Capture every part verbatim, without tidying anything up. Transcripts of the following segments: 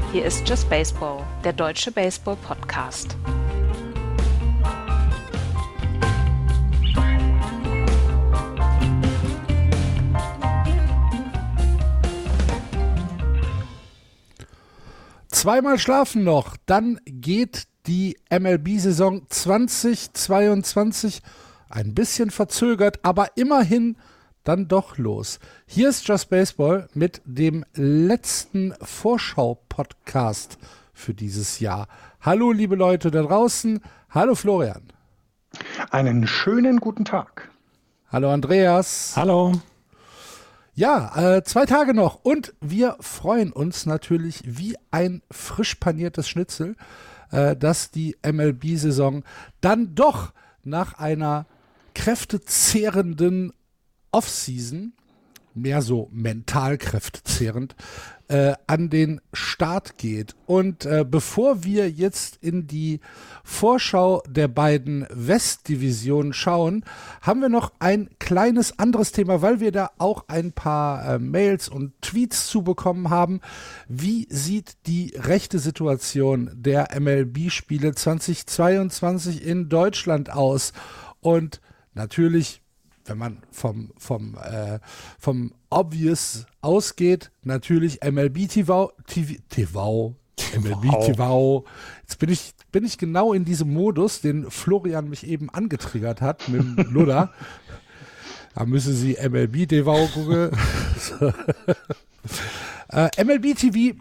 Hier ist Just Baseball, der deutsche Baseball-Podcast. Zweimal schlafen noch, dann geht die M L B-Saison zweitausendzweiundzwanzig ein bisschen verzögert, aber immerhin dann doch los. Hier ist Just Baseball mit dem letzten Vorschau-Podcast für dieses Jahr. Hallo liebe Leute da draußen, hallo Florian. Einen schönen guten Tag. Hallo Andreas. Hallo. Ja, äh, zwei Tage noch und wir freuen uns natürlich wie ein frisch paniertes Schnitzel, äh, dass die M L B-Saison dann doch nach einer kräftezehrenden Offseason, mehr so mental kräftezehrend, äh, an den Start geht. Und äh, bevor wir jetzt in die Vorschau der beiden Westdivisionen schauen, haben wir noch ein kleines anderes Thema, weil wir da auch ein paar äh, Mails und Tweets zu bekommen haben. Wie sieht die rechte Situation der M L B-Spiele zweitausendzweiundzwanzig in Deutschland aus? Und natürlich, wenn man vom, vom, äh, vom Obvious ausgeht, natürlich M L B T V, T V, T V, M L B T V. Jetzt bin ich, bin ich genau in diesem Modus, den Florian mich eben angetriggert hat mit dem Luder. Da müssen Sie M L B T V gucken. äh, M L B T V.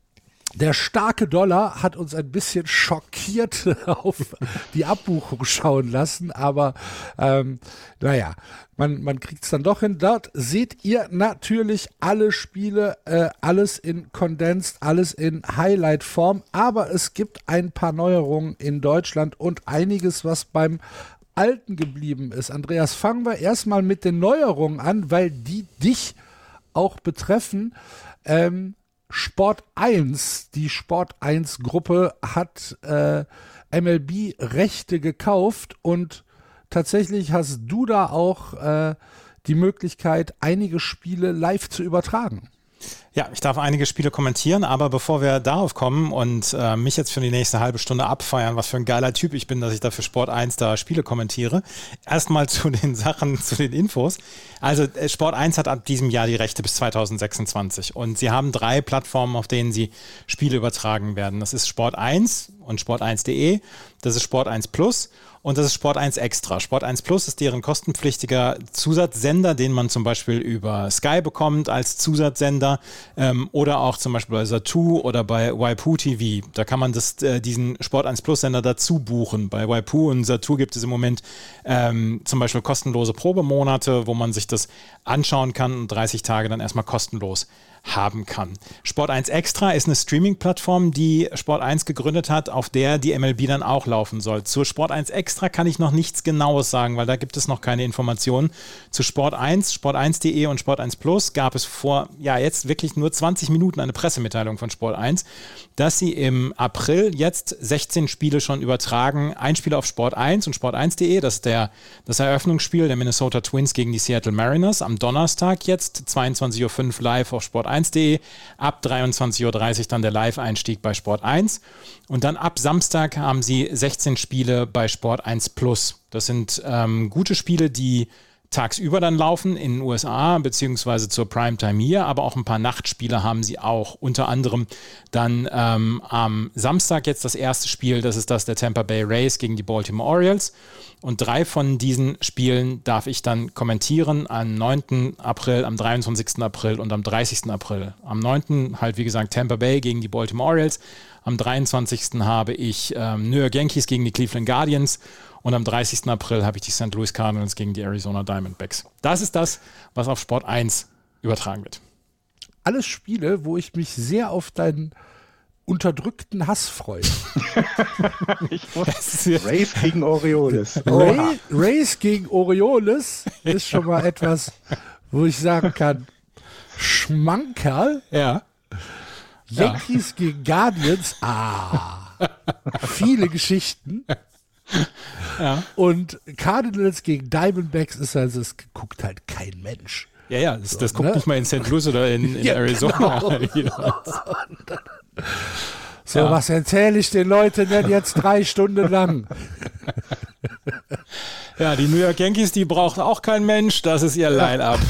Der starke Dollar hat uns ein bisschen schockiert auf die Abbuchung schauen lassen, aber ähm, naja, man, man kriegt es dann doch hin. Dort seht ihr natürlich alle Spiele, äh, alles in Condensed, alles in Highlight-Form, aber es gibt ein paar Neuerungen in Deutschland und einiges, was beim Alten geblieben ist. Andreas, fangen wir erstmal mit den Neuerungen an, weil die dich auch betreffen. Ähm, Sport eins, die Sport eins Gruppe hat äh, M L B-Rechte gekauft und tatsächlich hast du da auch äh, die Möglichkeit, einige Spiele live zu übertragen. Ja, ich darf einige Spiele kommentieren, aber bevor wir darauf kommen und äh, mich jetzt für die nächste halbe Stunde abfeiern, was für ein geiler Typ ich bin, dass ich da für Sport eins da Spiele kommentiere, erstmal zu den Sachen, zu den Infos. Also äh, Sport eins hat ab diesem Jahr die Rechte bis zweitausendsechsundzwanzig und sie haben drei Plattformen, auf denen sie Spiele übertragen werden. Das ist Sport eins und Sport eins punkt de, das ist Sport eins Plus und das ist Sport eins Extra. Sport eins Plus ist deren kostenpflichtiger Zusatzsender, den man zum Beispiel über Sky bekommt als Zusatzsender ähm, oder auch zum Beispiel bei Zattoo oder bei Waipu T V. Da kann man das, äh, diesen Sport eins Plus Sender dazu buchen. Bei Waipu und Zattoo gibt es im Moment ähm, zum Beispiel kostenlose Probemonate, wo man sich das anschauen kann und dreißig Tage dann erstmal kostenlos haben kann. Sport eins Extra ist eine Streaming-Plattform, die Sport eins gegründet hat, auf der die M L B dann auch laufen soll. Zu Sport eins Extra kann ich noch nichts Genaues sagen, weil da gibt es noch keine Informationen. Zu Sport eins, Sport eins punkt de und Sport eins Plus gab es vor, ja jetzt wirklich nur zwanzig Minuten eine Pressemitteilung von Sport eins, dass sie im April jetzt sechzehn Spiele schon übertragen. Ein Spiel auf Sport eins und Sport eins punkt de, das ist der, das Eröffnungsspiel der Minnesota Twins gegen die Seattle Mariners am Donnerstag jetzt, zweiundzwanzig Uhr fünf live auf Sport eins punkt de, ab dreiundzwanzig Uhr dreißig dann der Live-Einstieg bei Sport eins und dann ab Samstag haben sie sechzehn Spiele bei Sport eins Plus. Das sind ähm, gute Spiele, die tagsüber dann laufen in den U S A beziehungsweise zur Primetime hier, aber auch ein paar Nachtspiele haben sie auch. Unter anderem dann ähm, am Samstag jetzt das erste Spiel, das ist das der Tampa Bay Rays gegen die Baltimore Orioles. Und drei von diesen Spielen darf ich dann kommentieren am neunten April, am dreiundzwanzigsten April und am dreißigsten April. Am neunten halt wie gesagt Tampa Bay gegen die Baltimore Orioles. Am dreiundzwanzigsten habe ich ähm, New York Yankees gegen die Cleveland Guardians. Und am dreißigsten April habe ich die Saint Louis Cardinals gegen die Arizona Diamondbacks. Das ist das, was auf Sport eins übertragen wird. Alles Spiele, wo ich mich sehr auf deinen unterdrückten Hass freue. Rays gegen Orioles. Ray, Rays gegen Orioles ist schon mal etwas, wo ich sagen kann, Schmankerl. Ja. Yankees ja. gegen Guardians. Ah. Viele Geschichten. Ja. Und Cardinals gegen Diamondbacks ist also, es guckt halt kein Mensch. Ja, ja, das, so, das guckt ne? nicht mal in Saint Louis oder in, in ja, Arizona. Genau. So, Ja. was erzähle ich den Leuten denn jetzt drei Stunden lang? Ja, die New York Yankees, die braucht auch kein Mensch, das ist ihr Line-Up.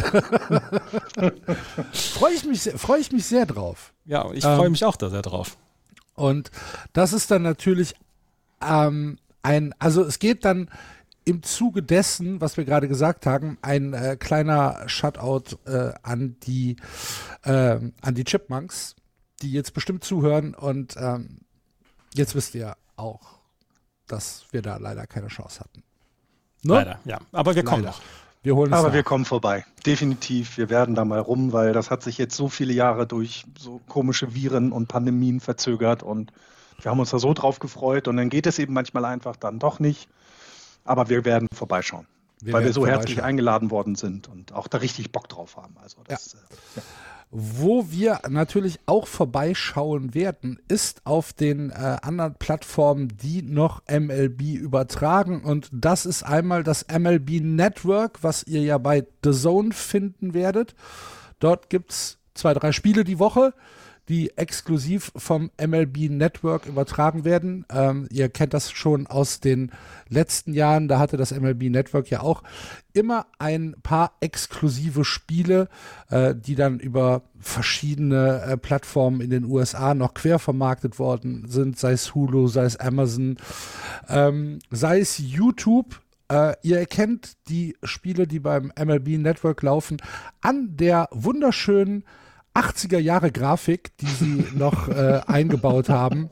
Freue ich mich, sehr- freue ich mich sehr drauf. Ja, ich Ähm, freue mich auch da sehr drauf. Und das ist dann natürlich ähm, ein, also es geht dann im Zuge dessen, was wir gerade gesagt haben, ein äh, kleiner Shutout äh, an die äh, an die Chipmunks, die jetzt bestimmt zuhören und ähm, jetzt wisst ihr auch, dass wir da leider keine Chance hatten. Ne? Leider, ja. Aber wir kommen Leider. noch. Wir holen es Aber nach. wir kommen vorbei. Definitiv. Wir werden da mal rum, weil das hat sich jetzt so viele Jahre durch so komische Viren und Pandemien verzögert und wir haben uns da so drauf gefreut und dann geht es eben manchmal einfach dann doch nicht. Aber wir werden vorbeischauen, Wir weil wir werden so herzlich vorbeischauen. eingeladen worden sind und auch da richtig Bock drauf haben. Also das, äh, ja. Wo wir natürlich auch vorbeischauen werden, ist auf den äh, anderen Plattformen, die noch M L B übertragen. Und das ist einmal das M L B Network, was ihr ja bei The Zone finden werdet. Dort gibt es zwei, drei Spiele die Woche, die exklusiv vom M L B Network übertragen werden. Ähm, ihr kennt das schon aus den letzten Jahren, da hatte das M L B Network ja auch immer ein paar exklusive Spiele, äh, die dann über verschiedene äh, Plattformen in den U S A noch quer vermarktet worden sind, sei es Hulu, sei es Amazon, ähm, sei es YouTube. Äh, ihr erkennt die Spiele, die beim M L B Network laufen, an der wunderschönen achtziger Jahre Grafik, die sie noch äh, eingebaut haben.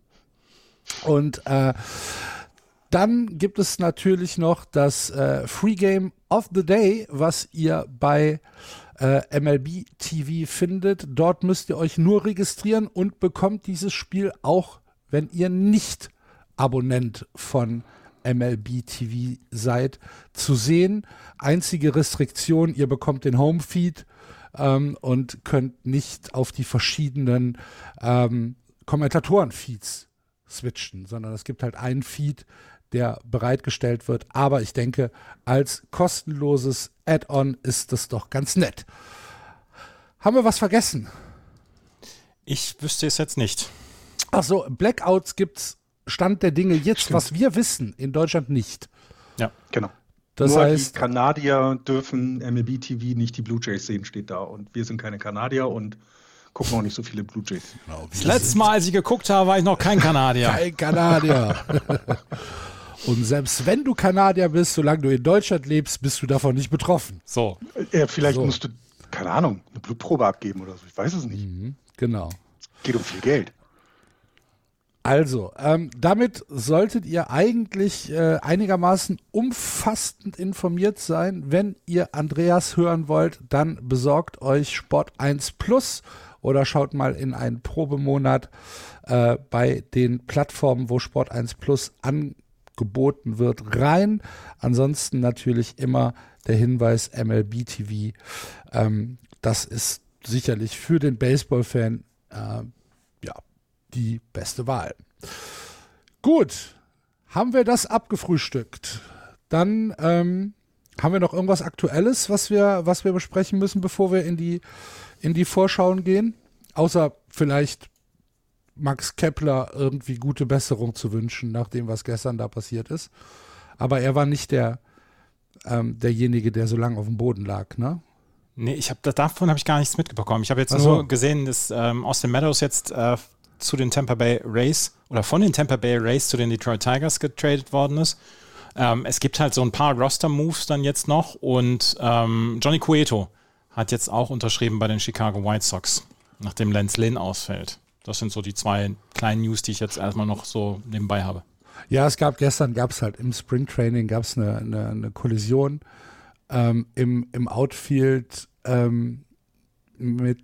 Und äh, dann gibt es natürlich noch das äh, Free Game of the Day, was ihr bei äh, M L B T V findet. Dort müsst ihr euch nur registrieren und bekommt dieses Spiel auch, wenn ihr nicht Abonnent von M L B T V seid, zu sehen. Einzige Restriktion, ihr bekommt den Homefeed ähm, und könnt nicht auf die verschiedenen ähm, Kommentatoren-Feeds switchen, sondern es gibt halt einen Feed, der bereitgestellt wird. Aber ich denke, als kostenloses Add-on ist das doch ganz nett. Haben wir was vergessen? Ich wüsste es jetzt nicht. Achso, Blackouts gibt's Stand der Dinge jetzt, Stimmt. was wir wissen, in Deutschland nicht. Ja. Genau. Das Nur heißt, die Kanadier dürfen M L B T V nicht die Blue Jays sehen, steht da. Und wir sind keine Kanadier und gucken auch nicht so viele Blue Jays. Das letzte Mal, als ich geguckt habe, war ich noch kein Kanadier. kein Kanadier. Und selbst wenn du Kanadier bist, solange du in Deutschland lebst, bist du davon nicht betroffen. So. Äh, vielleicht So. musst du, keine Ahnung, eine Blutprobe abgeben oder so. Ich weiß es nicht. Mhm, genau. Geht um viel Geld. Also, ähm, damit solltet ihr eigentlich äh, einigermaßen umfassend informiert sein. Wenn ihr Andreas hören wollt, dann besorgt euch Sport eins Plus oder schaut mal in einen Probemonat äh, bei den Plattformen, wo Sport eins Plus angeboten wird, rein. Ansonsten natürlich immer der Hinweis M L B T V. Ähm, das ist sicherlich für den Baseball-Fan äh, ja, die beste Wahl. Gut, haben wir das abgefrühstückt. Dann ähm, haben wir noch irgendwas Aktuelles, was wir, was wir besprechen müssen, bevor wir in die, in die Vorschauen gehen? Außer vielleicht Max Kepler irgendwie gute Besserung zu wünschen, nach dem, was gestern da passiert ist. Aber er war nicht der, ähm, derjenige, der so lange auf dem Boden lag, ne? Nee, ich hab, davon habe ich gar nichts mitbekommen. Ich habe jetzt Ach so. nur gesehen, dass ähm, Austin Meadows jetzt äh, zu den Tampa Bay Rays oder von den Tampa Bay Rays zu den Detroit Tigers getradet worden ist. Ähm, es gibt halt so ein paar Roster-Moves dann jetzt noch und ähm, Johnny Cueto hat jetzt auch unterschrieben bei den Chicago White Sox, nachdem Lance Lynn ausfällt. Das sind so die zwei kleinen News, die ich jetzt erstmal noch so nebenbei habe. Ja, es gab gestern, gab es halt im Springtraining, gab es eine, eine, eine Kollision ähm, im, im Outfield ähm, mit,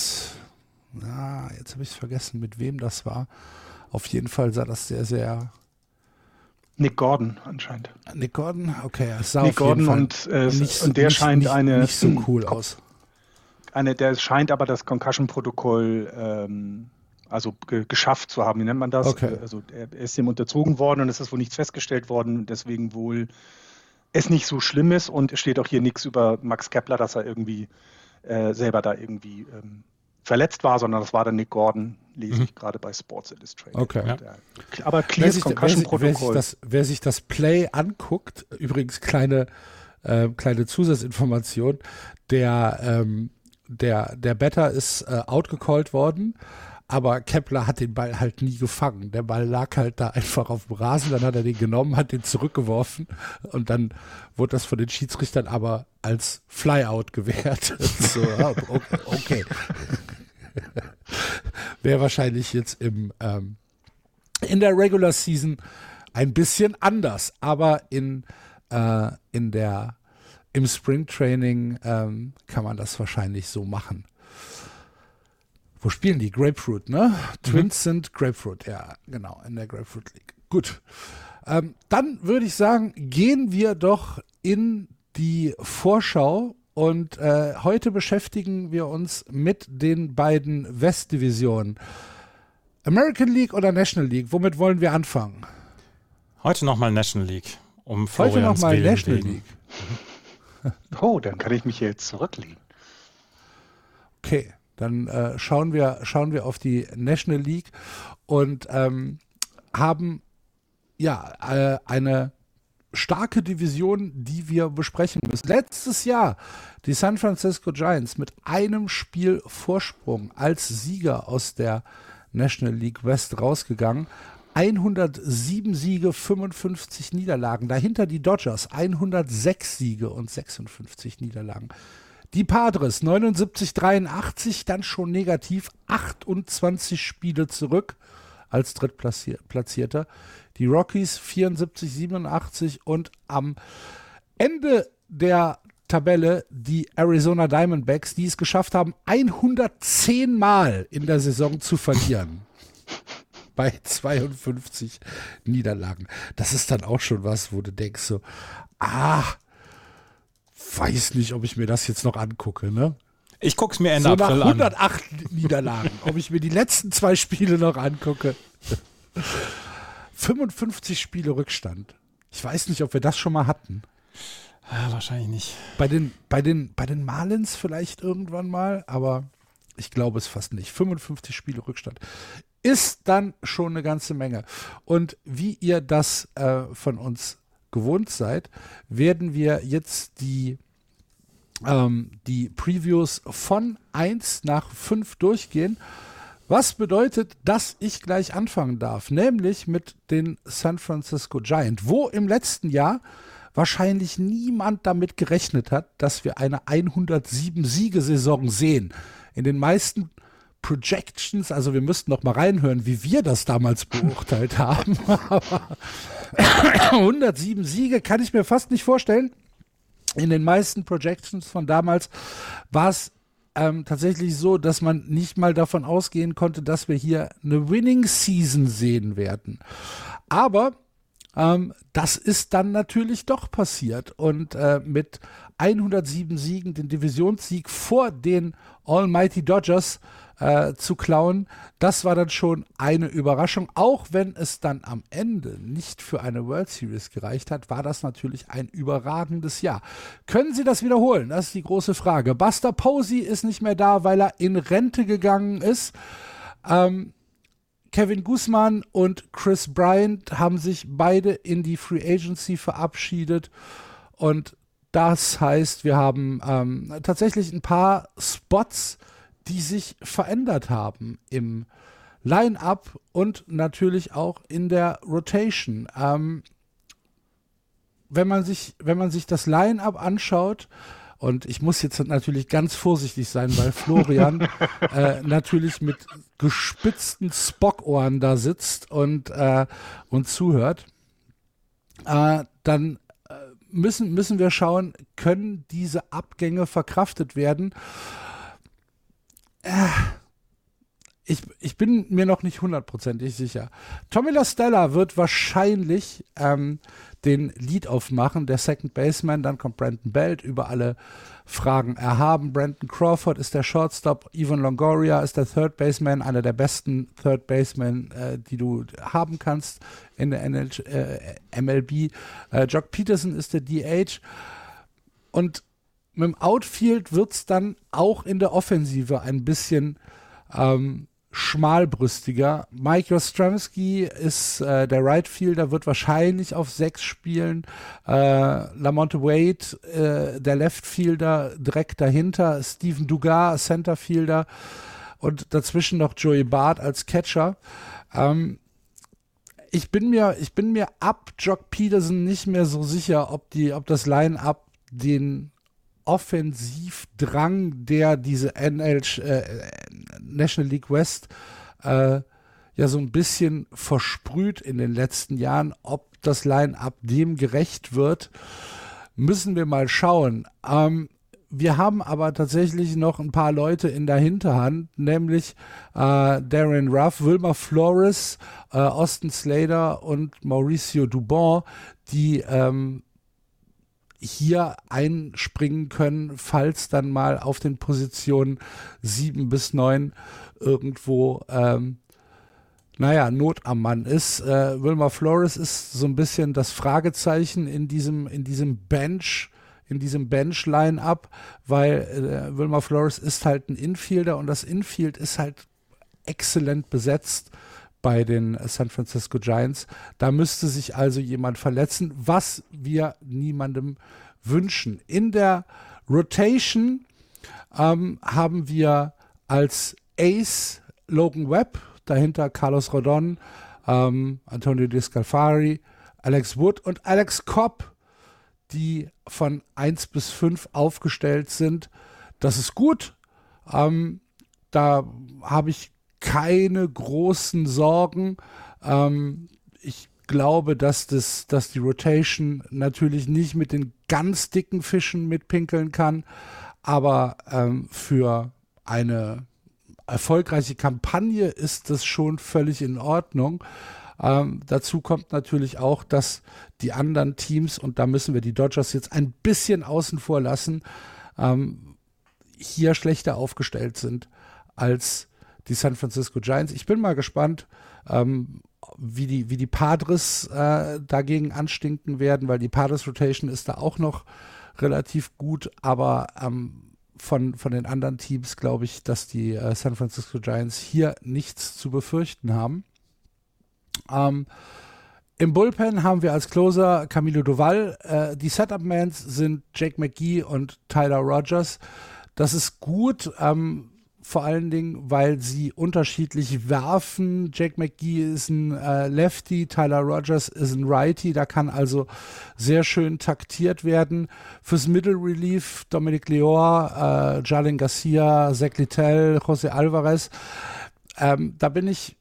na, jetzt habe ich es vergessen, mit wem das war. Auf jeden Fall sah das sehr, sehr, Nick Gordon anscheinend. Nick Gordon? Okay, es sah Nick auf jeden Gordon Fall und, äh, nicht, und der nicht, scheint nicht, eine nicht so cool Kopf- aus. Eine, der scheint aber das Concussion-Protokoll ähm, also ge geschafft zu haben. Wie nennt man das? Okay. Also er, er ist dem unterzogen worden und es ist wohl nichts festgestellt worden, deswegen wohl es nicht so schlimm ist und es steht auch hier nichts über Max Kepler, dass er irgendwie äh, selber da irgendwie ähm, verletzt war, sondern das war der Nick Gordon, lese ich gerade bei Sports Illustrated. Okay. Ja. Der, aber Wer clear sich, wer, sich, wer, sich das, wer sich das Play anguckt, übrigens kleine, äh, kleine Zusatzinformation, der, ähm, der, der Batter ist äh, outgecallt worden, aber Kepler hat den Ball halt nie gefangen. Der Ball lag halt da einfach auf dem Rasen, dann hat er den genommen, hat den zurückgeworfen und dann wurde das von den Schiedsrichtern aber als Flyout gewährt. So, okay. okay. Wäre wahrscheinlich jetzt im ähm, in der Regular Season ein bisschen anders, aber in, äh, in der im Spring Training ähm, kann man das wahrscheinlich so machen. Wo spielen die? Grapefruit, ne? Mhm. Twins sind Grapefruit, ja, genau, in der Grapefruit League. Gut. Ähm, dann würde ich sagen, gehen wir doch in die Vorschau und äh, heute beschäftigen wir uns mit den beiden Westdivisionen. American League oder National League? Womit wollen wir anfangen? Heute nochmal National League, um Heute nochmal National wegen. League. Oh, dann kann ich mich jetzt zurücklehnen. Okay. Dann äh, schauen wir, schauen wir auf die National League und ähm, haben ja äh, eine starke Division, die wir besprechen müssen. Letztes Jahr die San Francisco Giants mit einem Spiel Vorsprung als Sieger aus der National League West rausgegangen. hundertsieben Siege, fünfundfünfzig Niederlagen. Dahinter die Dodgers, hundertsechs Siege und sechsundfünfzig Niederlagen. Die Padres neunundsiebzig dreiundachtzig, dann schon negativ, achtundzwanzig Spiele zurück als Drittplatzierter. Die Rockies vierundsiebzig siebenundachtzig und am Ende der Tabelle die Arizona Diamondbacks, die es geschafft haben, hundertzehn Mal in der Saison zu verlieren. Bei zweiundfünfzig Niederlagen. Das ist dann auch schon was, wo du denkst so, ah, weiß nicht, ob ich mir das jetzt noch angucke, ne? Ich gucke es mir Ende so April nach hundertacht an. Niederlagen, ob ich mir die letzten zwei Spiele noch angucke. fünfundfünfzig Spiele Rückstand. Ich weiß nicht, ob wir das schon mal hatten. Ja, wahrscheinlich nicht. Bei den, bei den, bei den Marlins vielleicht irgendwann mal, aber ich glaube es fast nicht. fünfundfünfzig Spiele Rückstand ist dann schon eine ganze Menge. Und wie ihr das äh, von uns gewohnt seid, werden wir jetzt die, ähm, die Previews von eins nach fünf durchgehen. Was bedeutet, dass ich gleich anfangen darf, nämlich mit den San Francisco Giants, wo im letzten Jahr wahrscheinlich niemand damit gerechnet hat, dass wir eine hundertsieben-Siege-Saison sehen. In den meisten Projections, also wir müssten noch mal reinhören, wie wir das damals beurteilt haben, aber hundertsieben Siege kann ich mir fast nicht vorstellen. In den meisten Projections von damals war es ähm, tatsächlich so, dass man nicht mal davon ausgehen konnte, dass wir hier eine Winning Season sehen werden. Aber ähm, das ist dann natürlich doch passiert und äh, mit hundertsieben Siegen den Divisionssieg vor den Almighty Dodgers Äh, zu klauen, das war dann schon eine Überraschung. Auch wenn es dann am Ende nicht für eine World Series gereicht hat, war das natürlich ein überragendes Jahr. Können Sie das wiederholen? Das ist die große Frage. Buster Posey ist nicht mehr da, weil er in Rente gegangen ist. Ähm, Kevin Guzman und Chris Bryant haben sich beide in die Free Agency verabschiedet und das heißt, wir haben ähm, tatsächlich ein paar Spots, die sich verändert haben im Line-Up und natürlich auch in der Rotation. Ähm, wenn man sich, wenn man sich das Line-Up anschaut, und ich muss jetzt natürlich ganz vorsichtig sein, weil Florian äh, natürlich mit gespitzten Spock-Ohren da sitzt und, äh, und zuhört, äh, dann äh, müssen, müssen wir schauen, können diese Abgänge verkraftet werden? Ich, ich bin mir noch nicht hundertprozentig sicher. Tommy La Stella wird wahrscheinlich ähm, den Lead aufmachen, der Second Baseman. Dann kommt Brandon Belt, über alle Fragen erhaben. Brandon Crawford ist der Shortstop. Ivan Longoria ist der Third Baseman, einer der besten Third Basemen, äh, die du haben kannst in der N L, äh, M L B. Äh, Jock Peterson ist der D H. Und mit dem Outfield wird es dann auch in der Offensive ein bisschen ähm, schmalbrüstiger. Mike Yastrzemski ist äh, der Right Fielder, wird wahrscheinlich auf sechs spielen. Äh, Lamonte Wade, äh, der Left Fielder, direkt dahinter. Stephen Dugar, Center Fielder. Und dazwischen noch Joey Bart als Catcher. Ähm, ich bin mir, ich bin mir ab Jock Peterson nicht mehr so sicher, ob die, ob das Line-Up den Offensivdrang, der diese N L, äh, National League West äh, ja so ein bisschen versprüht in den letzten Jahren, ob das Line-Up dem gerecht wird, müssen wir mal schauen. Ähm, wir haben aber tatsächlich noch ein paar Leute in der Hinterhand, nämlich äh, Darren Ruff, Wilmer Flores, äh, Austin Slater und Mauricio Dubon, die ähm, hier einspringen können, falls dann mal auf den Positionen sieben bis neun irgendwo ähm, naja, Not am Mann ist. Äh, Wilmer Flores ist so ein bisschen das Fragezeichen in diesem, in diesem Bench, in diesem Bench-Line-Up, weil äh, Wilmer Flores ist halt ein Infielder und das Infield ist halt exzellent besetzt bei den San Francisco Giants. Da müsste sich also jemand verletzen, was wir niemandem wünschen. In der Rotation ähm, haben wir als Ace Logan Webb, dahinter Carlos Rodon, ähm, Antonio Descalfari, Alex Wood und Alex Cobb, die von eins bis fünf aufgestellt sind. Das ist gut. Ähm, da habe ich keine großen Sorgen. Ähm, ich glaube, dass, das, dass die Rotation natürlich nicht mit den ganz dicken Fischen mitpinkeln kann, aber ähm, für eine erfolgreiche Kampagne ist das schon völlig in Ordnung. Ähm, dazu kommt natürlich auch, dass die anderen Teams, und da müssen wir die Dodgers jetzt ein bisschen außen vor lassen, ähm, hier schlechter aufgestellt sind als die San Francisco Giants. Ich bin mal gespannt, ähm, wie die, wie die Padres äh, dagegen anstinken werden, weil die Padres Rotation ist da auch noch relativ gut, aber ähm, von, von den anderen Teams glaube ich, dass die äh, San Francisco Giants hier nichts zu befürchten haben. Ähm, Im Bullpen haben wir als Closer Camilo Doval. Äh, die Setup-Mans sind Jake McGee und Tyler Rogers. Das ist gut, ähm, vor allen Dingen, weil sie unterschiedlich werfen. Jake McGee ist ein äh, Lefty, Tyler Rogers ist ein Righty. Da kann also sehr schön taktiert werden. Fürs Middle Relief Dominic Leor, äh, Jarlin Garcia, Zach Littell, José Alvarez. Ähm, da bin ich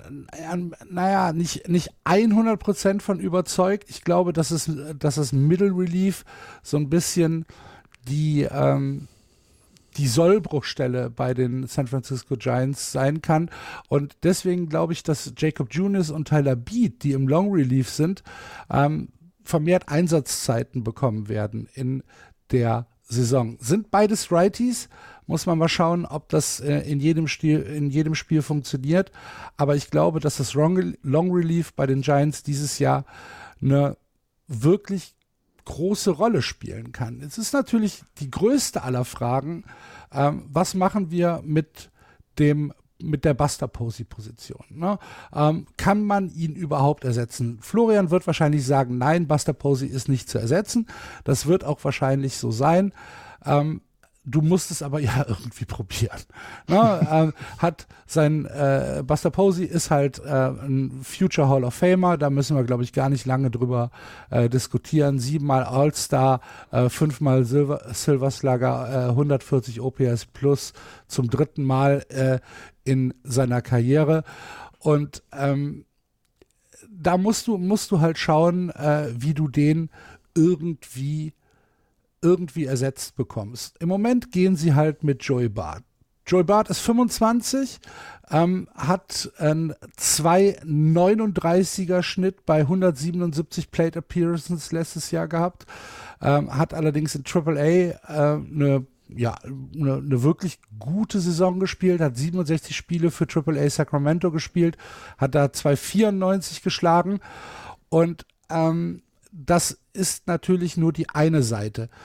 naja, nicht, nicht hundert Prozent von überzeugt. Ich glaube, dass es, dass es Middle Relief so ein bisschen die, ähm, die Sollbruchstelle bei den San Francisco Giants sein kann. Und deswegen glaube ich, dass Jacob Junis und Tyler Beede, die im Long Relief sind, ähm, vermehrt Einsatzzeiten bekommen werden in der Saison. Sind beides Righties? Muss man mal schauen, ob das äh, in jedem Spiel, in jedem Spiel funktioniert. Aber ich glaube, dass das Long, Long Relief bei den Giants dieses Jahr eine wirklich große Rolle spielen kann. Es ist natürlich die größte aller Fragen. Ähm, was machen wir mit dem mit der Buster Posey-Position? Ne? Ähm, kann man ihn überhaupt ersetzen? Florian wird wahrscheinlich sagen, nein, Buster Posey ist nicht zu ersetzen. Das wird auch wahrscheinlich so sein. Ähm, Du musst es aber ja irgendwie probieren. Ne? äh, hat sein äh, Buster Posey ist halt äh, ein Future Hall of Famer, da müssen wir, glaube ich, gar nicht lange drüber äh, diskutieren. Siebenmal All-Star, äh, fünfmal Silver, Silver Slugger, äh, hundertvierzig O P S plus zum dritten Mal äh, in seiner Karriere. Und ähm, da musst du, musst du halt schauen, äh, wie du den irgendwie irgendwie ersetzt bekommst. Im Moment gehen sie halt mit Joey Bart. Joey Bart ist fünfundzwanzig, ähm, hat einen zwei Komma neununddreißiger Schnitt bei hundertsiebenundsiebzig Plate Appearances letztes Jahr gehabt, ähm, hat allerdings in Triple A äh, eine ja, eine, eine wirklich gute Saison gespielt, hat siebenundsechzig Spiele für Triple A Sacramento gespielt, hat da zwei Komma vierundneunzig geschlagen und ähm, das ist natürlich nur die eine Seite.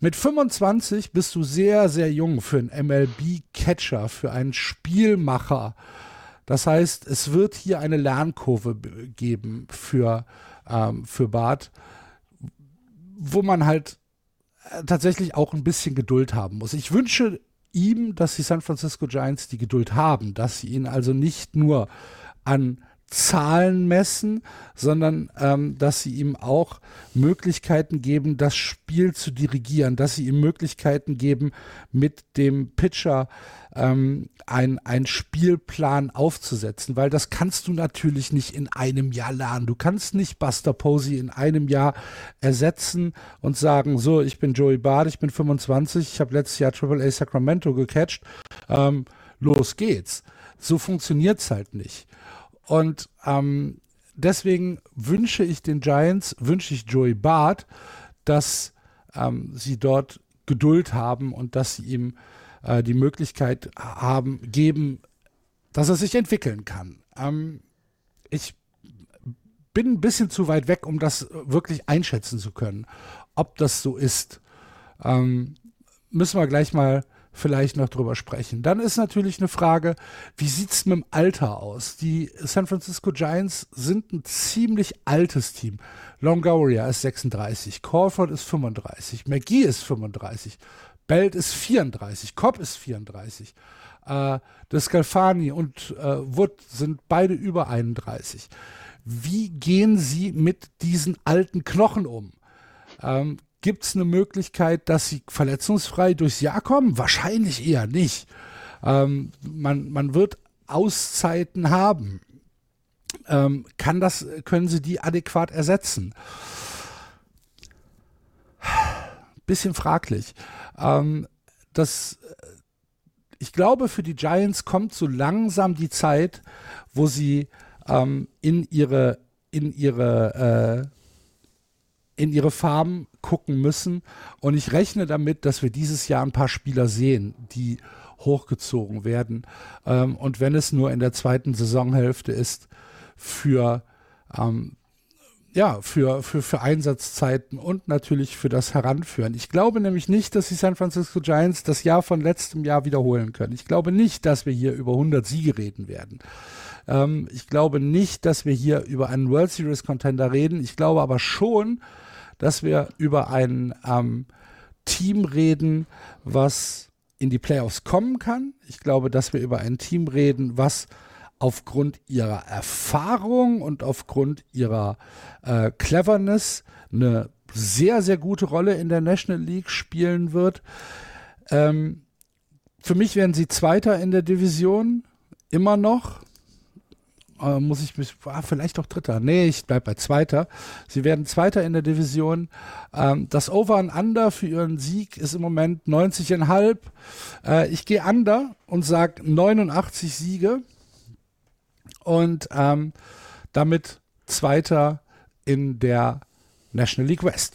Mit fünfundzwanzig bist du sehr, sehr jung für einen M L B-Catcher, für einen Spielmacher. Das heißt, es wird hier eine Lernkurve b- geben für, ähm, für Bart, wo man halt äh, tatsächlich auch ein bisschen Geduld haben muss. Ich wünsche ihm, dass die San Francisco Giants die Geduld haben, dass sie ihn also nicht nur an Zahlen messen, sondern ähm, dass sie ihm auch Möglichkeiten geben, das Spiel zu dirigieren, dass sie ihm Möglichkeiten geben, mit dem Pitcher ähm, ein, ein Spielplan aufzusetzen, weil das kannst du natürlich nicht in einem Jahr lernen. Du kannst nicht Buster Posey in einem Jahr ersetzen und sagen, so, ich bin Joey Bart, ich bin fünfundzwanzig, ich habe letztes Jahr Triple A Sacramento gecatcht, ähm, los geht's. So funktioniert's halt nicht. Und ähm, deswegen wünsche ich den Giants, wünsche ich Joey Bart, dass ähm, sie dort Geduld haben und dass sie ihm äh, die Möglichkeit haben, geben, dass er sich entwickeln kann. Ähm, ich bin ein bisschen zu weit weg, um das wirklich einschätzen zu können, ob das so ist. Ähm, müssen wir gleich mal vielleicht noch drüber sprechen. Dann ist natürlich eine Frage, wie sieht es mit dem Alter aus? Die San Francisco Giants sind ein ziemlich altes Team. Longoria ist sechsunddreißig, Crawford ist fünfunddreißig, McGee ist fünfunddreißig, Belt ist vierunddreißig, Cobb ist vierunddreißig, äh, Descalfani und äh, Wood sind beide über einunddreißig. Wie gehen sie mit diesen alten Knochen um? Ähm, Gibt es eine Möglichkeit, dass sie verletzungsfrei durchs Jahr kommen? Wahrscheinlich eher nicht. Ähm, man, man wird Auszeiten haben. Ähm, kann das, können sie die adäquat ersetzen? Bisschen fraglich. Ähm, das, ich glaube, für die Giants kommt so langsam die Zeit, wo sie ähm, in ihre, in ihre äh, in ihre Farben gucken müssen. Und ich rechne damit, dass wir dieses Jahr ein paar Spieler sehen, die hochgezogen werden. Ähm, und wenn es nur in der zweiten Saisonhälfte ist, für, ähm, ja, für, für, für Einsatzzeiten und natürlich für das Heranführen. Ich glaube nämlich nicht, dass die San Francisco Giants das Jahr von letztem Jahr wiederholen können. Ich glaube nicht, dass wir hier über hundert Siege reden werden. Ähm, ich glaube nicht, dass wir hier über einen World Series Contender reden. Ich glaube aber schon, dass wir über ein ähm, Team reden, was in die Playoffs kommen kann. Ich glaube, dass wir über ein Team reden, was aufgrund ihrer Erfahrung und aufgrund ihrer äh, Cleverness eine sehr, sehr gute Rolle in der National League spielen wird. Ähm, für mich werden sie Zweiter in der Division, immer noch. Äh, muss ich mich, ah, vielleicht auch Dritter. Nee, ich bleibe bei Zweiter. Sie werden Zweiter in der Division. Ähm, das Over and Under für ihren Sieg ist im Moment neunzig Komma fünf. Äh, ich gehe Under und sage neunundachtzig Siege und ähm, damit Zweiter in der National League West.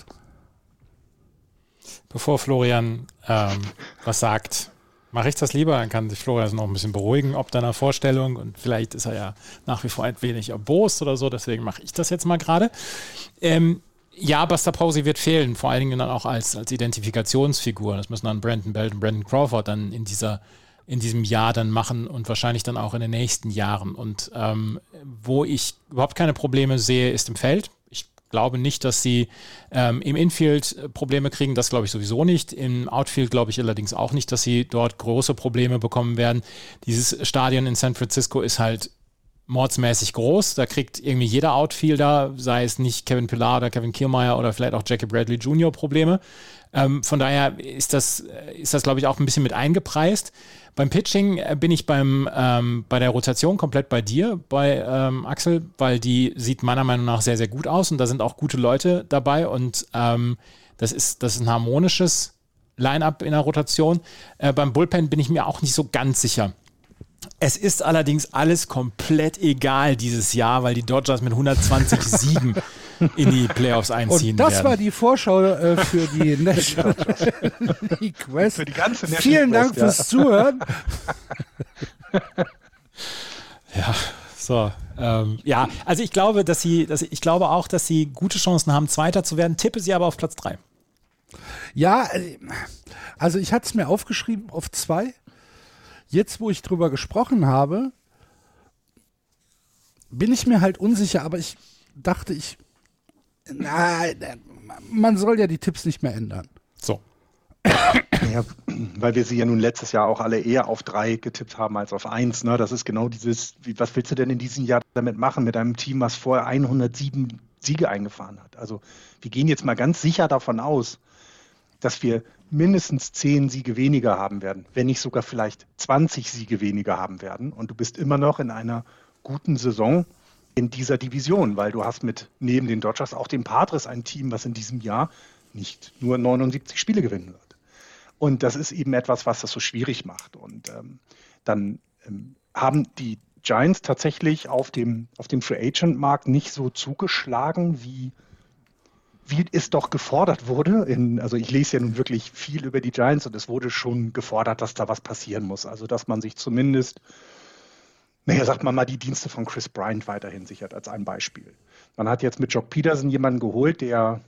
Bevor Florian ähm, was sagt, mache ich das lieber, dann kann sich Florian noch ein bisschen beruhigen, ob deiner Vorstellung, und vielleicht ist er ja nach wie vor ein wenig erbost oder so, deswegen mache ich das jetzt mal gerade. Ähm, ja, Buster Posey wird fehlen, vor allen Dingen dann auch als, als Identifikationsfigur. Das müssen dann Brandon Belt und Brandon Crawford dann in dieser in diesem Jahr dann machen und wahrscheinlich dann auch in den nächsten Jahren. Und ähm, wo ich überhaupt keine Probleme sehe, ist im Feld. Ich glaube nicht, dass sie ähm, im Infield Probleme kriegen, das glaube ich sowieso nicht. Im Outfield glaube ich allerdings auch nicht, dass sie dort große Probleme bekommen werden. Dieses Stadion in San Francisco ist halt mordsmäßig groß, da kriegt irgendwie jeder Outfielder, sei es nicht Kevin Pillar oder Kevin Kiermaier oder vielleicht auch Jackie Bradley Junior Probleme. Ähm, von daher ist das, ist das glaube ich auch ein bisschen mit eingepreist. Beim Pitching bin ich beim, ähm, bei der Rotation komplett bei dir, bei ähm, Axel, weil die sieht meiner Meinung nach sehr, sehr gut aus und da sind auch gute Leute dabei und ähm, das ist, das ist ein harmonisches Line-Up in der Rotation. Äh, beim Bullpen bin ich mir auch nicht so ganz sicher. Es ist allerdings alles komplett egal dieses Jahr, weil die Dodgers mit hundertzwanzig Siegen in die Playoffs einziehen Und das werden. war die Vorschau äh, für die National League West. Für die ganze National Vielen West, Dank ja. fürs Zuhören. Ja, so. Ähm, ja, also ich glaube, dass sie, dass ich glaube auch, dass sie gute Chancen haben, Zweiter zu werden. Tippe sie aber auf Platz drei. Ja, also ich hatte es mir aufgeschrieben auf zwei. Jetzt, wo ich drüber gesprochen habe, bin ich mir halt unsicher, aber ich dachte, ich, na, man soll ja die Tipps nicht mehr ändern. So. Ja, weil wir sie ja nun letztes Jahr auch alle eher auf drei getippt haben als auf eins. Ne? Das ist genau dieses, wie, was willst du denn in diesem Jahr damit machen mit einem Team, was vorher hundertsieben Siege eingefahren hat? Also wir gehen jetzt mal ganz sicher davon aus, dass wir mindestens zehn Siege weniger haben werden, wenn nicht sogar vielleicht zwanzig Siege weniger haben werden. Und du bist immer noch in einer guten Saison in dieser Division, weil du hast mit neben den Dodgers auch den Padres ein Team, was in diesem Jahr nicht nur neunundsiebzig Spiele gewinnen wird. Und das ist eben etwas, was das so schwierig macht. Und ähm, dann ähm, haben die Giants tatsächlich auf dem, auf dem Free Agent Markt nicht so zugeschlagen, wie, wie es doch gefordert wurde. In, also ich lese ja nun wirklich viel über die Giants und es wurde schon gefordert, dass da was passieren muss. Also dass man sich zumindest, naja, sagt man mal, die Dienste von Chris Bryant weiterhin sichert, als ein Beispiel. Man hat jetzt mit Jock Peterson jemanden geholt, der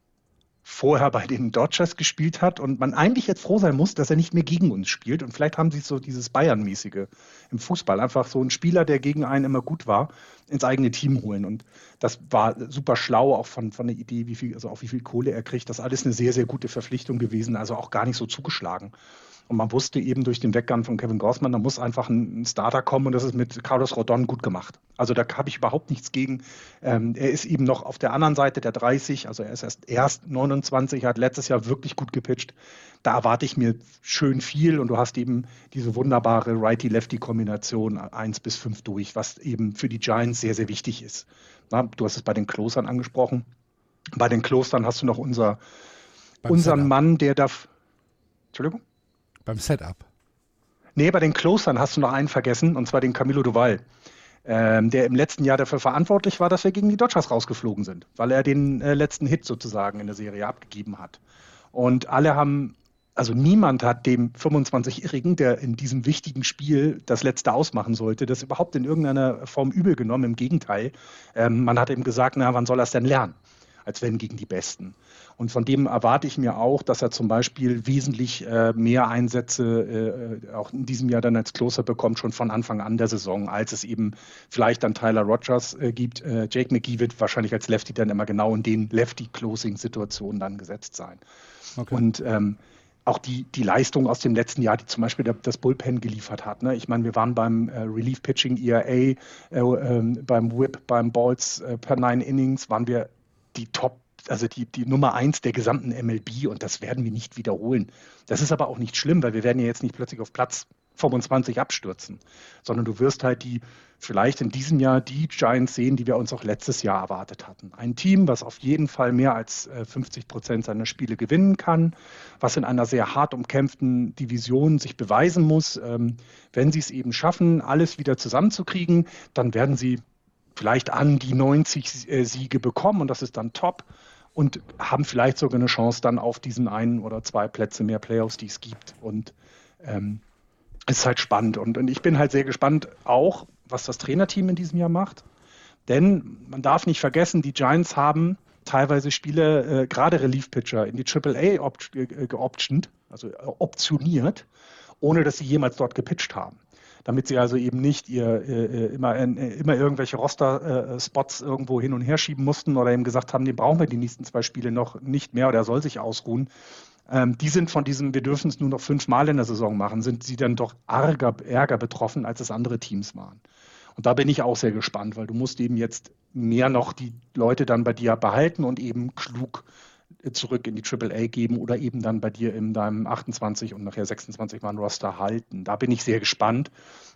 vorher bei den Dodgers gespielt hat und man eigentlich jetzt froh sein muss, dass er nicht mehr gegen uns spielt. Und vielleicht haben sie so dieses Bayern-mäßige im Fußball. Einfach so ein Spieler, der gegen einen immer gut war, ins eigene Team holen. Und das war super schlau, auch von, von der Idee, wie viel, also auch wie viel Kohle er kriegt. Das ist alles eine sehr, sehr gute Verpflichtung gewesen, also auch gar nicht so zugeschlagen. Und man wusste eben durch den Weggang von Kevin Gausman, da muss einfach ein Starter kommen und das ist mit Carlos Rodon gut gemacht. Also da habe ich überhaupt nichts gegen. Ähm, er ist eben noch auf der anderen Seite der dreißig, also er ist erst, erst neunundzwanzig, hat letztes Jahr wirklich gut gepitcht. Da erwarte ich mir schön viel und du hast eben diese wunderbare Righty-Lefty-Kombination eins bis fünf durch, was eben für die Giants sehr, sehr wichtig ist. Na, du hast es bei den Closern angesprochen. Bei den Closern hast du noch unser, unseren Setup. Mann, der da... Entschuldigung? Beim Setup. Nee, bei den Closern hast du noch einen vergessen, und zwar den Camilo Doval, ähm, der im letzten Jahr dafür verantwortlich war, dass wir gegen die Dodgers rausgeflogen sind, weil er den äh, letzten Hit sozusagen in der Serie abgegeben hat. Und alle haben, also niemand hat dem fünfundzwanzigjährigen, der in diesem wichtigen Spiel das letzte ausmachen sollte, das überhaupt in irgendeiner Form übel genommen. Im Gegenteil, ähm, man hat ihm gesagt, na, wann soll er es denn lernen? Als wenn gegen die Besten. Und von dem erwarte ich mir auch, dass er zum Beispiel wesentlich äh, mehr Einsätze äh, auch in diesem Jahr dann als Closer bekommt, schon von Anfang an der Saison, als es eben vielleicht dann Tyler Rogers äh, gibt. Äh, Jake McGee wird wahrscheinlich als Lefty dann immer genau in den Lefty-Closing-Situationen dann gesetzt sein. Okay. Und ähm, auch die, die Leistung aus dem letzten Jahr, die zum Beispiel der, das Bullpen geliefert hat. Ne? Ich meine, wir waren beim äh, Relief-Pitching E R A, äh, äh, beim Whip, beim Balls äh, per Nine Innings, waren wir die Top, also die, die Nummer eins der gesamten M L B und das werden wir nicht wiederholen. Das ist aber auch nicht schlimm, weil wir werden ja jetzt nicht plötzlich auf Platz fünfundzwanzig abstürzen, sondern du wirst halt die, vielleicht in diesem Jahr die Giants sehen, die wir uns auch letztes Jahr erwartet hatten. Ein Team, was auf jeden Fall mehr als fünfzig Prozent seiner Spiele gewinnen kann, was in einer sehr hart umkämpften Division sich beweisen muss. Wenn sie es eben schaffen, alles wieder zusammenzukriegen, dann werden sie vielleicht an die neunzig Siege bekommen und das ist dann top und haben vielleicht sogar eine Chance dann auf diesen einen oder zwei Plätze mehr Playoffs, die es gibt. Und ähm, es ist halt spannend und, und ich bin halt sehr gespannt auch, was das Trainerteam in diesem Jahr macht. Denn man darf nicht vergessen, die Giants haben teilweise Spiele, äh, gerade Relief-Pitcher, in die Triple A opt- äh, geoptioned, also äh, optioniert, ohne dass sie jemals dort gepitcht haben. Damit sie also eben nicht ihr äh, immer, äh, immer irgendwelche Roster-Spots äh, irgendwo hin und her schieben mussten oder eben gesagt haben, den brauchen wir die nächsten zwei Spiele noch nicht mehr oder er soll sich ausruhen. Ähm, die sind von diesem, wir dürfen es nur noch fünfmal in der Saison machen, sind sie dann doch arger, ärger betroffen, als es andere Teams waren. Und da bin ich auch sehr gespannt, weil du musst eben jetzt mehr noch die Leute dann bei dir behalten und eben klug zurück in die Triple A geben oder eben dann bei dir in deinem achtundzwanzig und nachher sechsundzwanzig Mann Roster halten. Da bin ich sehr gespannt.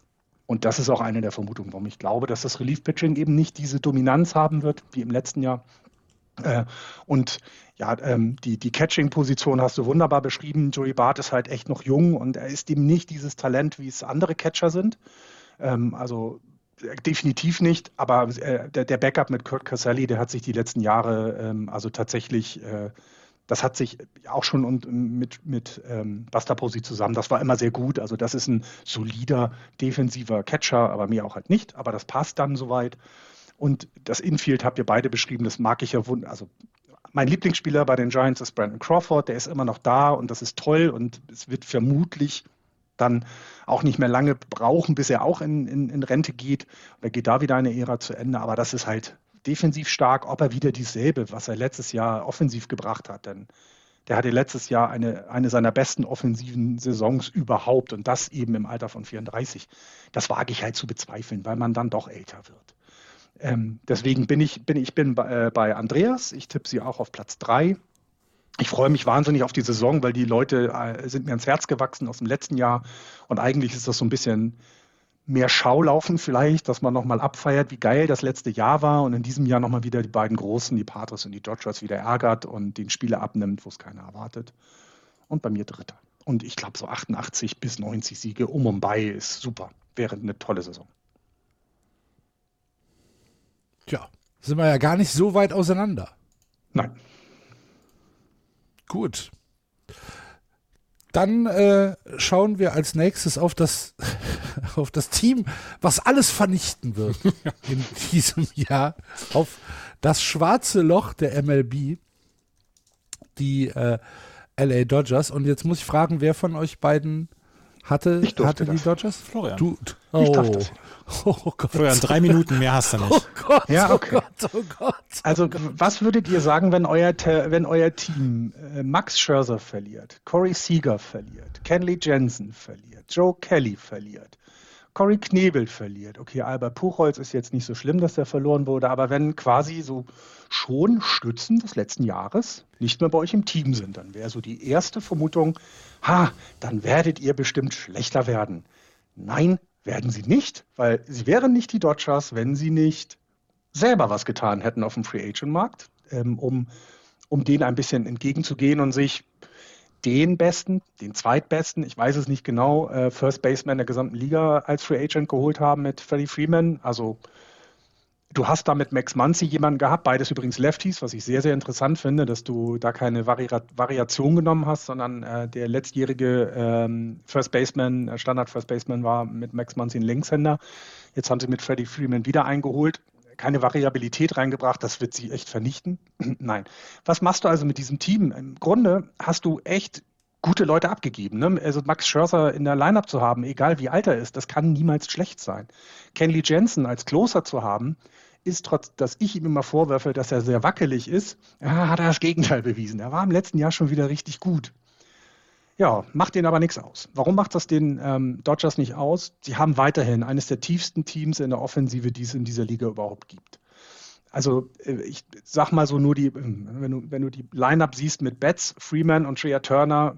Und das ist auch eine der Vermutungen, warum ich glaube, dass das Relief-Pitching eben nicht diese Dominanz haben wird wie im letzten Jahr. Äh, und ja, ähm, die, die Catching-Position hast du wunderbar beschrieben. Joey Bart ist halt echt noch jung und er ist eben nicht dieses Talent, wie es andere Catcher sind. Ähm, also definitiv nicht, aber äh, der, der Backup mit Kurt Caselli, der hat sich die letzten Jahre ähm, also tatsächlich, äh, das hat sich auch schon und mit, mit ähm, Buster Posey zusammen, das war immer sehr gut, also das ist ein solider, defensiver Catcher, aber mir auch halt nicht, aber das passt dann soweit. Und das Infield habt ihr beide beschrieben, das mag ich ja, also mein Lieblingsspieler bei den Giants ist Brandon Crawford, der ist immer noch da und das ist toll und es wird vermutlich dann auch nicht mehr lange brauchen, bis er auch in, in, in Rente geht. Da geht da wieder eine Ära zu Ende, aber das ist halt defensiv stark, ob er wieder dieselbe, was er letztes Jahr offensiv gebracht hat, denn der hatte letztes Jahr eine, eine seiner besten offensiven Saisons überhaupt und das eben im Alter von vierunddreißig. Das wage ich halt zu bezweifeln, weil man dann doch älter wird. Ähm, deswegen bin ich, bin ich bin bei, äh, bei Andreas. Ich tippe sie auch auf Platz drei. Ich freue mich wahnsinnig auf die Saison, weil die Leute äh, sind mir ans Herz gewachsen aus dem letzten Jahr und eigentlich ist das so ein bisschen mehr Schaulaufen vielleicht, dass man nochmal abfeiert, wie geil das letzte Jahr war und in diesem Jahr nochmal wieder die beiden Großen, die Padres und die Dodgers, wieder ärgert und den Spieler abnimmt, wo es keiner erwartet. Und bei mir Dritter. Und ich glaube, so achtundachtzig bis neunzig Siege um und bei ist super. Wäre eine tolle Saison. Tja, sind wir ja gar nicht so weit auseinander. Nein. Gut. Dann äh, schauen wir als nächstes auf das, auf das Team, was alles vernichten wird in diesem Jahr. Auf das schwarze Loch der M L B, die äh, L A Dodgers. Und jetzt muss ich fragen, wer von euch beiden hatte, hatte die Dodgers? Florian. Du, oh. Ich darf das. Oh Gott. Florian, drei Minuten mehr hast du nicht. Oh Gott, ja, okay. oh Gott, oh Gott. Also was würdet ihr sagen, wenn euer, wenn euer Team äh, Max Scherzer verliert, Corey Seager verliert, Kenley Jensen verliert, Joe Kelly verliert, Corey Knebel verliert. Okay, Albert Puchholz ist jetzt nicht so schlimm, dass der verloren wurde, aber wenn quasi so schon Stützen des letzten Jahres nicht mehr bei euch im Team sind, dann wäre so die erste Vermutung, ha, dann werdet ihr bestimmt schlechter werden. Nein, werden sie nicht, weil sie wären nicht die Dodgers, wenn sie nicht selber was getan hätten auf dem Free-Agent-Markt, ähm, um, um denen ein bisschen entgegenzugehen und sich den besten, den zweitbesten, ich weiß es nicht genau, äh, First Baseman der gesamten Liga als Free Agent geholt haben mit Freddie Freeman. Also du hast da mit Max Muncy jemanden gehabt, beides übrigens Lefties, was ich sehr, sehr interessant finde, dass du da keine Vari- Variation genommen hast, sondern äh, der letztjährige ähm, First Baseman, äh, Standard First Baseman war mit Max Muncy ein Linkshänder. Jetzt haben sie mit Freddie Freeman wieder eingeholt. Keine Variabilität reingebracht, das wird sie echt vernichten. Nein. Was machst du also mit diesem Team? Im Grunde hast du echt gute Leute abgegeben. Ne? Also Max Scherzer in der Lineup zu haben, egal wie alt er ist, das kann niemals schlecht sein. Kenley Jensen als Closer zu haben, ist trotz, dass ich ihm immer vorwerfe, dass er sehr wackelig ist, ja, hat er das Gegenteil bewiesen. Er war im letzten Jahr schon wieder richtig gut. Ja, macht denen aber nichts aus. Warum macht das den ähm, Dodgers nicht aus? Sie haben weiterhin eines der tiefsten Teams in der Offensive, die es in dieser Liga überhaupt gibt. Also ich sag mal so nur die, wenn du, wenn du die Line-Up siehst mit Betts, Freeman und Trea Turner,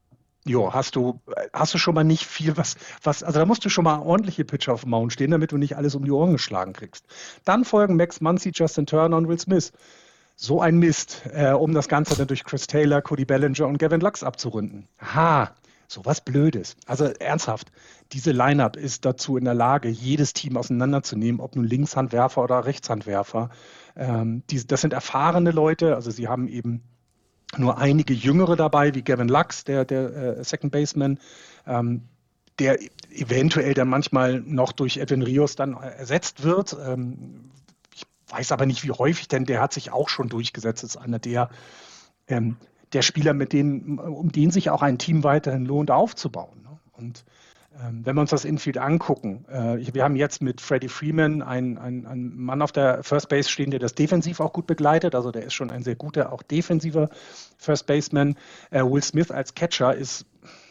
jo, hast du, hast du schon mal nicht viel, was, was, also da musst du schon mal ordentliche Pitcher auf dem Mount stehen, damit du nicht alles um die Ohren geschlagen kriegst. Dann folgen Max Muncy, Justin Turner und Will Smith. So ein Mist, äh, um das Ganze dann durch Chris Taylor, Cody Bellinger und Gavin Lux abzurunden. Ha, sowas Blödes. Also ernsthaft, diese Line-Up ist dazu in der Lage, jedes Team auseinanderzunehmen, ob nun Linkshandwerfer oder Rechtshandwerfer. Ähm, die, das sind erfahrene Leute, also sie haben eben nur einige Jüngere dabei, wie Gavin Lux, der, der äh, Second Baseman, ähm, der eventuell dann manchmal noch durch Edwin Rios dann ersetzt wird. Ähm, weiß aber nicht, wie häufig, denn der hat sich auch schon durchgesetzt. Das ist einer der, ähm, der Spieler, mit denen, um den sich auch ein Team weiterhin lohnt aufzubauen. Ne? Und ähm, wenn wir uns das Infield angucken, äh, wir haben jetzt mit Freddie Freeman einen, einen, einen Mann auf der First Base stehen, der das defensiv auch gut begleitet. Also der ist schon ein sehr guter, auch defensiver First Baseman. Äh, Will Smith als Catcher ist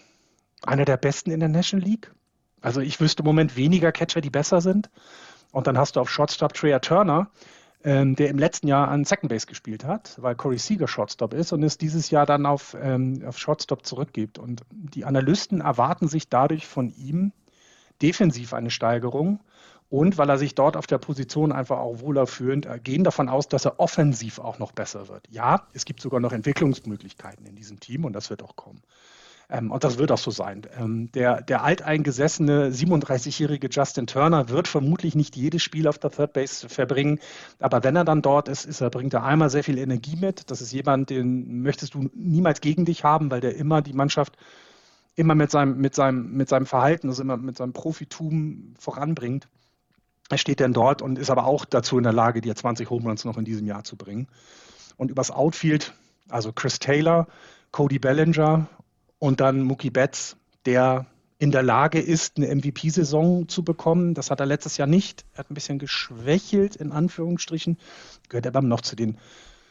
einer der besten in der National League. Also ich wüsste im Moment weniger Catcher, die besser sind. Und dann hast du auf Shortstop Trea Turner, ähm, der im letzten Jahr an Second Base gespielt hat, weil Corey Seager Shortstop ist und es dieses Jahr dann auf, ähm, auf Shortstop zurückgibt. Und die Analysten erwarten sich dadurch von ihm defensiv eine Steigerung. Und weil er sich dort auf der Position einfach auch wohler fühlt, gehen davon aus, dass er offensiv auch noch besser wird. Ja, es gibt sogar noch Entwicklungsmöglichkeiten in diesem Team und das wird auch kommen. Ähm, und das wird auch so sein. Ähm, der, der alteingesessene siebenunddreißigjährige Justin Turner wird vermutlich nicht jedes Spiel auf der Third Base verbringen. Aber wenn er dann dort ist, ist er, bringt er einmal sehr viel Energie mit. Das ist jemand, den möchtest du niemals gegen dich haben, weil der immer die Mannschaft immer mit seinem, mit seinem, mit seinem Verhalten, also immer mit seinem Profitum voranbringt. Er steht dann dort und ist aber auch dazu in der Lage, dir zwanzig Home Runs noch in diesem Jahr zu bringen. Und übers Outfield, also Chris Taylor, Cody Bellinger und dann Mookie Betts, der in der Lage ist, eine M V P-Saison zu bekommen. Das hat er letztes Jahr nicht. Er hat ein bisschen geschwächelt, in Anführungsstrichen. Gehört aber noch zu den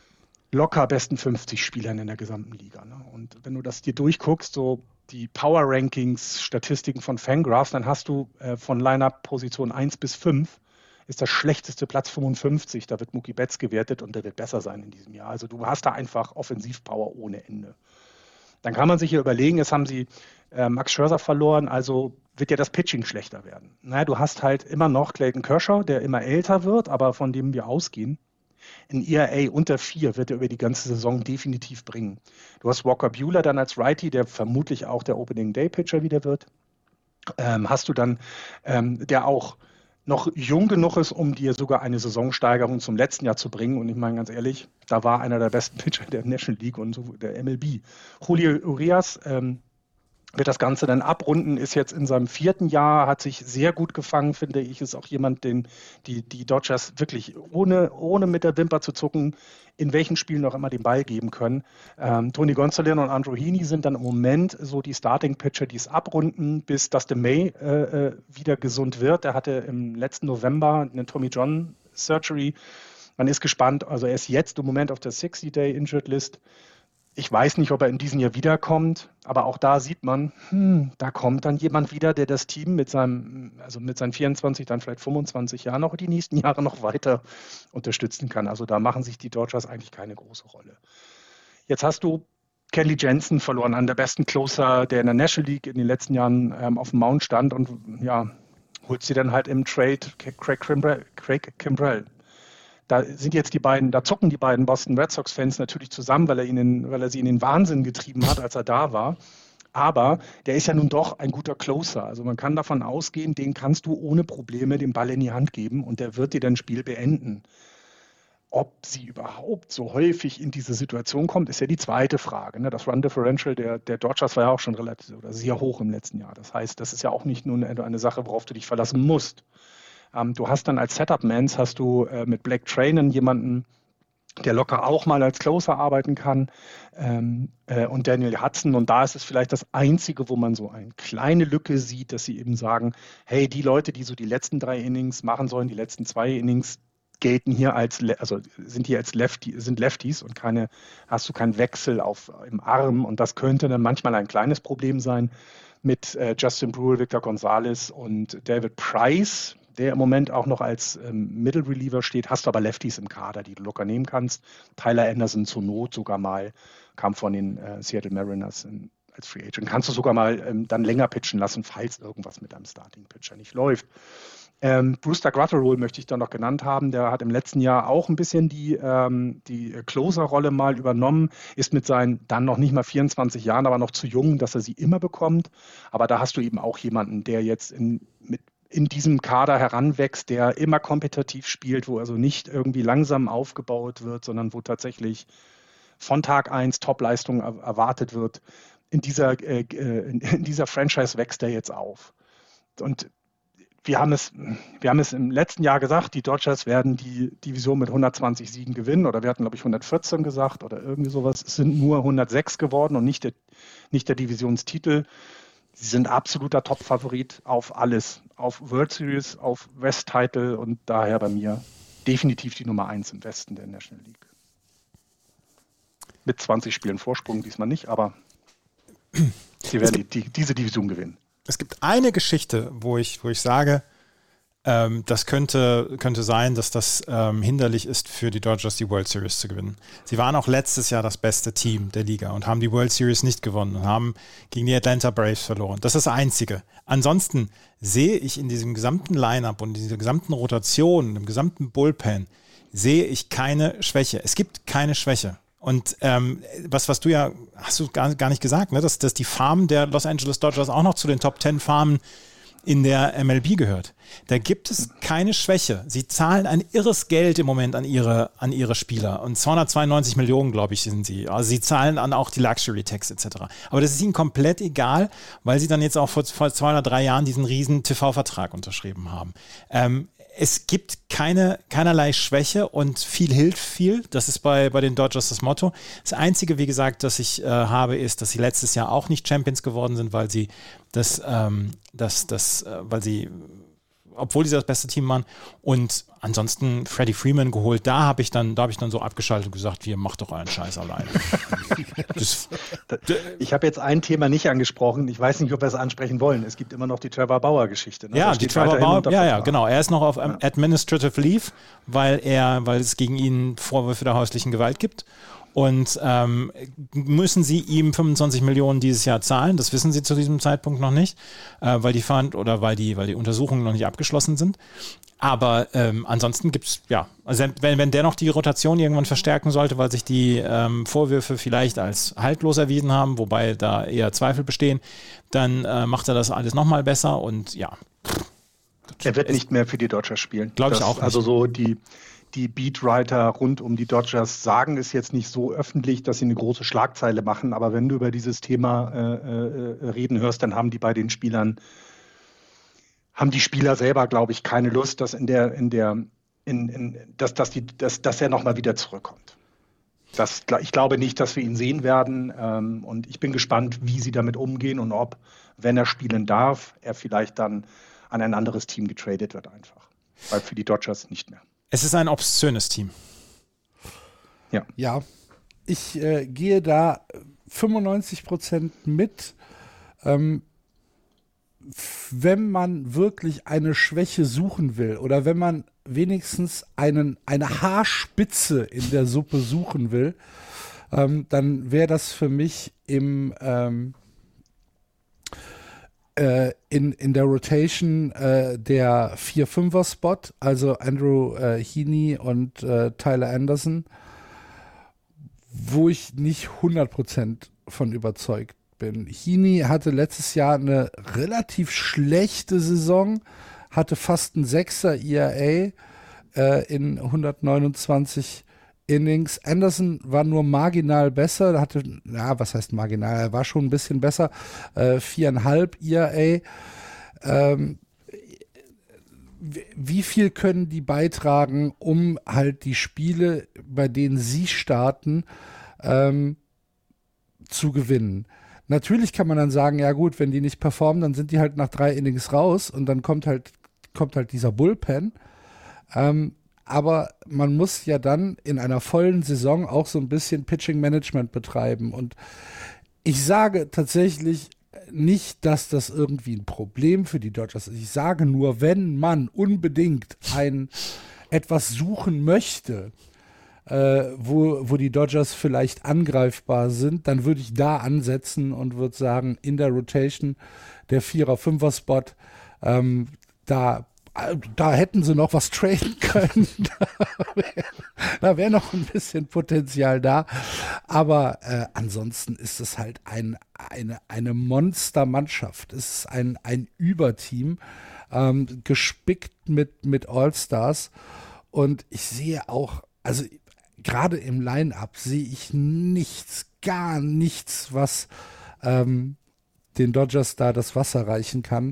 locker besten fünfzig Spielern in der gesamten Liga. Ne? Und wenn du das dir durchguckst, so die Power-Rankings, Statistiken von Fangraphs, dann hast du äh, von Line-Up-Position eins bis fünf ist das schlechteste Platz fünfundfünfzig. Da wird Mookie Betts gewertet und der wird besser sein in diesem Jahr. Also du hast da einfach Offensivpower ohne Ende. Dann kann man sich hier überlegen, jetzt haben sie äh, Max Scherzer verloren, also wird ja das Pitching schlechter werden. Naja, du hast halt immer noch Clayton Kershaw, der immer älter wird, aber von dem wir ausgehen. Ein E R A unter vier wird er über die ganze Saison definitiv bringen. Du hast Walker Buehler dann als Righty, der vermutlich auch der Opening-Day-Pitcher wieder wird. Ähm, hast du dann, ähm, der auch noch jung genug ist, um dir sogar eine Saisonsteigerung zum letzten Jahr zu bringen. Und ich meine ganz ehrlich, da war einer der besten Pitcher der National League und so der M L B. Julio Urias ähm, wird das Ganze dann abrunden, ist jetzt in seinem vierten Jahr, hat sich sehr gut gefangen, finde ich, ist auch jemand, den die, die Dodgers wirklich ohne, ohne mit der Wimper zu zucken, in welchen Spielen noch immer den Ball geben können. Ähm, Tony Gonsolin und Andrew Heaney sind dann im Moment so die Starting-Pitcher, die es abrunden, bis Dustin May äh, wieder gesund wird. Er hatte im letzten November eine Tommy John Surgery. Man ist gespannt, also er ist jetzt im Moment auf der sixty-day Injured List. Ich weiß nicht, ob er in diesem Jahr wiederkommt, aber auch da sieht man, hm, da kommt dann jemand wieder, der das Team mit seinem, also mit seinen vierundzwanzig, dann vielleicht fünfundzwanzig Jahren auch die nächsten Jahre noch weiter unterstützen kann. Also da machen sich die Dodgers eigentlich keine große Rolle. Jetzt hast du Kenley Jansen verloren, einen der besten Closer, der in der National League in den letzten Jahren ähm, auf dem Mount stand und ja, holt sie dann halt im Trade Craig Kimbrell. Craig Kimbrell. Da sind jetzt die beiden, da zucken die beiden Boston Red Sox-Fans natürlich zusammen, weil er ihnen, weil er sie in den Wahnsinn getrieben hat, als er da war. Aber der ist ja nun doch ein guter Closer. Also man kann davon ausgehen, den kannst du ohne Probleme den Ball in die Hand geben und der wird dir dein Spiel beenden. Ob sie überhaupt so häufig in diese Situation kommt, ist ja die zweite Frage. Ne? Das Run Differential der, der Dodgers war ja auch schon relativ oder sehr hoch im letzten Jahr. Das heißt, das ist ja auch nicht nur eine, eine Sache, worauf du dich verlassen musst. Ähm, du hast dann als Setup-Mans hast du äh, mit Blake Trainen jemanden, der locker auch mal als Closer arbeiten kann ähm, äh, und Daniel Hudson. Und da ist es vielleicht das Einzige, wo man so eine kleine Lücke sieht, dass sie eben sagen, hey, die Leute, die so die letzten drei Innings machen sollen, die letzten zwei Innings, gelten hier als, also sind hier als Lefty, sind Lefties und keine, hast du keinen Wechsel auf, im Arm. Und das könnte dann manchmal ein kleines Problem sein mit äh, Justin Brewer, Victor Gonzalez und David Price, der im Moment auch noch als ähm, Middle Reliever steht, hast du aber Lefties im Kader, die du locker nehmen kannst. Tyler Anderson zur Not sogar mal, kam von den äh, Seattle Mariners in, als Free Agent. Kannst du sogar mal ähm, dann länger pitchen lassen, falls irgendwas mit einem Starting-Pitcher nicht läuft. Ähm, Brewster Gratterall möchte ich da noch genannt haben. Der hat im letzten Jahr auch ein bisschen die, ähm, die Closer-Rolle mal übernommen, ist mit seinen dann noch nicht mal vierundzwanzig Jahren, aber noch zu jung, dass er sie immer bekommt. Aber da hast du eben auch jemanden, der jetzt in, mit in diesem Kader heranwächst, der immer kompetitiv spielt, wo also nicht irgendwie langsam aufgebaut wird, sondern wo tatsächlich von Tag eins Top-Leistung erwartet wird. In dieser, äh, in dieser Franchise wächst er jetzt auf. Und wir haben es, wir haben es im letzten Jahr gesagt, die Dodgers werden die Division mit hundertzwanzig Siegen gewinnen, oder wir hatten, glaube ich, hundertvierzehn gesagt oder irgendwie sowas. Es sind nur hundertsechs geworden und nicht der, nicht der Divisionstitel. Sie sind absoluter Top-Favorit auf alles, auf World Series, auf West-Title und daher bei mir definitiv die Nummer eins im Westen der National League. Mit zwanzig Spielen Vorsprung diesmal nicht, aber sie werden die, die, diese Division gewinnen. Es gibt eine Geschichte, wo ich, wo ich sage, ähm, das könnte, könnte sein, dass das ähm, hinderlich ist für die Dodgers, die World Series zu gewinnen. Sie waren auch letztes Jahr das beste Team der Liga und haben die World Series nicht gewonnen und haben gegen die Atlanta Braves verloren. Das ist das Einzige. Ansonsten sehe ich in diesem gesamten Line-Up und in dieser gesamten Rotation, im gesamten Bullpen, sehe ich keine Schwäche. Es gibt keine Schwäche. Und ähm, was, was du ja, hast du gar, gar nicht gesagt, ne? dass, dass die Farm der Los Angeles Dodgers auch noch zu den Top zehn Farmen in der M L B gehört. Da gibt es keine Schwäche. Sie zahlen ein irres Geld im Moment an ihre, an ihre Spieler. Und zweihundertzweiundneunzig Millionen, glaube ich, sind sie. Also sie zahlen an auch die Luxury Tax et cetera. Aber das ist ihnen komplett egal, weil sie dann jetzt auch vor, vor zwei oder drei Jahren diesen riesen T V-Vertrag unterschrieben haben. Ähm, es gibt keine, keinerlei Schwäche und viel hilft viel. Das ist bei, bei den Dodgers das Motto. Das Einzige, wie gesagt, das ich äh, habe, ist, dass sie letztes Jahr auch nicht Champions geworden sind, weil sie das, ähm, das, das, äh, weil sie obwohl sie das beste Team waren. Und ansonsten Freddie Freeman geholt. Da habe ich dann, da habe ich dann so abgeschaltet und gesagt, wir macht doch euren Scheiß alleine. das, ich habe jetzt ein Thema nicht angesprochen. Ich weiß nicht, ob wir es ansprechen wollen. Es gibt immer noch die Trevor Bauer-Geschichte. Ne? Ja, die Trevor Bauer, ja, ja, genau. Er ist noch auf ja. Administrative Leave, weil er, weil es gegen ihn Vorwürfe der häuslichen Gewalt gibt. Und ähm, müssen sie ihm fünfundzwanzig Millionen dieses Jahr zahlen? Das wissen sie zu diesem Zeitpunkt noch nicht, äh, weil die Fahnd oder weil die, weil die Untersuchungen noch nicht abgeschlossen sind. Aber ähm, ansonsten gibt es, ja, also wenn, wenn der noch die Rotation irgendwann verstärken sollte, weil sich die ähm, Vorwürfe vielleicht als haltlos erwiesen haben, wobei da eher Zweifel bestehen, dann äh, macht er das alles nochmal besser und ja. Er wird nicht mehr für die Dodgers spielen. Glaube ich auch nicht. Also so die Die Beatwriter rund um die Dodgers sagen es jetzt nicht so öffentlich, dass sie eine große Schlagzeile machen, aber wenn du über dieses Thema äh, äh, reden hörst, dann haben die bei den Spielern, haben die Spieler selber, glaube ich, keine Lust, dass in der, in der, in, in, dass, dass, die, dass, dass er nochmal wieder zurückkommt. Das, ich glaube nicht, dass wir ihn sehen werden ähm, und ich bin gespannt, wie sie damit umgehen und ob, wenn er spielen darf, er vielleicht dann an ein anderes Team getradet wird einfach. Weil für die Dodgers nicht mehr. Es ist ein obszönes Team. Ja. Ja, ich äh, gehe da fünfundneunzig Prozent mit. Ähm, wenn man wirklich eine Schwäche suchen will oder wenn man wenigstens einen, eine Haarspitze in der Suppe suchen will, ähm, dann wäre das für mich im ähm, In, in der Rotation äh, der vier Fünfer Spot, also Andrew äh, Heaney und äh, Tyler Anderson, wo ich nicht hundert Prozent von überzeugt bin. Heaney hatte letztes Jahr eine relativ schlechte Saison, hatte fast ein Sechser E R A äh, in hundertneunundzwanzig Innings. Anderson war nur marginal besser, er hatte, ja, was heißt marginal, er war schon ein bisschen besser, äh, viereinhalb E R A. Ähm, wie viel können die beitragen, um halt die Spiele, bei denen sie starten, ähm, zu gewinnen? Natürlich kann man dann sagen, ja gut, wenn die nicht performen, dann sind die halt nach drei Innings raus und dann kommt halt, kommt halt dieser Bullpen. Ähm, Aber man muss ja dann in einer vollen Saison auch so ein bisschen Pitching-Management betreiben. Und ich sage tatsächlich nicht, dass das irgendwie ein Problem für die Dodgers ist. Ich sage nur, wenn man unbedingt ein etwas suchen möchte, äh, wo, wo die Dodgers vielleicht angreifbar sind, dann würde ich da ansetzen und würde sagen, in der Rotation der Vierer-Fünfer-Spot, ähm, da Da hätten sie noch was traden können. Da wäre noch ein bisschen Potenzial da. Aber äh, ansonsten ist es halt ein, eine, eine Monstermannschaft. Es ist ein, ein Überteam, ähm, gespickt mit, mit All-Stars. Und ich sehe auch, also gerade im Line-Up sehe ich nichts, gar nichts, was ähm, den Dodgers da das Wasser reichen kann.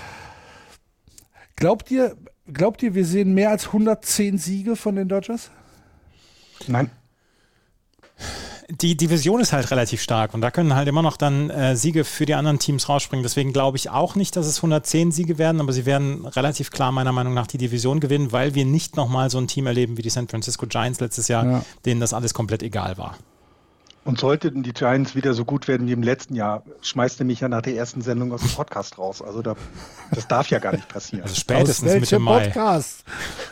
Glaubt ihr, glaubt ihr, wir sehen mehr als hundertzehn Siege von den Dodgers? Nein. Die Division ist halt relativ stark und da können halt immer noch dann äh, Siege für die anderen Teams rausspringen. Deswegen glaube ich auch nicht, dass es hundertzehn Siege werden, aber sie werden relativ klar meiner Meinung nach die Division gewinnen, weil wir nicht nochmal so ein Team erleben wie die San Francisco Giants letztes Jahr, ja, denen das alles komplett egal war. Und sollten die Giants wieder so gut werden wie im letzten Jahr, schmeißt er mich ja nach der ersten Sendung aus dem Podcast raus. Also da, das darf ja gar nicht passieren. Also spätestens Mitte Mai. Podcast?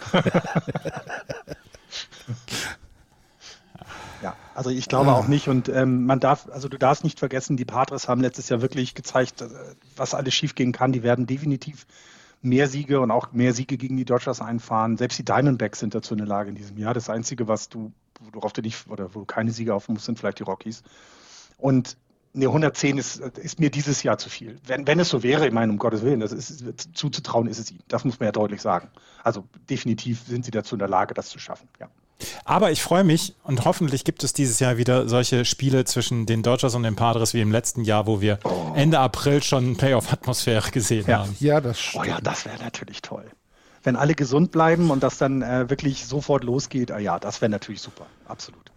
Ja, also ich glaube auch nicht. Und ähm, man darf, also du darfst nicht vergessen, die Padres haben letztes Jahr wirklich gezeigt, was alles schiefgehen kann. Die werden definitiv mehr Siege und auch mehr Siege gegen die Dodgers einfahren. Selbst die Diamondbacks sind dazu in der Lage in diesem Jahr. Das Einzige, was du worauf du nicht oder wo du keine Siege auf musst, sind vielleicht die Rockies. Und ne, hundertzehn ist, ist mir dieses Jahr zu viel. Wenn, wenn es so wäre, ich meine, um Gottes Willen, das ist, zuzutrauen ist es ihnen. Das muss man ja deutlich sagen. Also definitiv sind sie dazu in der Lage, das zu schaffen. Ja. Aber ich freue mich und hoffentlich gibt es dieses Jahr wieder solche Spiele zwischen den Dodgers und den Padres wie im letzten Jahr, wo wir oh. Ende April schon Playoff-Atmosphäre gesehen ja. haben. Ja, das stimmt. Oh ja, das wäre natürlich toll. wenn alle gesund bleiben und das dann äh, wirklich sofort losgeht, äh, ja, das wäre natürlich super, absolut.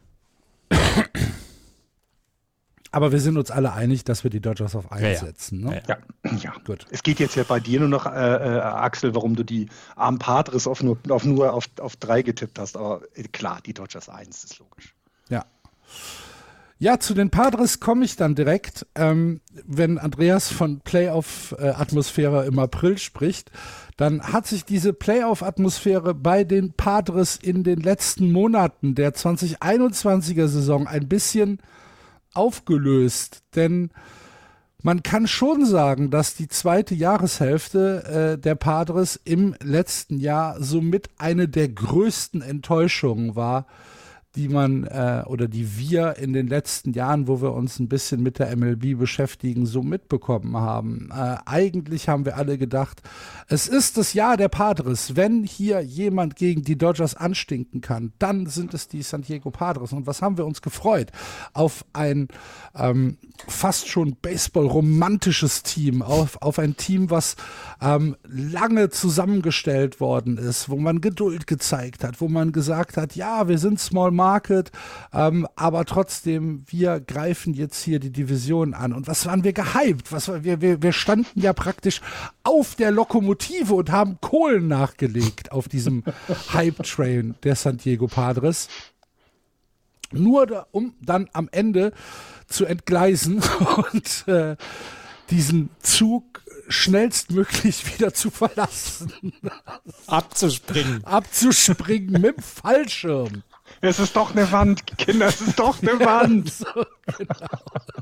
Aber wir sind uns alle einig, dass wir die Dodgers auf eins ja, ja. setzen. Ne? Ja, ja. Gut. Es geht jetzt ja bei dir nur noch, äh, äh, Axel, warum du die armen Padres auf nur auf, nur auf, auf drei getippt hast. Aber äh, klar, die Dodgers eins ist logisch. Ja. Ja, zu den Padres komme ich dann direkt, ähm, wenn Andreas von Playoff-Atmosphäre im April spricht. Dann hat sich diese Playoff-Atmosphäre bei den Padres in den letzten Monaten der zwanzig einundzwanziger Saison ein bisschen aufgelöst, denn man kann schon sagen, dass die zweite Jahreshälfte äh, der Padres im letzten Jahr somit eine der größten Enttäuschungen war, die man äh, oder die wir in den letzten Jahren, wo wir uns ein bisschen mit der M L B beschäftigen, so mitbekommen haben. Äh, eigentlich haben wir alle gedacht, es ist das Jahr der Padres. Wenn hier jemand gegen die Dodgers anstinken kann, dann sind es die San Diego Padres. Und was haben wir uns gefreut? Auf ein ähm, fast schon Baseball-romantisches Team, auf, auf ein Team, was ähm, lange zusammengestellt worden ist, wo man Geduld gezeigt hat, wo man gesagt hat, ja, wir sind Small Market, ähm, aber trotzdem, wir greifen jetzt hier die Division an. Und was waren wir gehypt? Was, wir, wir, wir standen ja praktisch auf der Lokomotive und haben Kohlen nachgelegt auf diesem Hype-Train der San Diego Padres. Nur da, um dann am Ende zu entgleisen und äh, diesen Zug schnellstmöglich wieder zu verlassen. Abzuspringen. Abzuspringen mit dem Fallschirm. Es ist doch eine Wand, Kinder, es ist doch eine Wand. So, genau.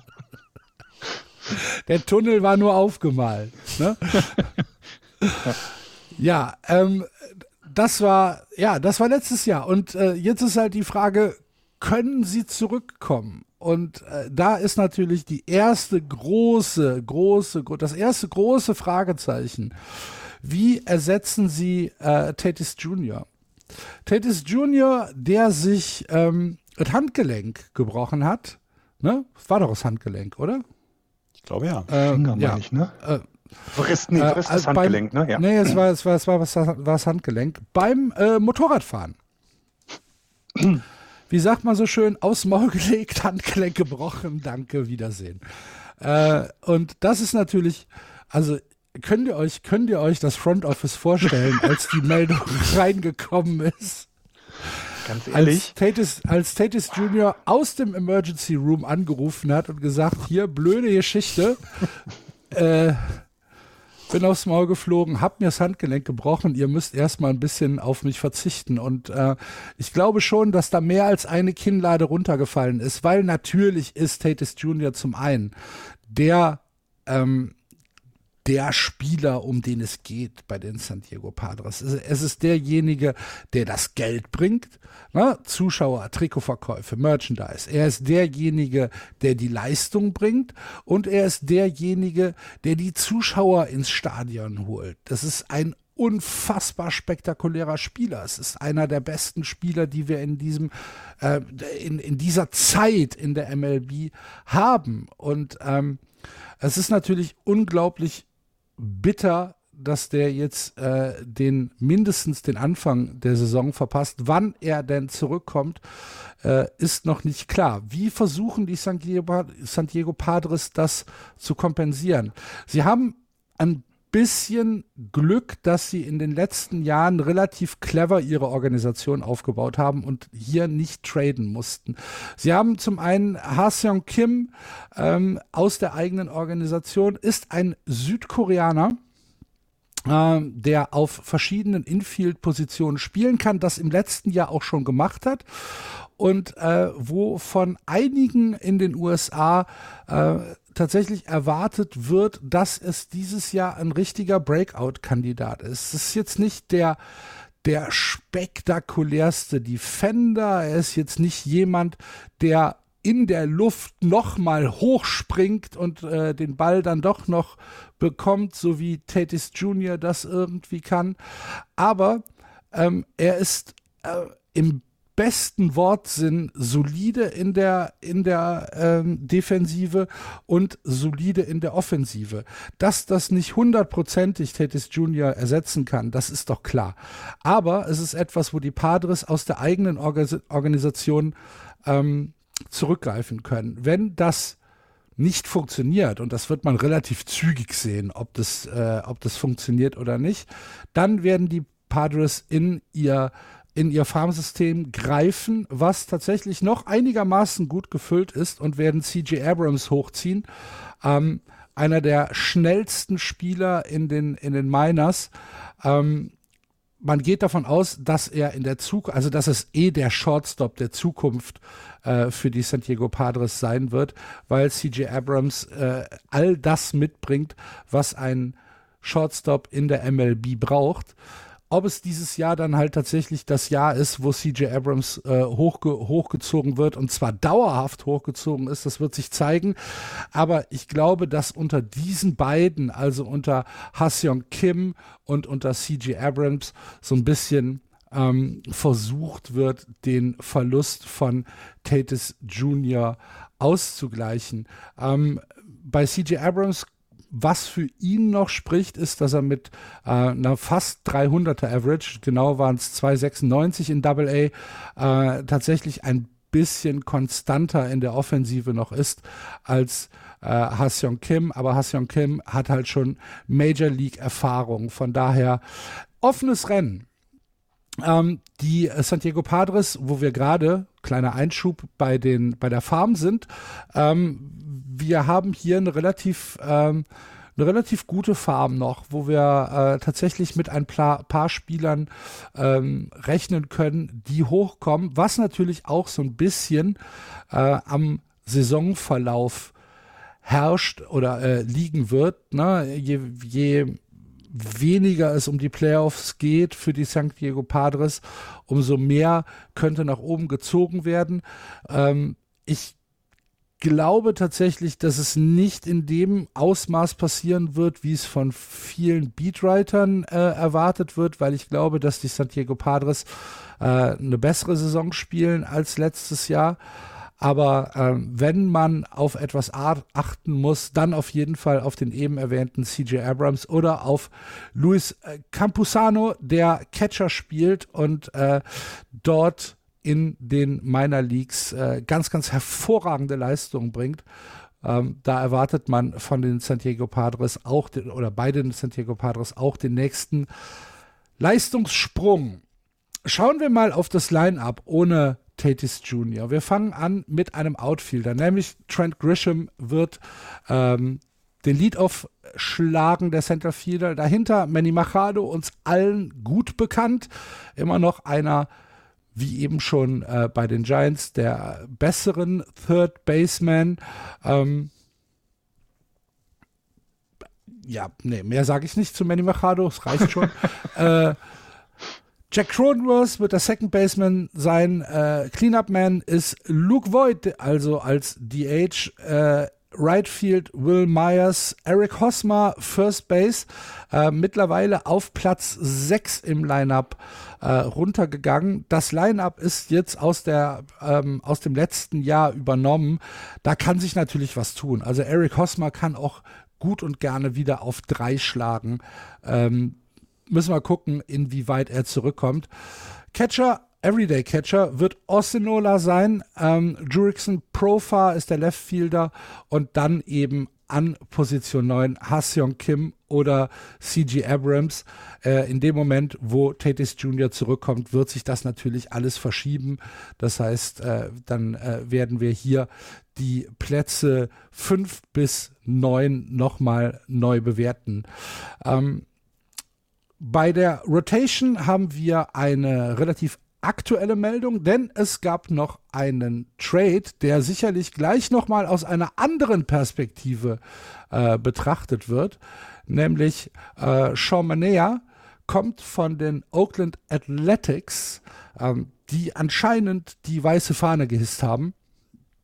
Der Tunnel war nur aufgemalt. Ne? Ja, ähm, das war, ja, das war letztes Jahr. Und äh, jetzt ist halt die Frage, können sie zurückkommen? Und äh, da ist natürlich die erste große, große, das erste große Fragezeichen. Wie ersetzen sie äh, Tatis Junior? Tatis Junior, der sich ähm, das Handgelenk gebrochen hat, ne? Das war doch das Handgelenk, oder? Ich glaube ja. Äh, Finger ja. meine ich, ne? Äh, Wrist, nee, Wrist äh, ist Handgelenk, beim, ne? Ja. Nee, es war, es war, es war, es war das Handgelenk. Beim äh, Motorradfahren. Wie sagt man so schön, aufs Maul gelegt, Handgelenk gebrochen, danke, Wiedersehen. Äh, und das ist natürlich, also könnt ihr euch, könnt ihr euch das Front Office vorstellen, als die Meldung reingekommen ist? Ganz ehrlich? Als Tatis, als Tatis Junior aus dem Emergency Room angerufen hat und gesagt, hier, blöde Geschichte, äh, bin aufs Maul geflogen, hab mir das Handgelenk gebrochen, ihr müsst erstmal ein bisschen auf mich verzichten. Und äh, ich glaube schon, dass da mehr als eine Kinnlade runtergefallen ist, weil natürlich ist Tatis Junior zum einen der ähm, der Spieler, um den es geht bei den San Diego Padres. Es ist derjenige, der das Geld bringt, ne? Zuschauer, Trikotverkäufe, Merchandise. Er ist derjenige, der die Leistung bringt und er ist derjenige, der die Zuschauer ins Stadion holt. Das ist ein unfassbar spektakulärer Spieler. Es ist einer der besten Spieler, die wir in diesem äh, in, in dieser Zeit in der M L B haben. Und ähm, es ist natürlich unglaublich bitter, dass der jetzt äh, den mindestens den Anfang der Saison verpasst. Wann er denn zurückkommt, äh, ist noch nicht klar. Wie versuchen die San Diego, San Diego Padres das zu kompensieren? Sie haben ein bisschen Glück, dass sie in den letzten Jahren relativ clever ihre Organisation aufgebaut haben und hier nicht traden mussten. Sie haben zum einen Ha-Seong Kim ähm, aus der eigenen Organisation, ist ein Südkoreaner, äh, der auf verschiedenen Infield-Positionen spielen kann, das im letzten Jahr auch schon gemacht hat und äh, wo von einigen in den U S A äh, tatsächlich erwartet wird, dass es dieses Jahr ein richtiger Breakout-Kandidat ist. Es ist jetzt nicht der, der spektakulärste Defender, er ist jetzt nicht jemand, der in der Luft nochmal hochspringt und äh, den Ball dann doch noch bekommt, so wie Tatis Junior das irgendwie kann. Aber ähm, er ist äh, im besten Wortsinn solide in der, in der ähm, Defensive und solide in der Offensive. Dass das nicht hundertprozentig Tatis Junior ersetzen kann, das ist doch klar. Aber es ist etwas, wo die Padres aus der eigenen Orga- Organisation ähm, zurückgreifen können. Wenn das nicht funktioniert, und das wird man relativ zügig sehen, ob das, äh, ob das funktioniert oder nicht, dann werden die Padres in ihr in ihr Farmsystem greifen, was tatsächlich noch einigermaßen gut gefüllt ist, und werden C J Abrams hochziehen. Ähm, einer der schnellsten Spieler in den, in den Minors. Ähm, man geht davon aus, dass er in der Zukunft, also dass es eh der Shortstop der Zukunft äh, für die San Diego Padres sein wird, weil C J Abrams äh, all das mitbringt, was ein Shortstop in der M L B braucht. Ob es dieses Jahr dann halt tatsächlich das Jahr ist, wo C J Abrams äh, hochge- hochgezogen wird, und zwar dauerhaft hochgezogen ist, das wird sich zeigen. Aber ich glaube, dass unter diesen beiden, also unter Ha-Seong Kim und unter C J Abrams, so ein bisschen ähm, versucht wird, den Verlust von Tatis Junior auszugleichen. Ähm, bei C J Abrams, was für ihn noch spricht, ist, dass er mit äh, einer fast dreihunderter Average, genau waren es zwei Komma sechsundneunzig in Double A, äh, tatsächlich ein bisschen konstanter in der Offensive noch ist als äh, Ha-Seong Kim. Aber Ha-Seong Kim hat halt schon Major League Erfahrung. Von daher offenes Rennen. Ähm, die San Diego Padres, wo wir gerade, kleiner Einschub, bei den bei der Farm sind, ähm, wir haben hier eine relativ ähm, eine relativ gute Farm noch, wo wir äh, tatsächlich mit ein paar, paar Spielern ähm, rechnen können, die hochkommen, was natürlich auch so ein bisschen äh, am Saisonverlauf herrscht oder äh, liegen wird, ne? Je, je weniger es um die Playoffs geht für die San Diego Padres, umso mehr könnte nach oben gezogen werden. Ähm, ich glaube tatsächlich, dass es nicht in dem Ausmaß passieren wird, wie es von vielen Beatwritern äh, erwartet wird, weil ich glaube, dass die San Diego Padres äh, eine bessere Saison spielen als letztes Jahr. Aber äh, wenn man auf etwas achten muss, dann auf jeden Fall auf den eben erwähnten C J Abrams oder auf Luis äh, Campusano, der Catcher spielt und äh, dort in den Minor Leagues äh, ganz, ganz hervorragende Leistungen bringt. Ähm, da erwartet man von den San Diego Padres auch, den, oder bei den San Diego Padres auch den nächsten Leistungssprung. Schauen wir mal auf das Line-Up ohne Tatis Junior Wir fangen an mit einem Outfielder, nämlich Trent Grisham wird ähm, den Lead-Off schlagen, der Centerfielder. Dahinter Manny Machado, uns allen gut bekannt, immer noch einer, wie eben schon äh, bei den Giants, der besseren Third Baseman. Ähm, ja, nee, mehr sage ich nicht zu Manny Machado, es reicht schon. äh, Jack Cronenworth wird der Second Baseman sein. Äh, Cleanup-Man ist Luke Voigt, also als D H. Äh, Right Field Will Myers, Eric Hosmer, First Base, äh, mittlerweile auf Platz sechs im Lineup äh, runtergegangen. Das Lineup ist jetzt aus der ähm, aus dem letzten Jahr übernommen. Da kann sich natürlich was tun. Also Eric Hosmer kann auch gut und gerne wieder auf drei schlagen. Ähm, müssen wir gucken, inwieweit er zurückkommt. Catcher, Everyday Catcher wird Osinola sein. Ähm, Jurickson Profar ist der Left Fielder und dann eben an Position neun Ha-Seong Kim oder C J Abrams. Äh, in dem Moment, wo Tatis Junior zurückkommt, wird sich das natürlich alles verschieben. Das heißt, äh, dann äh, werden wir hier die Plätze fünf bis neun nochmal neu bewerten. Ähm, bei der Rotation haben wir eine relativ aktuelle Meldung, denn es gab noch einen Trade, der sicherlich gleich nochmal aus einer anderen Perspektive äh, betrachtet wird, nämlich äh, Sean Manaea kommt von den Oakland Athletics, ähm, die anscheinend die weiße Fahne gehisst haben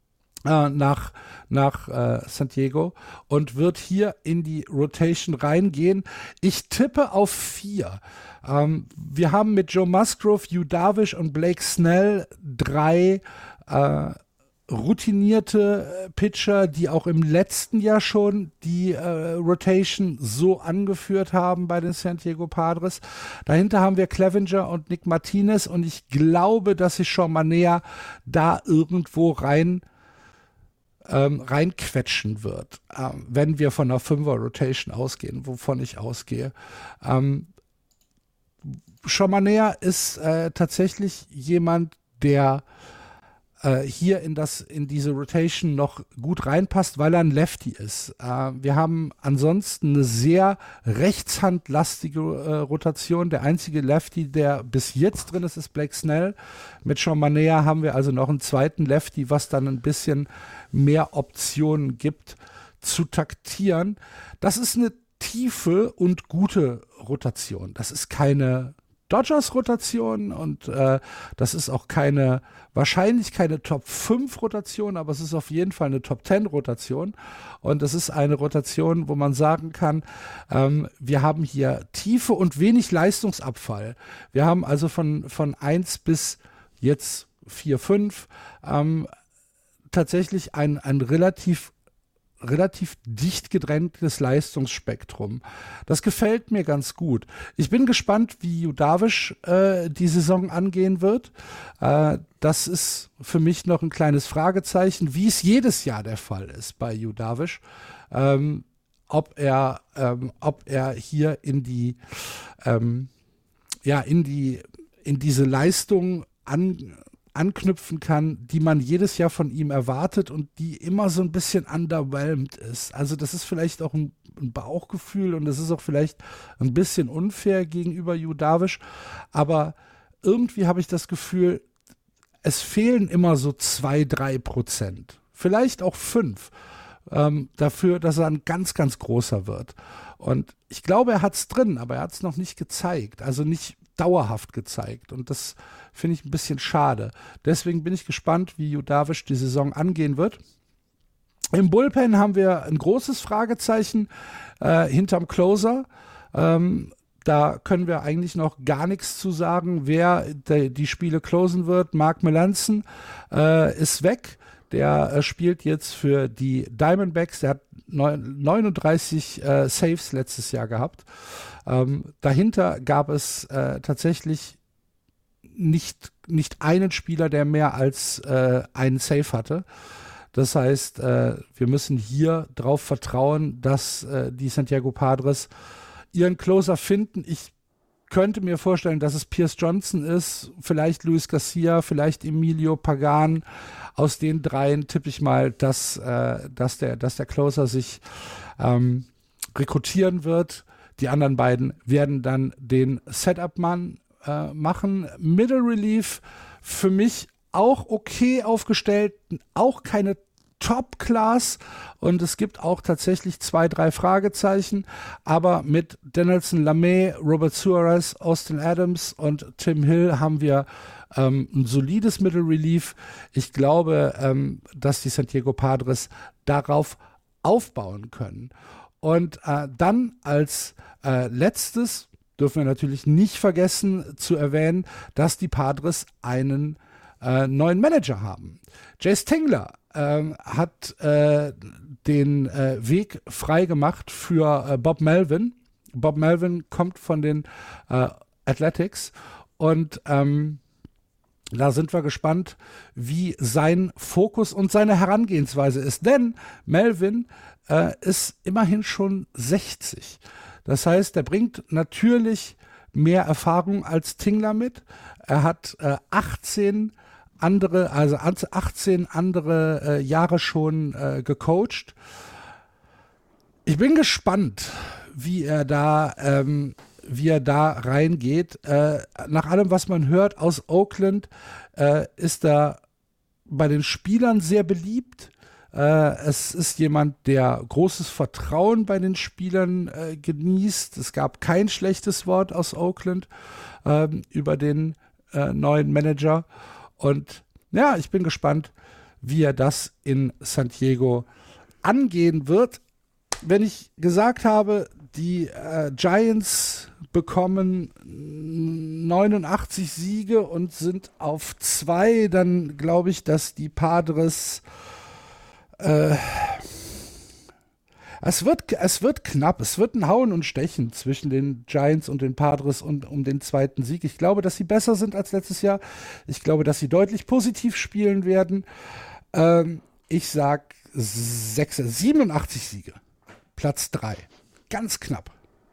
äh, nach, nach äh, San Diego und wird hier in die Rotation reingehen. Ich tippe auf vier. Ähm, wir haben mit Joe Musgrove, Yu Darvish und Blake Snell drei äh, routinierte Pitcher, die auch im letzten Jahr schon die äh, Rotation so angeführt haben bei den San Diego Padres. Dahinter haben wir Clevinger und Nick Martinez und ich glaube, dass sich Sean Manaea da irgendwo rein ähm, reinquetschen wird, ähm, wenn wir von einer Fünfer-Rotation ausgehen, wovon ich ausgehe. Ähm, Sean Manaea ist äh, tatsächlich jemand, der hier in das in diese Rotation noch gut reinpasst, weil er ein Lefty ist. Äh, wir haben ansonsten eine sehr rechtshandlastige äh, Rotation. Der einzige Lefty, der bis jetzt drin ist, ist Blake Snell. Mit Sean Manaea haben wir also noch einen zweiten Lefty, was dann ein bisschen mehr Optionen gibt zu taktieren. Das ist eine tiefe und gute Rotation. Das ist keine Dodgers-Rotation und äh, das ist auch keine, wahrscheinlich keine Top fünf Rotation, aber es ist auf jeden Fall eine Top zehn Rotation und es ist eine Rotation, wo man sagen kann, ähm, wir haben hier Tiefe und wenig Leistungsabfall. Wir haben also von, von eins bis jetzt vier, fünf ähm, tatsächlich ein, ein relativ relativ dicht gedrängtes Leistungsspektrum. Das gefällt mir ganz gut. Ich bin gespannt, wie Yu Darvish äh, die Saison angehen wird. Äh, das ist für mich noch ein kleines Fragezeichen, wie es jedes Jahr der Fall ist bei Yu Darvish. Ähm, ob er, ähm, ob er hier in die, ähm, ja, in die, in diese Leistung an anknüpfen kann, die man jedes Jahr von ihm erwartet und die immer so ein bisschen underwhelmed ist. Also das ist vielleicht auch ein, ein Bauchgefühl und das ist auch vielleicht ein bisschen unfair gegenüber Yu Darvish, aber irgendwie habe ich das Gefühl, es fehlen immer so zwei, drei Prozent, vielleicht auch fünf, ähm, dafür, dass er ein ganz, ganz großer wird. Und ich glaube, er hat es drin, aber er hat es noch nicht gezeigt, also nicht dauerhaft gezeigt und das finde ich ein bisschen schade. Deswegen bin ich gespannt, wie Yu Darvish die Saison angehen wird. Im Bullpen haben wir ein großes Fragezeichen äh, hinterm Closer. Ähm, da können wir eigentlich noch gar nichts zu sagen, wer de, die Spiele closen wird. Mark Melancon äh, ist weg. Der äh, spielt jetzt für die Diamondbacks. Der hat neununddreißig äh, Saves letztes Jahr gehabt. Ähm, dahinter gab es äh, tatsächlich nicht, nicht einen Spieler, der mehr als äh, einen Save hatte. Das heißt, äh, wir müssen hier darauf vertrauen, dass äh, die San Diego Padres ihren Closer finden. Ich könnte mir vorstellen, dass es Pierce Johnson ist, vielleicht Luis Garcia, vielleicht Emilio Pagan. Aus den dreien tippe ich mal, dass, äh, dass, der, dass der Closer sich ähm, rekrutieren wird. Die anderen beiden werden dann den Setup-Mann äh, machen. Middle Relief für mich auch okay aufgestellt, auch keine Top-Class und es gibt auch tatsächlich zwei, drei Fragezeichen, aber mit Dinelson Lamet, Robert Suarez, Austin Adams und Tim Hill haben wir ähm, ein solides Middle Relief. Ich glaube, ähm, dass die San Diego Padres darauf aufbauen können. Und äh, dann als äh, letztes dürfen wir natürlich nicht vergessen zu erwähnen, dass die Padres einen äh, neuen Manager haben. Jace Tingler ähm, hat äh, den äh, Weg frei gemacht für äh, Bob Melvin. Bob Melvin kommt von den äh, Athletics und ähm, da sind wir gespannt, wie sein Fokus und seine Herangehensweise ist. Denn Melvin äh, ist immerhin schon sechzig. Das heißt, er bringt natürlich mehr Erfahrung als Tingler mit. Er hat äh, achtzehn andere, also achtzehn andere äh, Jahre schon äh, gecoacht. Ich bin gespannt, wie er da, ähm, wie er da reingeht. Äh, nach allem, was man hört aus Oakland, äh, ist er bei den Spielern sehr beliebt. Äh, es ist jemand, der großes Vertrauen bei den Spielern äh, genießt. Es gab kein schlechtes Wort aus Oakland äh, über den äh, neuen Manager. Und ja, ich bin gespannt, wie er das in San Diego angehen wird. Wenn ich gesagt habe, die äh, Giants bekommen neunundachtzig Siege und sind auf zwei, dann glaube ich, dass die Padres äh, es wird, es wird knapp, es wird ein Hauen und Stechen zwischen den Giants und den Padres und um den zweiten Sieg. Ich glaube, dass sie besser sind als letztes Jahr. Ich glaube, dass sie deutlich positiv spielen werden. Ähm, ich sag sechs, siebenundachtzig Siege. Platz drei. Ganz knapp.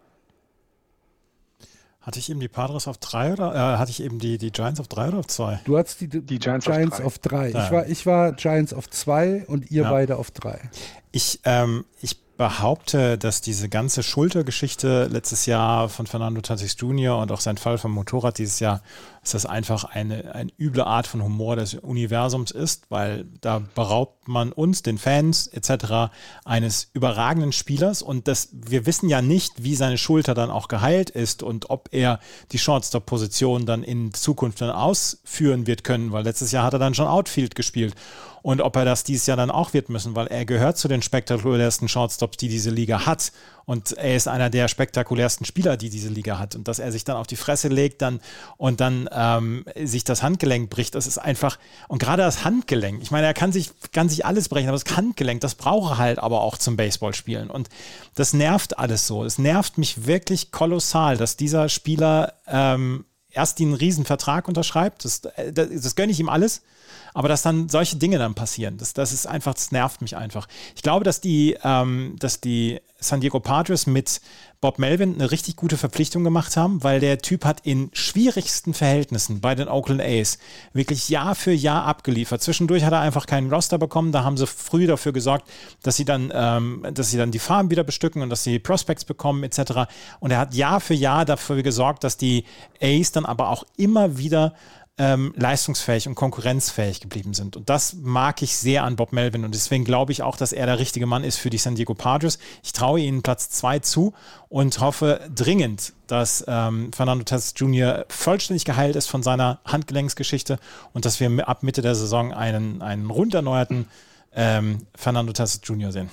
Hatte ich eben die Padres auf drei oder äh, hatte ich eben die, die Giants auf drei oder auf zwei? Du hattest die, die Giants, Giants auf drei. Auf drei. Ich, war, ich war Giants auf zwei und ihr ja. beide auf drei. Ich, ähm, ich behaupte, dass diese ganze Schultergeschichte letztes Jahr von Fernando Tatis Junior und auch sein Fall vom Motorrad dieses Jahr, dass das einfach eine, eine üble Art von Humor des Universums ist, weil da beraubt man uns, den Fans et cetera, eines überragenden Spielers und das, wir wissen ja nicht, wie seine Schulter dann auch geheilt ist und ob er die Shortstop-Position dann in Zukunft dann ausführen wird können, weil letztes Jahr hat er dann schon Outfield gespielt. Und ob er das dieses Jahr dann auch wird müssen, weil er gehört zu den spektakulärsten Shortstops, die diese Liga hat. Und er ist einer der spektakulärsten Spieler, die diese Liga hat. Und dass er sich dann auf die Fresse legt dann und dann ähm, sich das Handgelenk bricht, das ist einfach, und gerade das Handgelenk, ich meine, er kann sich, kann sich alles brechen, aber das Handgelenk, das braucht er halt aber auch zum Baseballspielen. Und das nervt alles so. Es nervt mich wirklich kolossal, dass dieser Spieler ähm, erst den Riesenvertrag unterschreibt. Das, das, das gönne ich ihm alles. Aber dass dann solche Dinge dann passieren, das, das ist einfach, das nervt mich einfach. Ich glaube, dass die, ähm, dass die San Diego Padres mit Bob Melvin eine richtig gute Verpflichtung gemacht haben, weil der Typ hat in schwierigsten Verhältnissen bei den Oakland A's wirklich Jahr für Jahr abgeliefert. Zwischendurch hat er einfach keinen Roster bekommen, da haben sie früh dafür gesorgt, dass sie dann, ähm, dass sie dann die Farm wieder bestücken und dass sie Prospects bekommen et cetera. Und er hat Jahr für Jahr dafür gesorgt, dass die A's dann aber auch immer wieder Ähm, leistungsfähig und konkurrenzfähig geblieben sind. Und das mag ich sehr an Bob Melvin und deswegen glaube ich auch, dass er der richtige Mann ist für die San Diego Padres. Ich traue ihnen Platz zwei zu und hoffe dringend, dass ähm, Fernando Tatis Junior vollständig geheilt ist von seiner Handgelenksgeschichte und dass wir ab Mitte der Saison einen, einen rund erneuerten ähm, Fernando Tatis Junior sehen.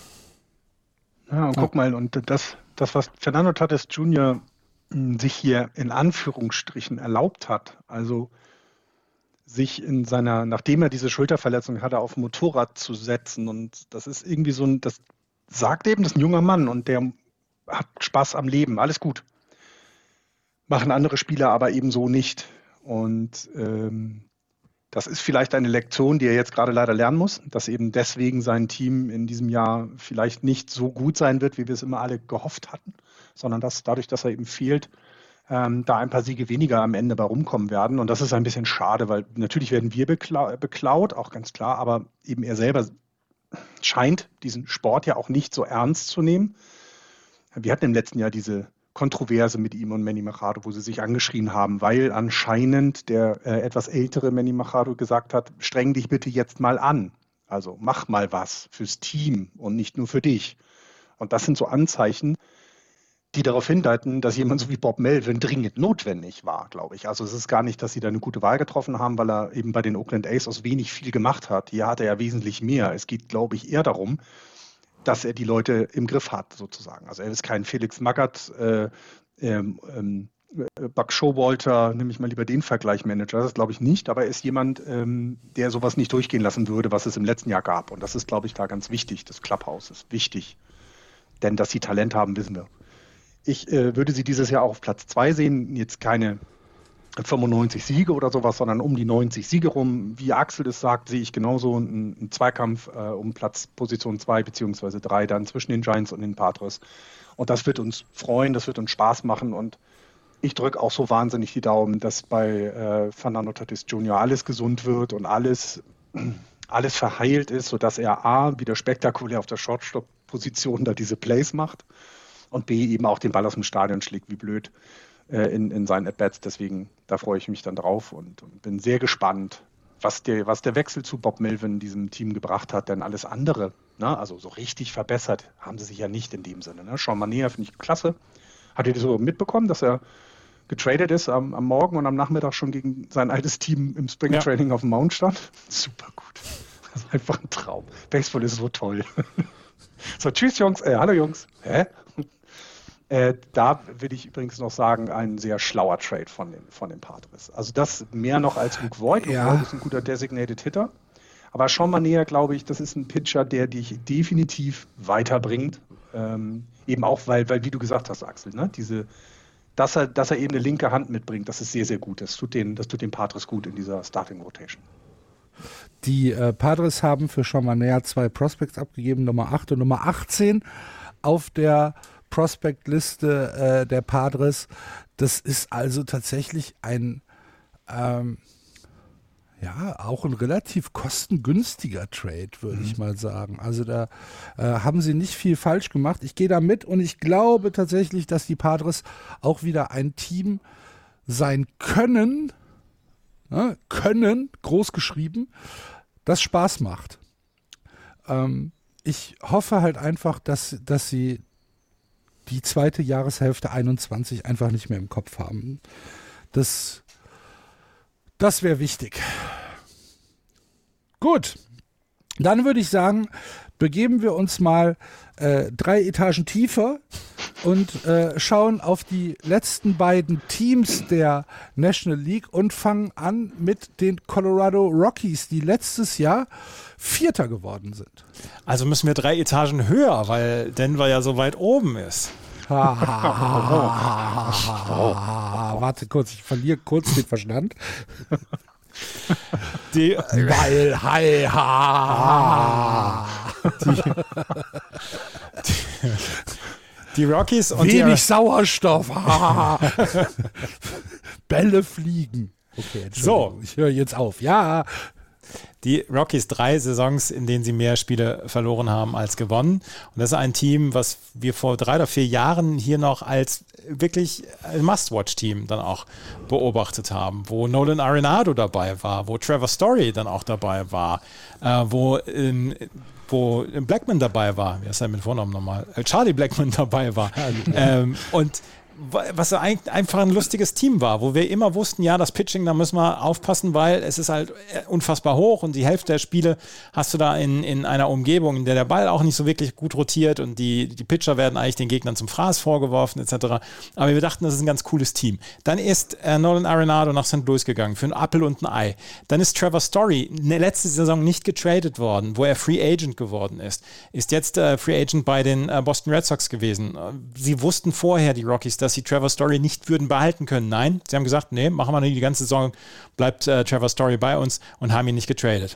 Ja, und guck mal, und das, das was Fernando Tatis Junior sich hier in Anführungsstrichen erlaubt hat, also sich in seiner, nachdem er diese Schulterverletzung hatte, auf ein Motorrad zu setzen. Und das ist irgendwie so ein, das sagt eben, das ist ein junger Mann und der hat Spaß am Leben, alles gut. Machen andere Spieler aber eben so nicht. Und ähm, das ist vielleicht eine Lektion, die er jetzt gerade leider lernen muss, dass eben deswegen sein Team in diesem Jahr vielleicht nicht so gut sein wird, wie wir es immer alle gehofft hatten, sondern dass dadurch, dass er eben fehlt, Ähm, da ein paar Siege weniger am Ende bei rumkommen werden. Und das ist ein bisschen schade, weil natürlich werden wir bekla- beklaut, auch ganz klar, aber eben er selber scheint diesen Sport ja auch nicht so ernst zu nehmen. Wir hatten im letzten Jahr diese Kontroverse mit ihm und Manny Machado, wo sie sich angeschrien haben, weil anscheinend der äh, etwas ältere Manny Machado gesagt hat, streng dich bitte jetzt mal an. Also mach mal was fürs Team und nicht nur für dich. Und das sind so Anzeichen, die darauf hindeuten, dass jemand so wie Bob Melvin dringend notwendig war, glaube ich. Also es ist gar nicht, dass sie da eine gute Wahl getroffen haben, weil er eben bei den Oakland A's aus wenig viel gemacht hat. Hier hat er ja wesentlich mehr. Es geht, glaube ich, eher darum, dass er die Leute im Griff hat, sozusagen. Also er ist kein Felix Magath, äh, ähm, ähm, Buck Showalter, nehme ich mal lieber den Vergleichmanager. Das ist, glaube ich, nicht, aber er ist jemand, ähm, der sowas nicht durchgehen lassen würde, was es im letzten Jahr gab. Und das ist, glaube ich, da ganz wichtig. Das Clubhouse ist wichtig. Denn dass sie Talent haben, wissen wir. Ich äh, würde sie dieses Jahr auch auf Platz zwei sehen. Jetzt keine fünfundneunzig Siege oder sowas, sondern um die neunzig Siege rum. Wie Axel das sagt, sehe ich genauso einen, einen Zweikampf äh, um Platz Position zwei beziehungsweise drei dann zwischen den Giants und den Padres. Und das wird uns freuen, das wird uns Spaß machen. Und ich drücke auch so wahnsinnig die Daumen, dass bei äh, Fernando Tatis Junior alles gesund wird und alles, alles verheilt ist, sodass er A, wieder spektakulär auf der Shortstop-Position da diese Plays macht. Und B, eben auch den Ball aus dem Stadion schlägt, wie blöd, äh, in, in seinen At-Bats. Deswegen, da freue ich mich dann drauf und, und bin sehr gespannt, was der, was der Wechsel zu Bob Melvin diesem Team gebracht hat. Denn alles andere, ne, also so richtig verbessert, haben sie sich ja nicht in dem Sinne. Ne? Sean Manaea finde ich klasse. Hat ihr das so mitbekommen, dass er getradet ist am, am Morgen und am Nachmittag schon gegen sein altes Team im Springtraining ja. auf dem Mount stand? Super gut. Das ist einfach ein Traum. Baseball ist so toll. So, tschüss Jungs, äh, hallo Jungs. Hä? Äh, da will ich übrigens noch sagen, ein sehr schlauer Trade von den, von den Padres. Also das mehr noch als Luke Voigt. Luke Ja. Voigt ist ein guter Designated Hitter. Aber schon mal näher, glaube ich, das ist ein Pitcher, der dich definitiv weiterbringt. Ähm, eben auch, weil, weil, wie du gesagt hast, Axel, ne? Diese, dass er, dass er eben eine linke Hand mitbringt, das ist sehr, sehr gut. Das tut den, das tut den Padres gut in dieser Starting Rotation. Die äh, Padres haben für Sean Manaea zwei Prospects abgegeben, Nummer acht und Nummer achtzehn auf der Prospect-Liste äh, der Padres. Das ist also tatsächlich ein ähm, ja, auch ein relativ kostengünstiger Trade, würde mhm. ich mal sagen. Also da äh, haben sie nicht viel falsch gemacht. Ich gehe da mit und ich glaube tatsächlich, dass die Padres auch wieder ein Team sein können, ne, können, groß geschrieben, das Spaß macht. Ähm, ich hoffe halt einfach, dass, dass sie die zweite Jahreshälfte einundzwanzig einfach nicht mehr im Kopf haben. Das Das wäre wichtig. Gut, dann würde ich sagen, begeben wir uns mal äh, drei Etagen tiefer und äh, schauen auf die letzten beiden Teams der National League und fangen an mit den Colorado Rockies, die letztes Jahr Vierter geworden sind. Also müssen wir drei Etagen höher, weil Denver ja so weit oben ist. Warte kurz, ich verliere kurz den Verstand. Die, Weil, hi, ha. Die, die, die Rockies und wenig die, Sauerstoff. Bälle fliegen. Okay, so, ich höre jetzt auf. Ja. Die Rockies drei Saisons, in denen sie mehr Spiele verloren haben als gewonnen. Und das ist ein Team, was wir vor drei oder vier Jahren hier noch als wirklich Must-Watch-Team dann auch beobachtet haben, wo Nolan Arenado dabei war, wo Trevor Story dann auch dabei war, äh, wo, in, wo Blackmon dabei war, wie heißt er mit Vornamen nochmal? Charlie Blackmon dabei war. ähm, und was einfach ein lustiges Team war, wo wir immer wussten, ja, das Pitching, da müssen wir aufpassen, weil es ist halt unfassbar hoch und die Hälfte der Spiele hast du da in, in einer Umgebung, in der der Ball auch nicht so wirklich gut rotiert und die, die Pitcher werden eigentlich den Gegnern zum Fraß vorgeworfen et cetera. Aber wir dachten, das ist ein ganz cooles Team. Dann ist äh, Nolan Arenado nach Sankt Louis gegangen für einen Apfel und ein Ei. Dann ist Trevor Story letzte Saison nicht getradet worden, wo er Free Agent geworden ist. Ist jetzt äh, Free Agent bei den äh, Boston Red Sox gewesen. Sie wussten vorher, die Rockies, dass sie Trevor Story nicht würden behalten können. Nein, sie haben gesagt, nee, machen wir nicht die ganze Saison, bleibt äh, Trevor Story bei uns und haben ihn nicht getradet.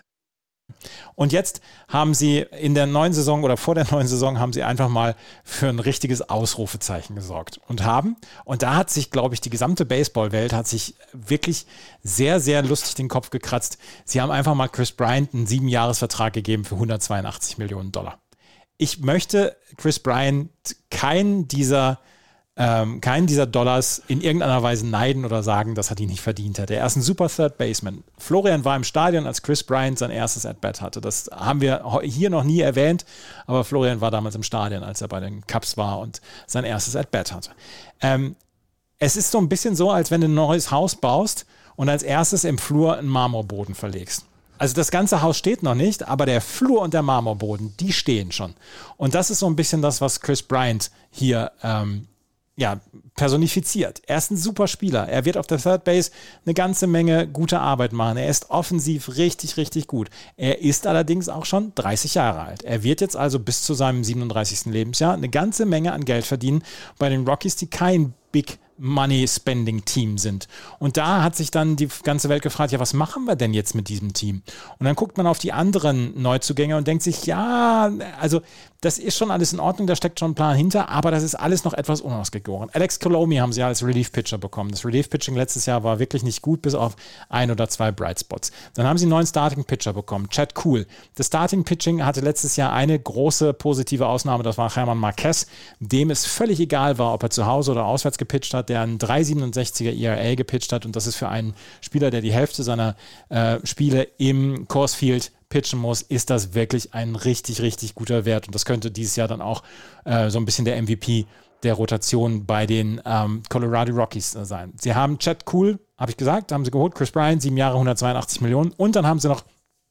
Und jetzt haben sie in der neuen Saison oder vor der neuen Saison haben sie einfach mal für ein richtiges Ausrufezeichen gesorgt und haben, und da hat sich, glaube ich, die gesamte Baseballwelt hat sich wirklich sehr, sehr lustig den Kopf gekratzt. Sie haben einfach mal Chris Bryant einen Siebenjahresvertrag gegeben für hundertzweiundachtzig Millionen Dollar. Ich möchte Chris Bryant keinen dieser Ähm, keinen dieser Dollars in irgendeiner Weise neiden oder sagen, dass er die nicht verdient hätte. Er ist ein super Third Baseman. Florian war im Stadion, als Chris Bryant sein erstes At-Bat hatte. Das haben wir hier noch nie erwähnt, aber Florian war damals im Stadion, als er bei den Cubs war und sein erstes At-Bat hatte. Ähm, es ist so ein bisschen so, als wenn du ein neues Haus baust und als erstes im Flur einen Marmorboden verlegst. Also das ganze Haus steht noch nicht, aber der Flur und der Marmorboden, die stehen schon. Und das ist so ein bisschen das, was Chris Bryant hier ähm, ja, personifiziert. Er ist ein super Spieler. Er wird auf der Third Base eine ganze Menge gute Arbeit machen. Er ist offensiv richtig, richtig gut. Er ist allerdings auch schon dreißig Jahre alt. Er wird jetzt also bis zu seinem siebenunddreißigsten Lebensjahr eine ganze Menge an Geld verdienen bei den Rockies, die kein Big Money-Spending-Team sind. Und da hat sich dann die ganze Welt gefragt, ja, was machen wir denn jetzt mit diesem Team? Und dann guckt man auf die anderen Neuzugänge und denkt sich, ja, also das ist schon alles in Ordnung, da steckt schon ein Plan hinter, aber das ist alles noch etwas unausgegoren. Alex Colomi haben sie ja als Relief-Pitcher bekommen. Das Relief-Pitching letztes Jahr war wirklich nicht gut, bis auf ein oder zwei Bright Spots. Dann haben sie einen neuen Starting-Pitcher bekommen, Chad Kuhl. Das Starting-Pitching hatte letztes Jahr eine große positive Ausnahme, das war German Marquez, dem es völlig egal war, ob er zu Hause oder auswärts gepitcht hat, der einen drei Komma siebenundsechziger E R A gepitcht hat, und das ist für einen Spieler, der die Hälfte seiner äh, Spiele im Coors Field pitchen muss, ist das wirklich ein richtig, richtig guter Wert, und das könnte dieses Jahr dann auch äh, so ein bisschen der M V P der Rotation bei den ähm, Colorado Rockies äh, sein. Sie haben Chad Kuhl, habe ich gesagt, haben sie geholt, Chris Bryant, sieben Jahre, hundertzweiundachtzig Millionen, und dann haben sie noch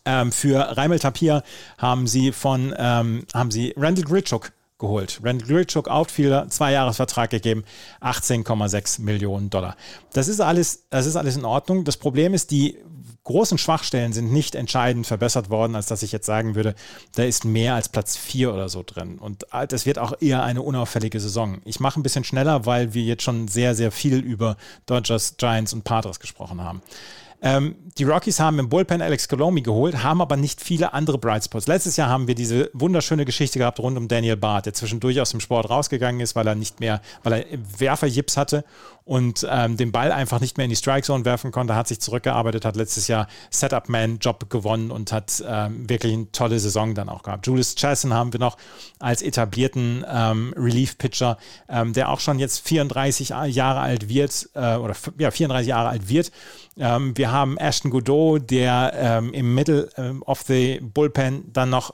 Ähm, für Raimel Tapia haben sie von ähm, haben sie Randall Grichuk geholt. Randall Grichuk, Outfielder, zwei Jahresvertrag gegeben, achtzehn Komma sechs Millionen Dollar. Das ist alles, das ist alles in Ordnung. Das Problem ist, die großen Schwachstellen sind nicht entscheidend verbessert worden, als dass ich jetzt sagen würde, da ist mehr als Platz vier oder so drin. Und das wird auch eher eine unauffällige Saison. Ich mache ein bisschen schneller, weil wir jetzt schon sehr, sehr viel über Dodgers, Giants und Padres gesprochen haben. Ähm, die Rockies haben im Bullpen Alex Colomé geholt, haben aber nicht viele andere Bright Spots. Letztes Jahr haben wir diese wunderschöne Geschichte gehabt rund um Daniel Bard, der zwischendurch aus dem Sport rausgegangen ist, weil er nicht mehr, weil er Werferjips hatte und ähm, den Ball einfach nicht mehr in die Strike-Zone werfen konnte, hat sich zurückgearbeitet, hat letztes Jahr Setup-Man-Job gewonnen und hat ähm, wirklich eine tolle Saison dann auch gehabt. Julius Chasson haben wir noch als etablierten ähm, Relief-Pitcher, ähm, der auch schon jetzt vierunddreißig Jahre alt wird, äh, oder ja, vierunddreißig Jahre alt wird. Ähm, wir haben Ashton Godot, der ähm, im Middle ähm, of the Bullpen dann noch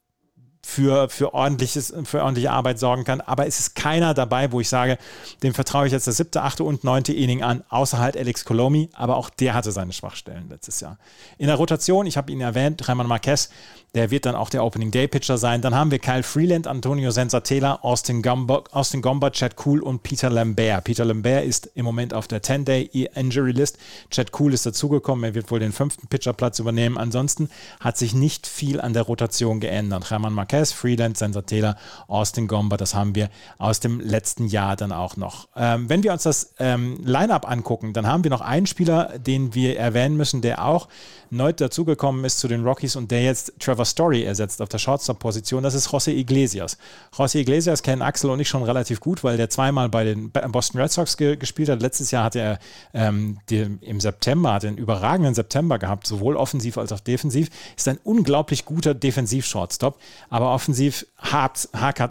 für, für, ordentliches, für ordentliche Arbeit sorgen kann. Aber es ist keiner dabei, wo ich sage, dem vertraue ich jetzt das siebte, achte und neunte Inning an, außer halt Alex Colomé. Aber auch der hatte seine Schwachstellen letztes Jahr. In der Rotation, ich habe ihn erwähnt, Germán Márquez, der wird dann auch der Opening-Day-Pitcher sein. Dann haben wir Kyle Freeland, Antonio Senzatela, Austin Gomber, Austin Gomber, Chad Kuhl und Peter Lambert. Peter Lambert ist im Moment auf der zehn-Day-Injury-List. Chad Kuhl ist dazugekommen. Er wird wohl den fünften Pitcherplatz übernehmen. Ansonsten hat sich nicht viel an der Rotation geändert. Germán Márquez, Freeland, Senzatela, Austin Gomber, das haben wir aus dem letzten Jahr dann auch noch. Ähm, wenn wir uns das ähm, Line-Up angucken, dann haben wir noch einen Spieler, den wir erwähnen müssen, der auch neu dazugekommen ist zu den Rockies und der jetzt Trevor Story ersetzt auf der Shortstop-Position. Das ist José Iglesias. José Iglesias kennen Axel und ich schon relativ gut, weil der zweimal bei den Boston Red Sox ge- gespielt hat. Letztes Jahr hat er ähm, die, im September, hat er einen überragenden September gehabt, sowohl offensiv als auch defensiv. Ist ein unglaublich guter Defensiv-Shortstop, aber offensiv hakt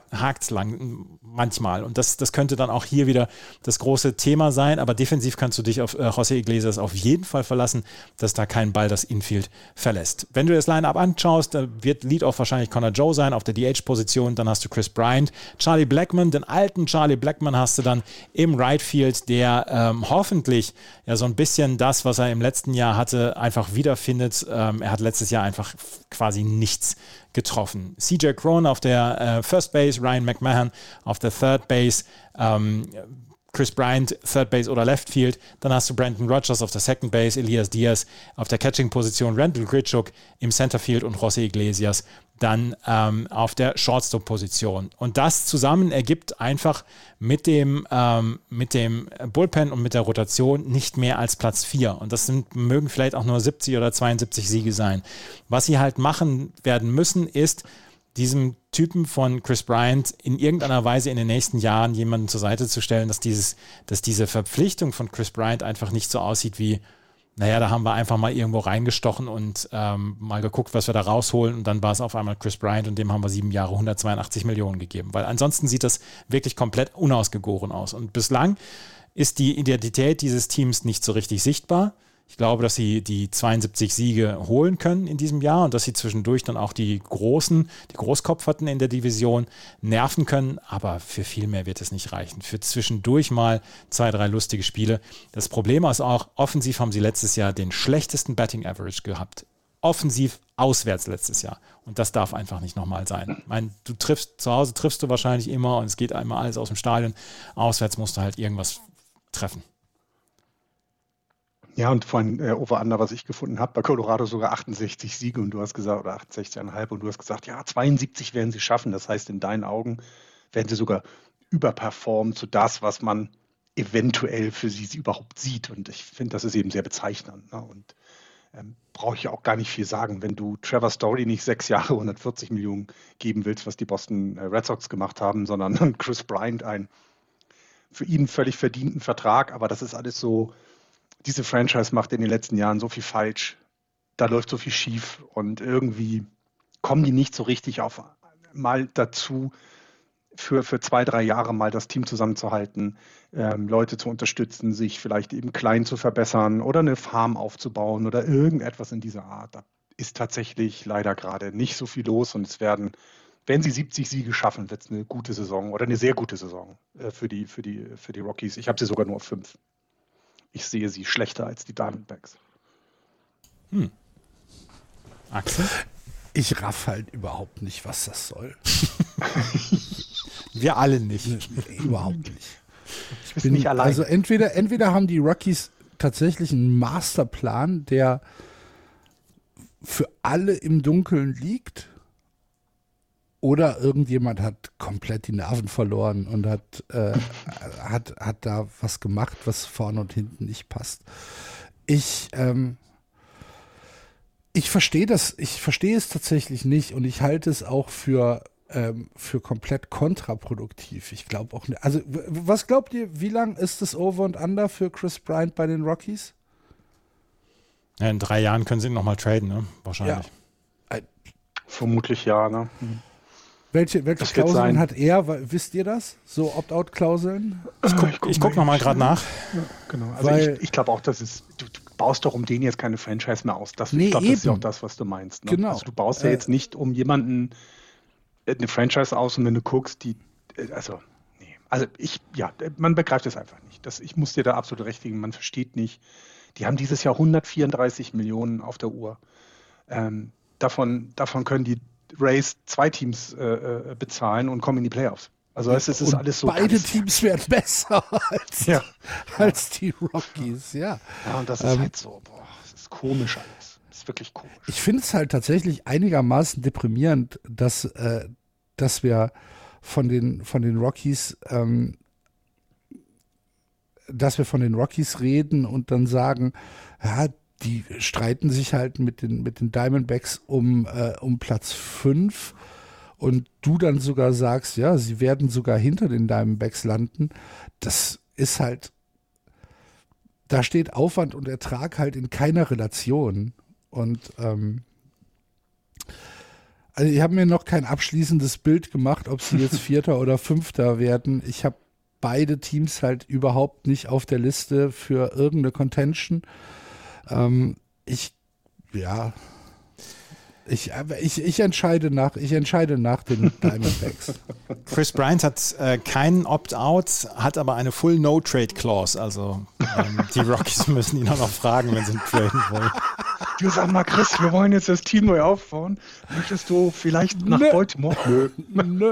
es lang manchmal. Und das, das könnte dann auch hier wieder das große Thema sein, aber defensiv kannst du dich auf äh, José Iglesias auf jeden Fall verlassen, dass da kein Ball das Infield verlässt. Wenn du das Line-Up anschaust, da wird Leadoff wahrscheinlich Connor Joe sein auf der D H-Position, dann hast du Chris Bryant, Charlie Blackmon, den alten Charlie Blackmon hast du dann im Right Field, der ähm, hoffentlich ja so ein bisschen das, was er im letzten Jahr hatte, einfach wiederfindet. Ähm, er hat letztes Jahr einfach quasi nichts getroffen. C J Cron auf der äh, First Base, Ryan McMahon auf der Third Base, ähm, Chris Bryant, Third Base oder Left Field. Dann hast du Brandon Rogers auf der Second Base, Elias Diaz auf der Catching-Position, Randall Grichuk im Centerfield und José Iglesias dann ähm, auf der Shortstop-Position. Und das zusammen ergibt einfach mit dem, ähm, mit dem Bullpen und mit der Rotation nicht mehr als Platz vier. Und das sind, mögen vielleicht auch nur siebzig oder zweiundsiebzig Siege sein. Was sie halt machen werden müssen, ist, diesem Typen von Chris Bryant in irgendeiner Weise in den nächsten Jahren jemanden zur Seite zu stellen, dass, dieses, dass diese Verpflichtung von Chris Bryant einfach nicht so aussieht wie, naja, da haben wir einfach mal irgendwo reingestochen und ähm, mal geguckt, was wir da rausholen und dann war es auf einmal Chris Bryant und dem haben wir sieben Jahre hundertzweiundachtzig Millionen gegeben, weil ansonsten sieht das wirklich komplett unausgegoren aus und bislang ist die Identität dieses Teams nicht so richtig sichtbar. Ich glaube, dass sie die zweiundsiebzig Siege holen können in diesem Jahr und dass sie zwischendurch dann auch die Großen, die Großkopferten in der Division nerven können, aber für viel mehr wird es nicht reichen. Für zwischendurch mal zwei, drei lustige Spiele. Das Problem ist auch, offensiv haben sie letztes Jahr den schlechtesten Batting Average gehabt. Offensiv auswärts letztes Jahr. Und das darf einfach nicht nochmal sein. Ich meine, du triffst, zu Hause triffst du wahrscheinlich immer und es geht einmal alles aus dem Stadion. Auswärts musst du halt irgendwas treffen. Ja, und vorhin äh, Over-Under, was ich gefunden habe, bei Colorado sogar achtundsechzig Siege und du hast gesagt, oder achtundsechzig Komma fünf und du hast gesagt, ja, zweiundsiebzig werden sie schaffen. Das heißt, in deinen Augen werden sie sogar überperformen zu das, was man eventuell für sie überhaupt sieht. Und ich finde, das ist eben sehr bezeichnend. Ne? Und ähm, brauche ich auch gar nicht viel sagen. Wenn du Trevor Story nicht sechs Jahre hundertvierzig Millionen geben willst, was die Boston Red Sox gemacht haben, sondern Chris Bryant einen für ihn völlig verdienten Vertrag, aber das ist alles so. Diese Franchise macht in den letzten Jahren so viel falsch, da läuft so viel schief und irgendwie kommen die nicht so richtig auf mal dazu, für, für zwei, drei Jahre mal das Team zusammenzuhalten, ähm, Leute zu unterstützen, sich vielleicht eben klein zu verbessern oder eine Farm aufzubauen oder irgendetwas in dieser Art. Da ist tatsächlich leider gerade nicht so viel los und es werden, wenn sie siebzig Siege schaffen, wird es eine gute Saison oder eine sehr gute Saison äh, für, die, für, die, für die Rockies. Ich habe sie sogar nur auf fünf. Ich sehe sie schlechter als die Diamondbacks. Hm. Axel? Ich raff halt überhaupt nicht, was das soll. Wir alle nicht. Nee, überhaupt nicht. Ich bin nicht allein. Also entweder, entweder haben die Rockies tatsächlich einen Masterplan, der für alle im Dunkeln liegt, oder irgendjemand hat komplett die Nerven verloren und hat, äh, hat, hat da was gemacht, was vorne und hinten nicht passt. Ich, ähm, ich verstehe das, ich verstehe es tatsächlich nicht und ich halte es auch für, ähm, für komplett kontraproduktiv. Ich glaube auch nicht. Also, w- was glaubt ihr, wie lang ist das Over und Under für Chris Bryant bei den Rockies? Ja, in drei Jahren können sie ihn nochmal traden, ne? Wahrscheinlich. Ja. Vermutlich ja, ne? Welche, welche Das wird Klauseln sein. hat er? Wa- Wisst ihr das? So Opt-out-Klauseln? Ich gucke ich guck nochmal gerade nach. Ja, genau. Also Weil- ich, ich glaube auch, dass es, du, du baust doch um den jetzt keine Franchise mehr aus. Das, Nee, ich glaube, das ist ja eben. auch das, was du meinst. Ne? Genau. Also du baust ja Äh, jetzt nicht um jemanden äh, eine Franchise aus und wenn du guckst, die, äh, also, nee. Also ich, ja, äh, man begreift es einfach nicht. Das, ich muss dir da absolut recht geben, man versteht nicht. Die haben dieses Jahr hundertvierunddreißig Millionen auf der Uhr. Ähm, davon, davon können die Rays zwei Teams äh, äh, bezahlen und kommen in die Playoffs. Also es ist, es ist Und alles so. beide ganz- Teams werden besser als, Ja. als die Rockies, ja. Ja, und das ist Ähm, halt so, boah, das ist komisch alles. Das ist wirklich komisch. Ich finde es halt tatsächlich einigermaßen deprimierend, dass, äh, dass wir von den, von den Rockies, ähm, dass wir von den Rockies reden und dann sagen, ja, die streiten sich halt mit den, mit den Diamondbacks um, äh, um Platz fünf und du dann sogar sagst, ja, sie werden sogar hinter den Diamondbacks landen. Das ist halt, da steht Aufwand und Ertrag halt in keiner Relation. Und ähm, also ich habe mir noch kein abschließendes Bild gemacht, ob sie jetzt Vierter oder Fünfter werden. Ich habe beide Teams halt überhaupt nicht auf der Liste für irgendeine Contention. Ähm, ich, ja, ich, aber ich, ich entscheide nach, ich entscheide nach den Diamondbacks. Chris Bryant hat äh, keinen Opt-out, hat aber eine Full-No-Trade-Clause. Also ähm, die Rockies müssen ihn auch noch fragen, wenn sie ihn traden wollen. Du sag mal, Chris, wir wollen jetzt das Team neu aufbauen. Möchtest du vielleicht nach Nö. Baltimore? Nö. Nö.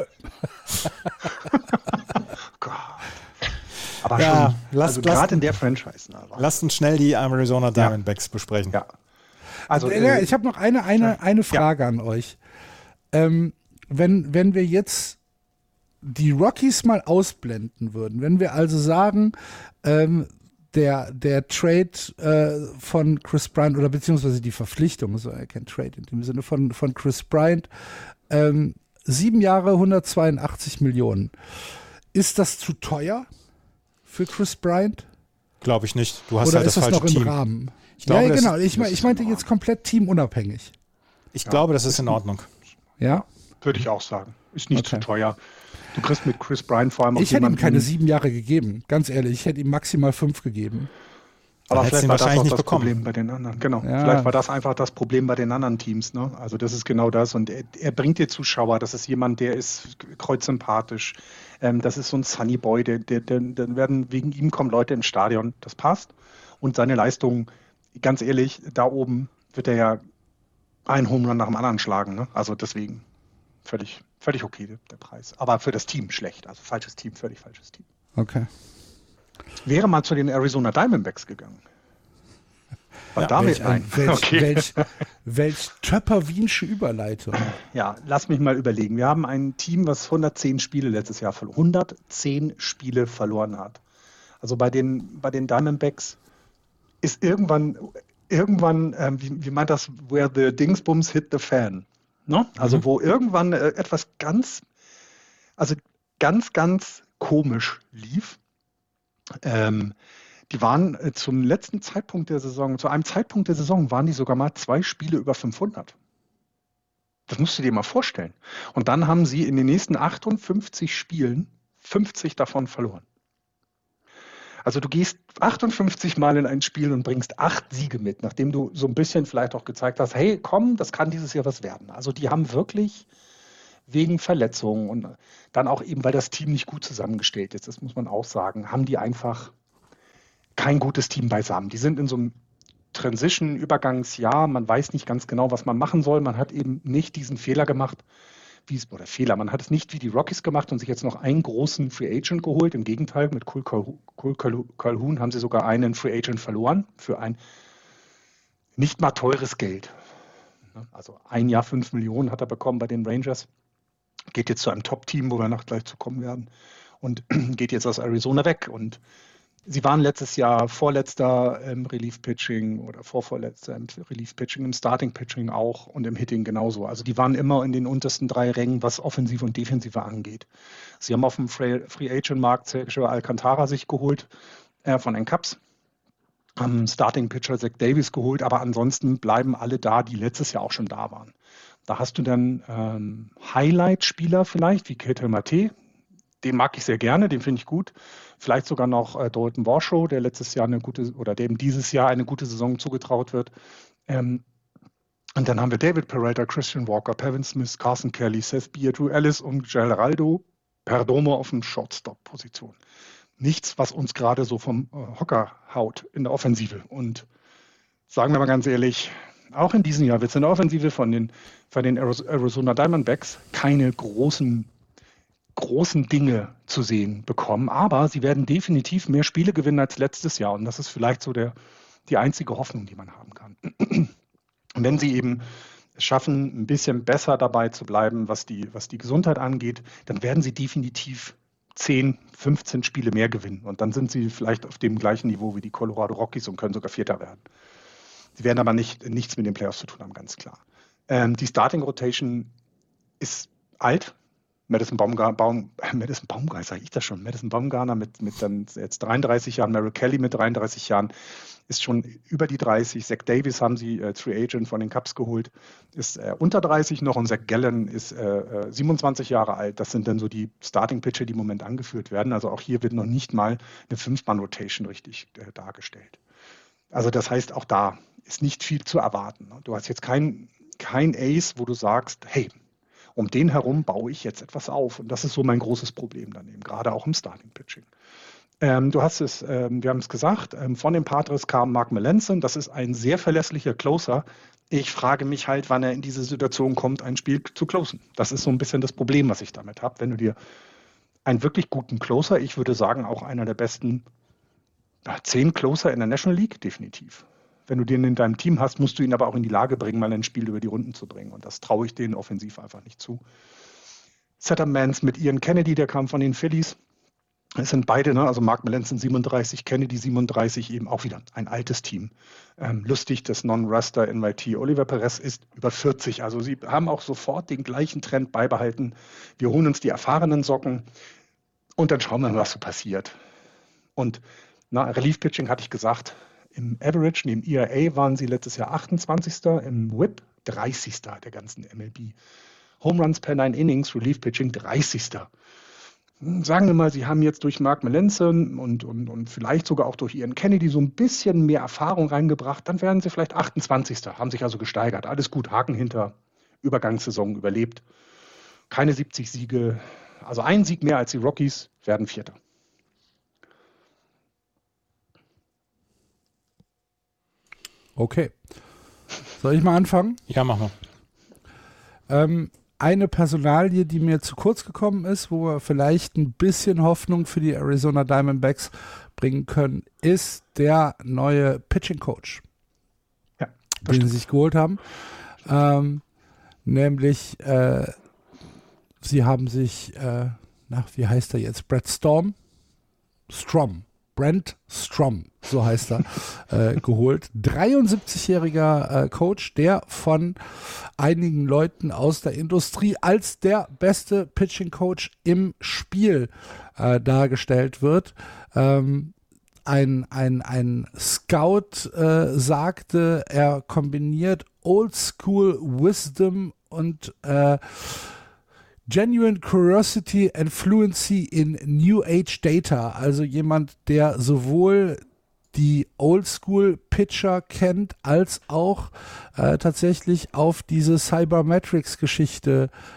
Gott. Aber Ja, schon, lass- also lass- gerade in der Franchise. Ne, aber- Lasst uns schnell die Arizona Diamondbacks besprechen. ja. Also, Ja, äh, ich habe noch eine, eine, eine Frage an euch. Ähm, wenn, wenn wir jetzt die Rockies mal ausblenden würden, wenn wir also sagen, ähm, der, der Trade äh, von Chris Bryant oder beziehungsweise die Verpflichtung, so kein Trade in dem Sinne von, von Chris Bryant, ähm, sieben Jahre, hundertzweiundachtzig Millionen. Ist das zu teuer für Chris Bryant? Glaube ich nicht. Du hast Oder halt ist das das falsche noch im Team. Rahmen? Ich glaube, ja, das- genau. Ich, das mein, ich ist meinte im jetzt Rahmen. komplett teamunabhängig. Ich glaube, das ist in Ordnung. Ja? würde ich auch sagen. Ist nicht Okay. zu teuer. Du kriegst mit Chris Bryant vor allem auch Ich hätte ihm jemanden- keine sieben Jahre gegeben, ganz ehrlich. Ich hätte ihm maximal fünf gegeben. Aber hättest vielleicht ihn war das wahrscheinlich auch nicht das bekommen. Problem bei den anderen. Genau. Ja. Vielleicht war das einfach das Problem bei den anderen Teams. Ne? Also das ist genau das. Und er, er bringt dir Zuschauer. Das ist jemand, der ist kreuzsympathisch. Ähm, das ist so ein Sunny Boy. Der, der, der, dann werden wegen ihm kommen Leute ins Stadion. Das passt. Und seine Leistung, ganz ehrlich, da oben wird er ja einen Home Run nach dem anderen schlagen. Ne? Also deswegen völlig, völlig okay der, der Preis. Aber für das Team schlecht. Also falsches Team, völlig falsches Team. Okay. Wäre mal zu den Arizona Diamondbacks gegangen. War Ja, damit Welch, ein, ein. welch, Okay. welch, welch Töpper-Wiensche Überleitung. Ja, lass mich mal überlegen. Wir haben ein Team, was hundertzehn Spiele letztes Jahr verloren, hundertzehn Spiele verloren hat. Also bei den, bei den Diamondbacks ist irgendwann, irgendwann, ähm, wie, wie meint das, where the Dingsbums hit the fan. Ne? Also wo irgendwann äh, etwas ganz, also ganz, ganz komisch lief. Ähm, die waren äh, zum letzten Zeitpunkt der Saison, zu einem Zeitpunkt der Saison waren die sogar mal zwei Spiele über fünfhundert. Das musst du dir mal vorstellen. Und dann haben sie in den nächsten achtundfünfzig Spielen fünfzig davon verloren. Also du gehst achtundfünfzig Mal in ein Spiel und bringst acht Siege mit, nachdem du so ein bisschen vielleicht auch gezeigt hast, hey, komm, das kann dieses Jahr was werden. Also die haben wirklich wegen Verletzungen und dann auch eben, weil das Team nicht gut zusammengestellt ist, das muss man auch sagen, haben die einfach kein gutes Team beisammen. Die sind in so einem Transition-Übergangsjahr. Man weiß nicht ganz genau, was man machen soll. Man hat eben nicht diesen Fehler gemacht, wie es, oder Fehler, man hat es nicht wie die Rockies gemacht und sich jetzt noch einen großen Free Agent geholt. Im Gegenteil, mit Cole Calhoun haben sie sogar einen Free Agent verloren für ein nicht mal teures Geld. Also ein Jahr fünf Millionen hat er bekommen bei den Rangers. Geht jetzt zu einem Top-Team, wo wir noch gleich zu kommen werden. Und geht jetzt aus Arizona weg. Und sie waren letztes Jahr Vorletzter im Relief-Pitching oder Vorvorletzter im Relief-Pitching, im Starting-Pitching auch und im Hitting genauso. Also die waren immer in den untersten drei Rängen, was Offensive und Defensive angeht. Sie haben auf dem Free-Agent-Markt Sergio Alcantara sich geholt äh, von den Cubs. Haben Starting-Pitcher Zach Davies geholt, aber ansonsten bleiben alle da, die letztes Jahr auch schon da waren. Da hast du dann ähm, Highlight-Spieler vielleicht, wie Ketel Marte. Den mag ich sehr gerne, den finde ich gut. Vielleicht sogar noch äh, Dalton Varsho, der letztes Jahr eine gute, oder dem dieses Jahr eine gute Saison zugetraut wird. Ähm, und dann haben wir David Peralta, Christian Walker, Pavin Smith, Carson Kelly, Seth Beer, Drew Ellis und Geraldo Perdomo auf dem Shortstop-Position. Nichts, was uns gerade so vom äh, Hocker haut in der Offensive. Und sagen wir mal ganz ehrlich, auch in diesem Jahr wird es in der Offensive von den, von den Arizona Diamondbacks keine großen, großen Dinge zu sehen bekommen. Aber sie werden definitiv mehr Spiele gewinnen als letztes Jahr. Und das ist vielleicht so der, die einzige Hoffnung, die man haben kann. Und wenn sie eben es schaffen, ein bisschen besser dabei zu bleiben, was die, was die Gesundheit angeht, dann werden sie definitiv zehn, fünfzehn Spiele mehr gewinnen. Und dann sind sie vielleicht auf dem gleichen Niveau wie die Colorado Rockies und können sogar Vierter werden. Sie werden aber nicht, nichts mit den Playoffs zu tun haben, ganz klar. Ähm, die Starting Rotation ist alt. Madison Baumgartner, Baum, äh, Madison Baumgartner, sage ich das schon, Madison Baumgartner mit, mit dann jetzt dreiunddreißig Jahren, Merrill Kelly mit dreiunddreißig Jahren, ist schon über die dreißig. Zach Davies haben sie als Free Agent von den Cubs geholt, ist äh, unter dreißig noch und Zach Gallen ist äh, siebenundzwanzig Jahre alt. Das sind dann so die Starting-Pitcher, die im Moment angeführt werden. Also auch hier wird noch nicht mal eine Fünf-Mann-Rotation richtig äh, dargestellt. Also das heißt, auch da ist nicht viel zu erwarten. Du hast jetzt kein, kein Ace, wo du sagst, hey, um den herum baue ich jetzt etwas auf. Und das ist so mein großes Problem daneben, gerade auch im Starting-Pitching. Ähm, du hast es, ähm, wir haben es gesagt, ähm, von den Padres kam Mark Melancon. Das ist ein sehr verlässlicher Closer. Ich frage mich halt, wann er in diese Situation kommt, ein Spiel zu closen. Das ist so ein bisschen das Problem, was ich damit habe. Wenn du dir einen wirklich guten Closer, ich würde sagen auch einer der besten ja, zehn Closer in der National League, definitiv. Wenn du den in deinem Team hast, musst du ihn aber auch in die Lage bringen, mal ein Spiel über die Runden zu bringen. Und das traue ich denen offensiv einfach nicht zu. Setup-Mans mit Ian Kennedy, der kam von den Phillies. Es sind beide, ne? Also Mark Melancon siebenunddreißig, Kennedy siebenunddreißig, eben auch wieder ein altes Team. Ähm, lustig, das Non-Ruster N Y T. Oliver Perez ist über vierzig. Also sie haben auch sofort den gleichen Trend beibehalten. Wir holen uns die erfahrenen Socken und dann schauen wir mal, was so passiert. Und na, Relief-Pitching hatte ich gesagt, im Average, neben E R A waren sie letztes Jahr achtundzwanzigster, im Whip dreißigster der ganzen M L B. Home Runs per nine Innings, Relief Pitching dreißigster Sagen wir mal, sie haben jetzt durch Mark Melancon und, und, und vielleicht sogar auch durch Ian Kennedy so ein bisschen mehr Erfahrung reingebracht, dann werden sie vielleicht achtundzwanzigster haben sich also gesteigert. Alles gut, Haken hinter, Übergangssaison überlebt. Keine siebzig Siege, also ein Sieg mehr als die Rockies, werden Vierter. Okay. Soll ich mal anfangen? Ja, mach mal. Ähm, eine Personalie, die mir zu kurz gekommen ist, wo wir vielleicht ein bisschen Hoffnung für die Arizona Diamondbacks bringen können, ist der neue Pitching Coach, ja, den stimmt. sie sich geholt haben. Ähm, nämlich, äh, sie haben sich, äh, na, wie heißt er jetzt? Brett Storm? Strom. Brent Strom, so heißt er, äh, geholt. dreiundsiebzigjähriger äh, Coach, der von einigen Leuten aus der Industrie als der beste Pitching-Coach im Spiel äh, dargestellt wird. Ähm, ein, ein, ein Scout äh, sagte, er kombiniert Old-School Wisdom und äh, Genuine Curiosity and Fluency in New Age Data, also jemand, der sowohl die Oldschool-Pitcher kennt, als auch äh, tatsächlich auf diese Cybermetrics-Geschichte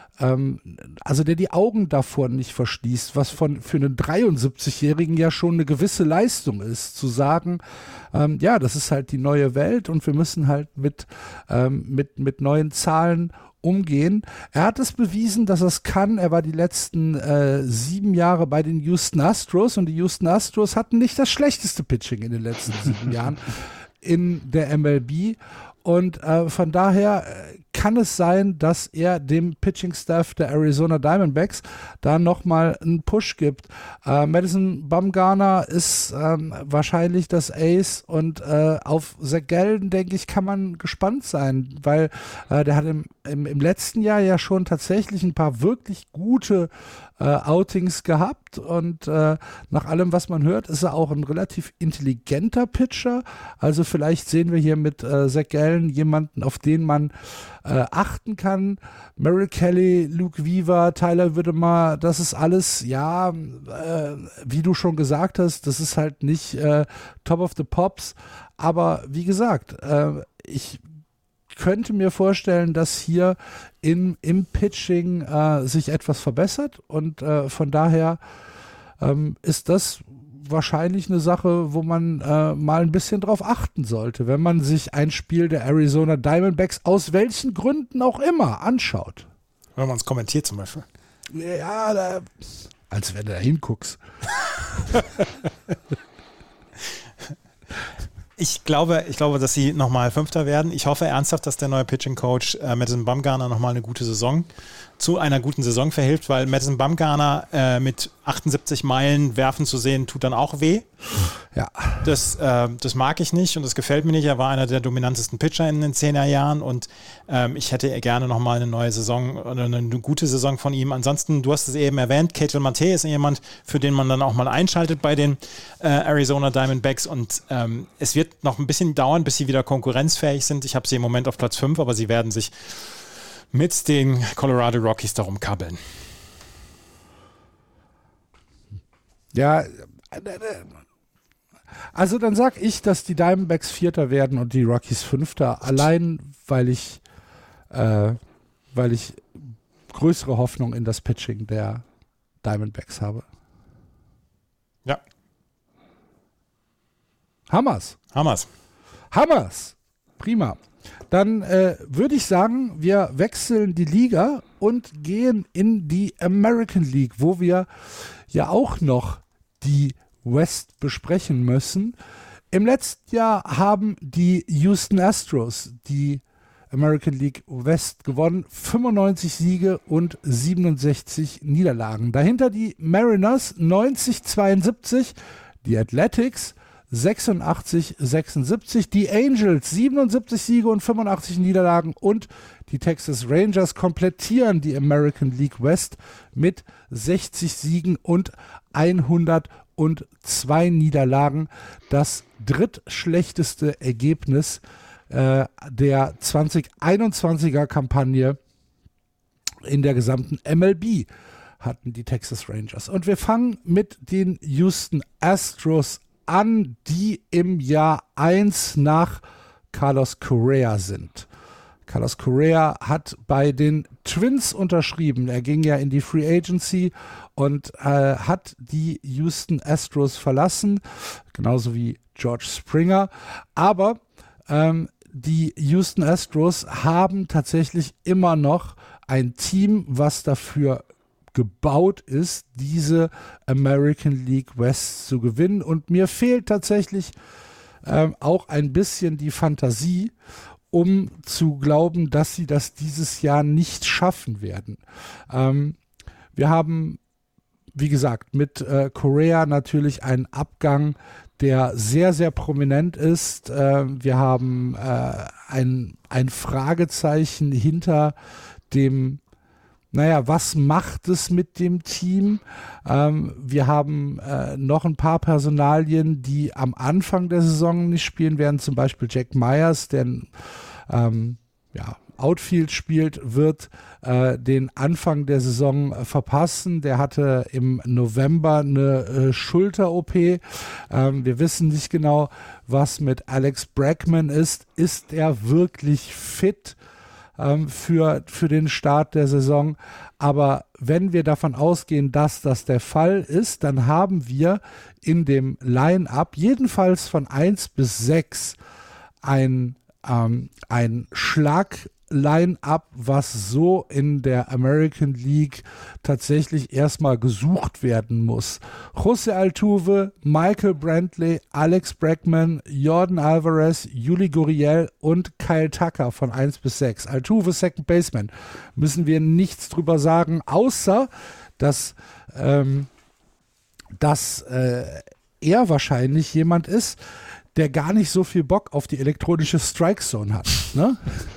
ähm, also der die Augen davor nicht verschließt, was von für einen dreiundsiebzigjährigen ja schon eine gewisse Leistung ist, zu sagen, ähm, ja, das ist halt die neue Welt und wir müssen halt mit, ähm, mit, mit neuen Zahlen umgehen. Er hat es bewiesen, dass er es kann. Er war die letzten äh, sieben Jahre bei den Houston Astros und die Houston Astros hatten nicht das schlechteste Pitching in den letzten sieben Jahren in der M L B. Und äh, von daher äh, kann es sein, dass er dem Pitching-Staff der Arizona Diamondbacks da nochmal einen Push gibt. Äh, Madison Bumgarner ist ähm, wahrscheinlich das Ace und äh, auf Zach Gallen, denke ich, kann man gespannt sein, weil äh, der hat im, im, im letzten Jahr ja schon tatsächlich ein paar wirklich gute äh, Outings gehabt und äh, nach allem, was man hört, ist er auch ein relativ intelligenter Pitcher. Also vielleicht sehen wir hier mit äh, Zach Gallen jemanden, auf den man äh, achten kann. Merrill Kelly, Luke Weaver, Tyler Widdemer, das ist alles, ja, äh, wie du schon gesagt hast, das ist halt nicht äh, Top of the Pops, aber wie gesagt, äh, ich könnte mir vorstellen, dass hier in, im Pitching äh, sich etwas verbessert und äh, von daher ähm, ist das wahrscheinlich eine Sache, wo man äh, mal ein bisschen drauf achten sollte, wenn man sich ein Spiel der Arizona Diamondbacks aus welchen Gründen auch immer anschaut. Wenn man es kommentiert zum Beispiel. Ja, da, als wenn du da hinguckst. Ich glaube, ich glaube, dass sie nochmal Fünfter werden. Ich hoffe ernsthaft, dass der neue Pitching-Coach äh, Madison Bumgarner nochmal eine gute Saison zu einer guten Saison verhilft, weil Madison Bumgarner äh, mit achtundsiebzig Meilen werfen zu sehen, tut dann auch weh. Ja. Das, äh, das mag ich nicht und das gefällt mir nicht. Er war einer der dominantesten Pitcher in den zehner Jahren und ähm, ich hätte gerne nochmal eine neue Saison oder eine gute Saison von ihm. Ansonsten, du hast es eben erwähnt, Ketel Marte ist jemand, für den man dann auch mal einschaltet bei den äh, Arizona Diamondbacks und ähm, es wird noch ein bisschen dauern, bis sie wieder konkurrenzfähig sind. Ich habe sie im Moment auf Platz fünf, aber sie werden sich mit den Colorado Rockies darum kabbeln. Ja, also dann sag ich, dass die Diamondbacks Vierter werden und die Rockies Fünfter, allein weil ich, äh, weil ich größere Hoffnung in das Pitching der Diamondbacks habe. Ja. Hammers. Hammers. Hammers. Prima. Dann äh, würde ich sagen, wir wechseln die Liga und gehen in die American League, wo wir ja auch noch die West besprechen müssen. Im letzten Jahr haben die Houston Astros die American League West gewonnen, fünfundneunzig Siege und siebenundsechzig Niederlagen. Dahinter die Mariners neunzig zweiundsiebzig, die Athletics sechsundachtzig sechsundsiebzig, die Angels siebenundsiebzig Siege und fünfundachtzig Niederlagen und die Texas Rangers komplettieren die American League West mit sechzig Siegen und hundertzwei Niederlagen. Das drittschlechteste Ergebnis äh, der zwanzig einundzwanziger Kampagne in der gesamten M L B hatten die Texas Rangers. Und wir fangen mit den Houston Astros an, die im Jahr eins nach Carlos Correa sind. Carlos Correa hat bei den Twins unterschrieben. Er ging ja in die Free Agency und äh, hat die Houston Astros verlassen, genauso wie George Springer. Aber ähm, die Houston Astros haben tatsächlich immer noch ein Team, was dafür gebaut ist, diese American League West zu gewinnen. Und mir fehlt tatsächlich ähm, auch ein bisschen die Fantasie, um zu glauben, dass sie das dieses Jahr nicht schaffen werden. Ähm, wir haben, wie gesagt, mit äh, Correa natürlich einen Abgang, der sehr, sehr prominent ist. Äh, wir haben äh, ein, ein Fragezeichen hinter dem Naja, was macht es mit dem Team? Ähm, wir haben äh, noch ein paar Personalien, die am Anfang der Saison nicht spielen werden. Zum Beispiel Jack Myers, der ähm, ja, Outfield spielt, wird äh, den Anfang der Saison äh, verpassen. Der hatte im November eine äh, Schulter-O P. Ähm, wir wissen nicht genau, was mit Alex Bregman ist. Ist er wirklich fit? ähm, für, für den Start der Saison. Aber wenn wir davon ausgehen, dass das der Fall ist, dann haben wir in dem Line-Up jedenfalls von eins bis sechs ein, ähm, ein Schlag-Line-Up, was so in der American League tatsächlich erstmal gesucht werden muss. José Altuve, Michael Brantley, Alex Bregman, Jordan Alvarez, Yuli Gurriel und Kyle Tucker von eins bis sechs. Altuve, Second Baseman, müssen wir nichts drüber sagen, außer dass, ähm, dass äh, er wahrscheinlich jemand ist, der gar nicht so viel Bock auf die elektronische Strike Zone hat. Ne?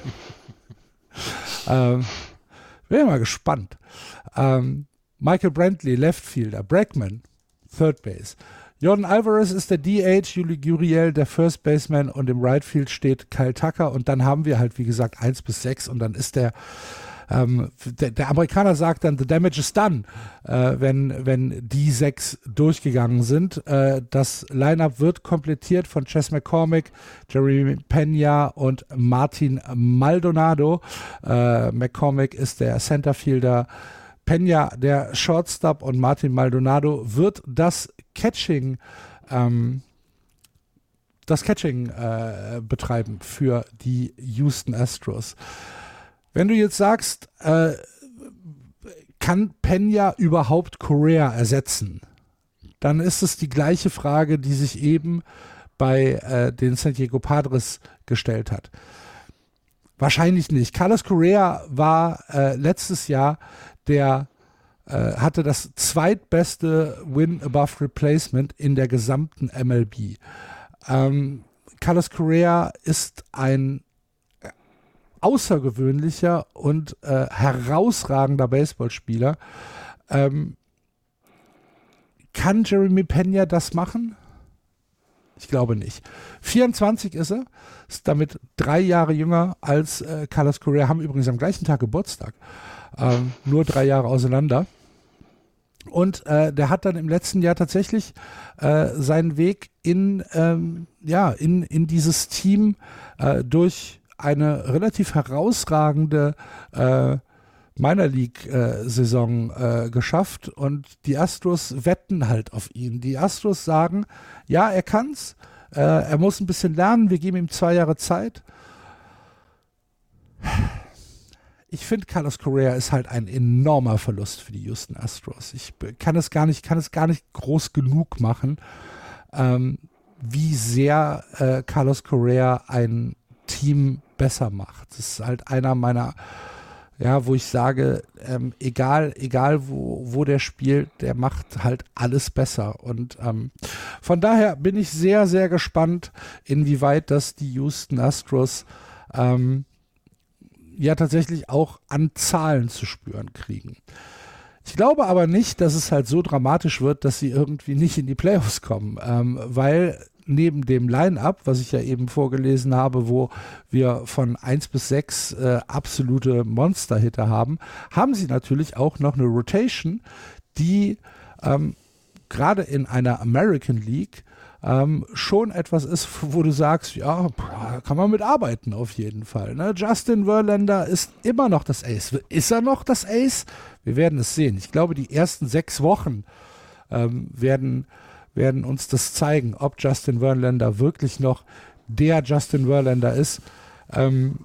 ähm, bin ja mal gespannt. Ähm, Michael Brantley, Left Fielder, Bregman, Third Base. Jordan Alvarez ist der D H, Yuli Gurriel der First Baseman und im Right Field steht Kyle Tucker und dann haben wir halt, wie gesagt, eins bis sechs und dann ist der Ähm, der, der Amerikaner sagt dann, the damage is done, äh, wenn, wenn die sechs durchgegangen sind. Äh, das Lineup wird komplettiert von Chas McCormick, Jeremy Pena und Martin Maldonado. Äh, McCormick ist der Centerfielder, Pena der Shortstop und Martin Maldonado wird das Catching ähm, das Catching äh, betreiben für die Houston Astros. Wenn du jetzt sagst, äh, kann Pena überhaupt Correa ersetzen, dann ist es die gleiche Frage, die sich eben bei äh, den San Diego Padres gestellt hat. Wahrscheinlich nicht. Carlos Correa war äh, letztes Jahr der äh, hatte das zweitbeste Win above Replacement in der gesamten M L B. Ähm, Carlos Correa ist ein außergewöhnlicher und äh, herausragender Baseballspieler. Ähm, kann Jeremy Pena das machen? Ich glaube nicht. vierundzwanzig ist er, ist damit drei Jahre jünger als äh, Carlos Correa, haben übrigens am gleichen Tag Geburtstag. Ähm, nur drei Jahre auseinander. Und äh, der hat dann im letzten Jahr tatsächlich äh, seinen Weg in, ähm, ja, in, in dieses Team äh, durch eine relativ herausragende äh, Minor League-Saison äh, äh, geschafft und die Astros wetten halt auf ihn. Die Astros sagen, ja, er kann's, äh, er muss ein bisschen lernen, wir geben ihm zwei Jahre Zeit. Ich finde, Carlos Correa ist halt ein enormer Verlust für die Houston Astros. Ich kann es gar nicht, kann es gar nicht groß genug machen, ähm, wie sehr äh, Carlos Correa ein Team besser macht. Das ist halt einer meiner, ja, wo ich sage, ähm, egal, egal wo, wo der spielt, der macht halt alles besser. Und ähm, von daher bin ich sehr, sehr gespannt, inwieweit das die Houston Astros ähm, ja tatsächlich auch an Zahlen zu spüren kriegen. Ich glaube aber nicht, dass es halt so dramatisch wird, dass sie irgendwie nicht in die Playoffs kommen, ähm, weil neben dem Line-Up, was ich ja eben vorgelesen habe, wo wir von eins bis sechs äh, absolute Monster-Hitter haben, haben sie natürlich auch noch eine Rotation, die ähm, gerade in einer American League ähm, schon etwas ist, wo du sagst, ja, kann man mitarbeiten auf jeden Fall. Ne? Justin Verlander ist immer noch das Ace. Ist er noch das Ace? Wir werden es sehen. Ich glaube, die ersten sechs Wochen ähm, werden werden uns das zeigen, ob Justin Verlander wirklich noch der Justin Verlander ist, ähm,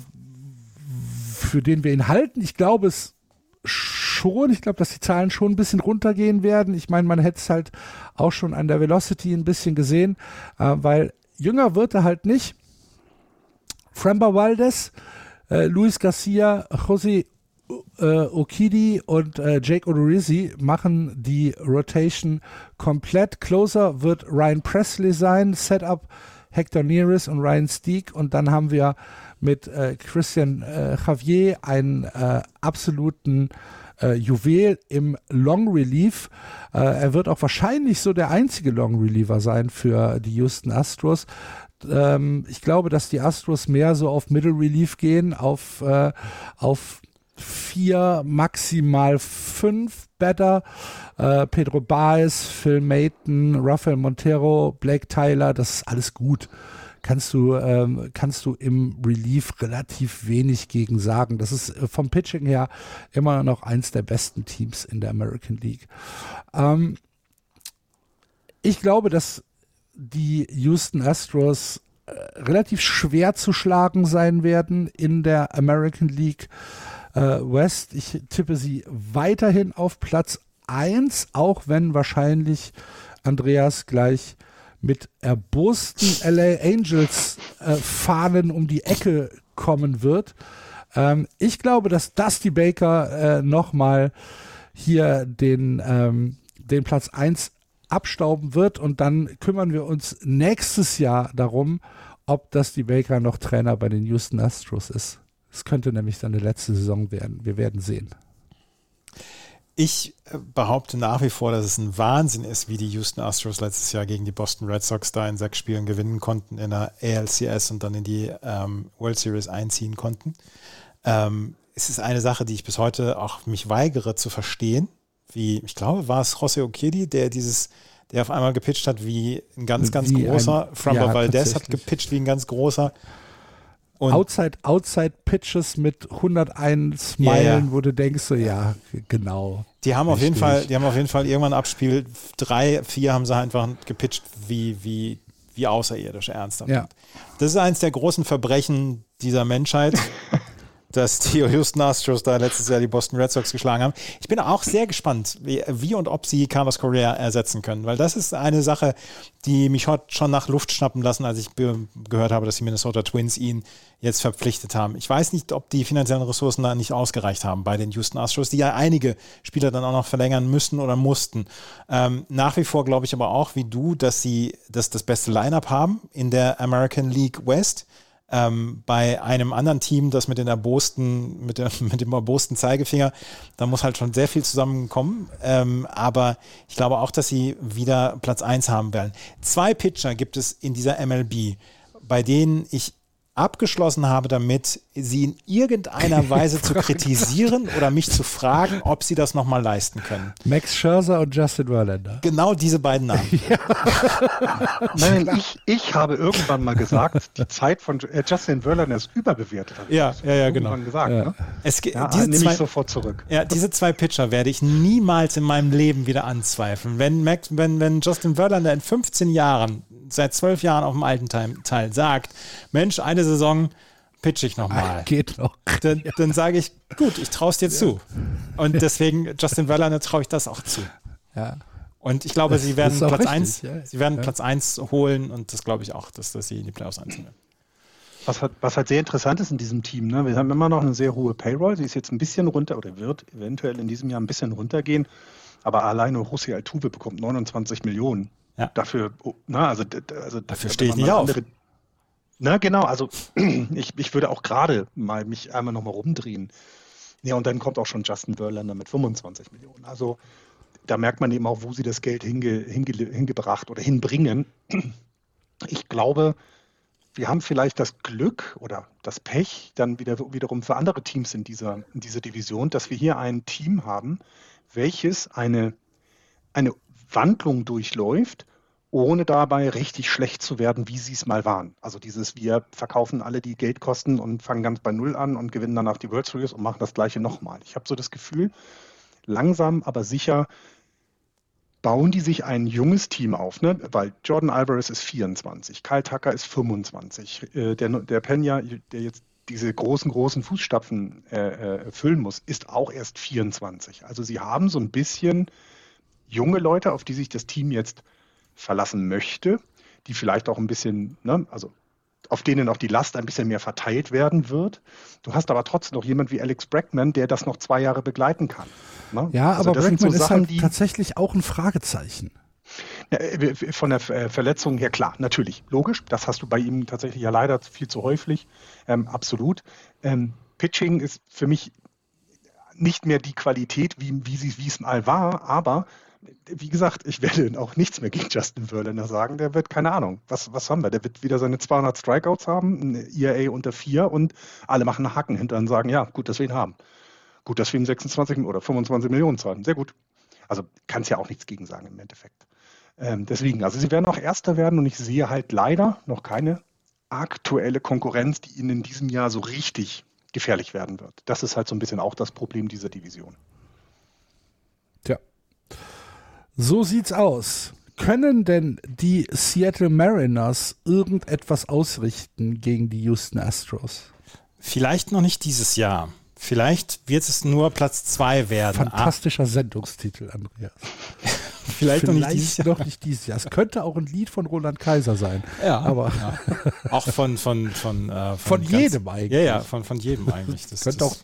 für den wir ihn halten. Ich glaube es schon. Ich glaube, dass die Zahlen schon ein bisschen runtergehen werden. Ich meine, man hätte es halt auch schon an der Velocity ein bisschen gesehen, äh, weil jünger wird er halt nicht. Framber Valdez, äh, Luis Garcia, José Uh, Okidi und uh, Jake Odorizzi machen die Rotation komplett. Closer wird Ryan Presley sein, Setup Hector Neris und Ryan Steeg und dann haben wir mit uh, Christian uh, Javier einen uh, absoluten uh, Juwel im Long Relief. Uh, er wird auch wahrscheinlich so der einzige Long Reliever sein für die Houston Astros. Ähm, ich glaube, dass die Astros mehr so auf Middle Relief gehen, auf, uh, auf vier, maximal fünf Batter. Äh, Pedro Baez, Phil Maton, Rafael Montero, Blake Tyler, das ist alles gut. kannst du, ähm, kannst du im Relief relativ wenig gegen sagen. Das ist äh, vom Pitching her immer noch eins der besten Teams in der American League. Ähm, ich glaube, dass die Houston Astros äh, relativ schwer zu schlagen sein werden in der American League äh, West. Ich tippe sie weiterhin auf Platz eins, auch wenn wahrscheinlich Andreas gleich mit erbosten L A Angels äh, Fahnen um die Ecke kommen wird. Ähm, ich glaube, dass Dusty Baker äh, nochmal hier den, ähm, den Platz eins abstauben wird und dann kümmern wir uns nächstes Jahr darum, ob Dusty Baker noch Trainer bei den Houston Astros ist. Es könnte nämlich seine letzte Saison werden. Wir werden sehen. Ich behaupte nach wie vor, dass es ein Wahnsinn ist, wie die Houston Astros letztes Jahr gegen die Boston Red Sox da in sechs Spielen gewinnen konnten in der A L C S und dann in die ähm, World Series einziehen konnten. Ähm, es ist eine Sache, die ich bis heute auch mich weigere zu verstehen. Wie, ich glaube, war es Jose Urquidy, der dieses, der auf einmal gepitcht hat wie ein ganz, ganz wie großer. Ein, Framber ja, Valdez hat gepitcht wie ein ganz großer. Und Outside, Outside Pitches mit hunderteins Ja, Meilen, ja. wo du denkst, so ja, genau. Die haben auf jeden Richtig. Fall, die haben auf jeden Fall irgendwann abspielt. Drei, vier haben sie einfach gepitcht wie, wie, wie außerirdisch ernsthaft. Ja. Das ist eins der großen Verbrechen dieser Menschheit, dass die Houston Astros da letztes Jahr die Boston Red Sox geschlagen haben. Ich bin auch sehr gespannt, wie, wie und ob sie Carlos Correa ersetzen können, weil das ist eine Sache, die mich heute schon nach Luft schnappen lassen, als ich be- gehört habe, dass die Minnesota Twins ihn jetzt verpflichtet haben. Ich weiß nicht, ob die finanziellen Ressourcen da nicht ausgereicht haben bei den Houston Astros, die ja einige Spieler dann auch noch verlängern müssen oder mussten. Ähm, nach wie vor glaube ich aber auch, wie du, dass sie das, das beste Lineup haben in der American League West. Ähm, bei einem anderen Team, das mit den erbosten, mit, der, mit dem erbosten Zeigefinger, da muss halt schon sehr viel zusammenkommen. Ähm, aber ich glaube auch, dass sie wieder Platz eins haben werden. Zwei Pitcher gibt es in dieser M L B, bei denen ich abgeschlossen habe damit, sie in irgendeiner Weise zu kritisieren oder mich zu fragen, ob sie das nochmal leisten können. Max Scherzer und Justin Verlander. Genau diese beiden Namen. Ja. Nein, ich, ich habe irgendwann mal gesagt, die Zeit von äh, Justin Verlander ist überbewertet. Habe ich Ja, das ja, ja, irgendwann genau. gesagt, Ja. ne? Es, ge- Ja, diese nehme zwei, ich sofort zurück. Ja, diese zwei Pitcher werde ich niemals in meinem Leben wieder anzweifeln. Wenn, Max, wenn, wenn Justin Verlander in fünfzehn Jahren, seit zwölf Jahren auf dem alten Teil, Teil sagt, Mensch, eine Saison pitch ich nochmal. Geht noch. Dann, dann sage ich, gut, ich traue es dir zu. Und deswegen, Justin Verlander traue ich das auch zu. Ja. Und ich glaube, Das- sie das werden ist auch Platz richtig, eins, ja. sie werden Ja. Platz eins holen und das glaube ich auch, dass, dass sie in die Playoffs einziehen werden. Was halt, was halt sehr interessant ist in diesem Team, ne? Wir haben immer noch eine sehr hohe Payroll, die ist jetzt ein bisschen runter oder wird eventuell in diesem Jahr ein bisschen runtergehen, aber alleine Jose Altuve bekommt neunundzwanzig Millionen. Ja. Dafür, oh, na, also, d- d- also Dafür wenn stehe ich man nicht mal auf. andere- Na genau, also ich, ich würde auch gerade mal mich einmal nochmal rumdrehen. Ja, und dann kommt auch schon Justin Verlander mit fünfundzwanzig Millionen. Also da merkt man eben auch, wo sie das Geld hinge, hinge, hingebracht oder hinbringen. Ich glaube, wir haben vielleicht das Glück oder das Pech dann wieder, wiederum für andere Teams in dieser, in dieser Division, dass wir hier ein Team haben, welches eine, eine Wandlung durchläuft, ohne dabei richtig schlecht zu werden, wie sie es mal waren. Also dieses, wir verkaufen alle die Geld kosten und fangen ganz bei Null an und gewinnen danach die World Series und machen das Gleiche nochmal. Ich habe so das Gefühl, langsam, aber sicher bauen die sich ein junges Team auf, ne? Weil Jordan Alvarez ist vierundzwanzig, Kyle Tucker ist fünfundzwanzig, äh, der, der Peña, der jetzt diese großen, großen Fußstapfen äh, äh, füllen muss, ist auch erst vierundzwanzig. Also sie haben so ein bisschen junge Leute, auf die sich das Team jetzt verlassen möchte, die vielleicht auch ein bisschen, ne, also auf denen auch die Last ein bisschen mehr verteilt werden wird. Du hast aber trotzdem noch jemand wie Alex Bregman, der das noch zwei Jahre begleiten kann. Ne? Ja, Also aber das sind Bregman so ist Sachen, halt die tatsächlich auch ein Fragezeichen. ja, von der äh, Verletzung her, klar, natürlich, logisch. Das hast du bei ihm tatsächlich ja leider viel zu häufig. Ähm, absolut. Ähm, Pitching ist für mich nicht mehr die Qualität, wie, wie, sie, wie es mal war, aber wie gesagt, ich werde auch nichts mehr gegen Justin Verlander sagen. Der wird, keine Ahnung, was, was haben wir? Der wird wieder seine zweihundert Strikeouts haben, ein E R A unter vier und alle machen einen Haken hinter und sagen, ja, gut, dass wir ihn haben. Gut, dass wir ihm sechsundzwanzig oder fünfundzwanzig Millionen zahlen. Sehr gut. Also kannst ja auch nichts gegen sagen im Endeffekt. Ähm, deswegen, also sie werden auch Erster werden und ich sehe halt leider noch keine aktuelle Konkurrenz, die ihnen in diesem Jahr so richtig gefährlich werden wird. Das ist halt so ein bisschen auch das Problem dieser Division. Tja, so sieht's aus. Können denn die Seattle Mariners irgendetwas ausrichten gegen die Houston Astros? Vielleicht noch nicht dieses Jahr. Vielleicht wird es nur Platz zwei werden. Fantastischer Sendungstitel, Andreas. Vielleicht, Vielleicht noch nicht dieses Jahr. noch nicht dieses Jahr. Es könnte auch ein Lied von Roland Kaiser sein. Ja, aber ja. Auch von von von äh, von, von jedem ganz, eigentlich. Ja, ja, von, von jedem eigentlich. Das könnte das, auch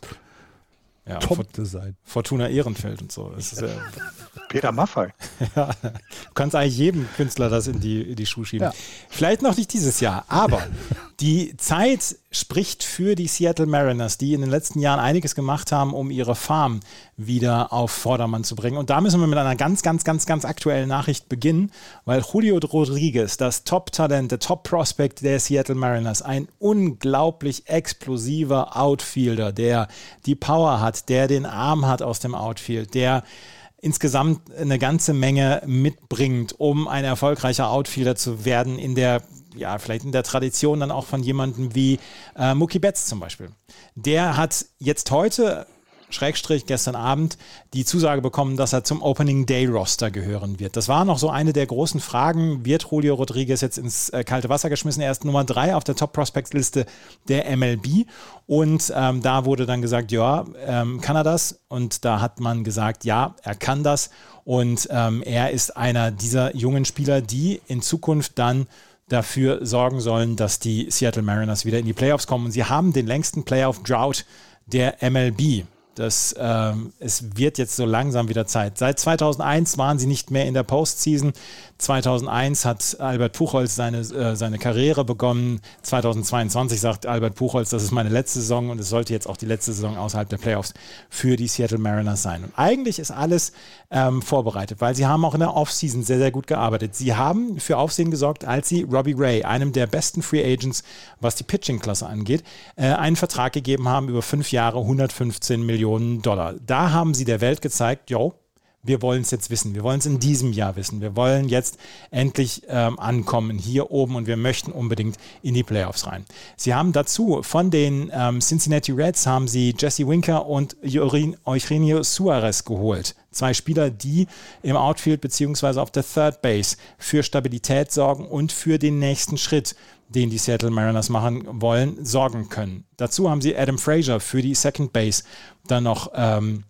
ja, Tomte sein. Fortuna Ehrenfeld und so. Das ist, äh, Peter Maffay. Ja, du kannst eigentlich jedem Künstler das in die, in die Schuhe schieben. Ja. Vielleicht noch nicht dieses Jahr, aber die Zeit spricht für die Seattle Mariners, die in den letzten Jahren einiges gemacht haben, um ihre Farm wieder auf Vordermann zu bringen. Und da müssen wir mit einer ganz, ganz, ganz, ganz aktuellen Nachricht beginnen, weil Julio Rodriguez, das Top-Talent, der Top-Prospect der Seattle Mariners, ein unglaublich explosiver Outfielder, der die Power hat, der den Arm hat aus dem Outfield, der insgesamt eine ganze Menge mitbringt, um ein erfolgreicher Outfielder zu werden in der, ja, vielleicht in der Tradition dann auch von jemandem wie äh, Mookie Betts zum Beispiel. Der hat jetzt heute, Schrägstrich gestern Abend, die Zusage bekommen, dass er zum Opening Day Roster gehören wird. Das war noch so eine der großen Fragen. Wird Julio Rodriguez jetzt ins äh, kalte Wasser geschmissen? Er ist Nummer drei auf der Top Prospects Liste der M L B. Und ähm, da wurde dann gesagt, ja, ähm, kann er das? Und da hat man gesagt, ja, er kann das. Und ähm, er ist einer dieser jungen Spieler, die in Zukunft dann dafür sorgen sollen, dass die Seattle Mariners wieder in die Playoffs kommen. Und sie haben den längsten Playoff-Drought der M L B. Das, ähm, es wird jetzt so langsam wieder Zeit. Seit zweitausendeins waren sie nicht mehr in der Postseason. zweitausendeins hat Albert Puchholz seine, äh, seine Karriere begonnen. zweitausendzweiundzwanzig sagt Albert Puchholz, das ist meine letzte Saison und es sollte jetzt auch die letzte Saison außerhalb der Playoffs für die Seattle Mariners sein. Und eigentlich ist alles ähm, vorbereitet, weil sie haben auch in der Offseason sehr, sehr gut gearbeitet. Sie haben für Aufsehen gesorgt, als sie Robbie Ray, einem der besten Free Agents, was die Pitching-Klasse angeht, äh, einen Vertrag gegeben haben über fünf Jahre, hundertfünfzehn Millionen Dollar. Da haben sie der Welt gezeigt, jo, wir wollen es jetzt wissen. Wir wollen es in diesem Jahr wissen. Wir wollen jetzt endlich ähm, ankommen hier oben und wir möchten unbedingt in die Playoffs rein. Sie haben dazu von den ähm, Cincinnati Reds haben sie Jesse Winker und Eugenio Suarez geholt. Zwei Spieler, die im Outfield bzw. auf der Third Base für Stabilität sorgen und für den nächsten Schritt, den die Seattle Mariners machen wollen, sorgen können. Dazu haben sie Adam Frazier für die Second Base dann noch ähm,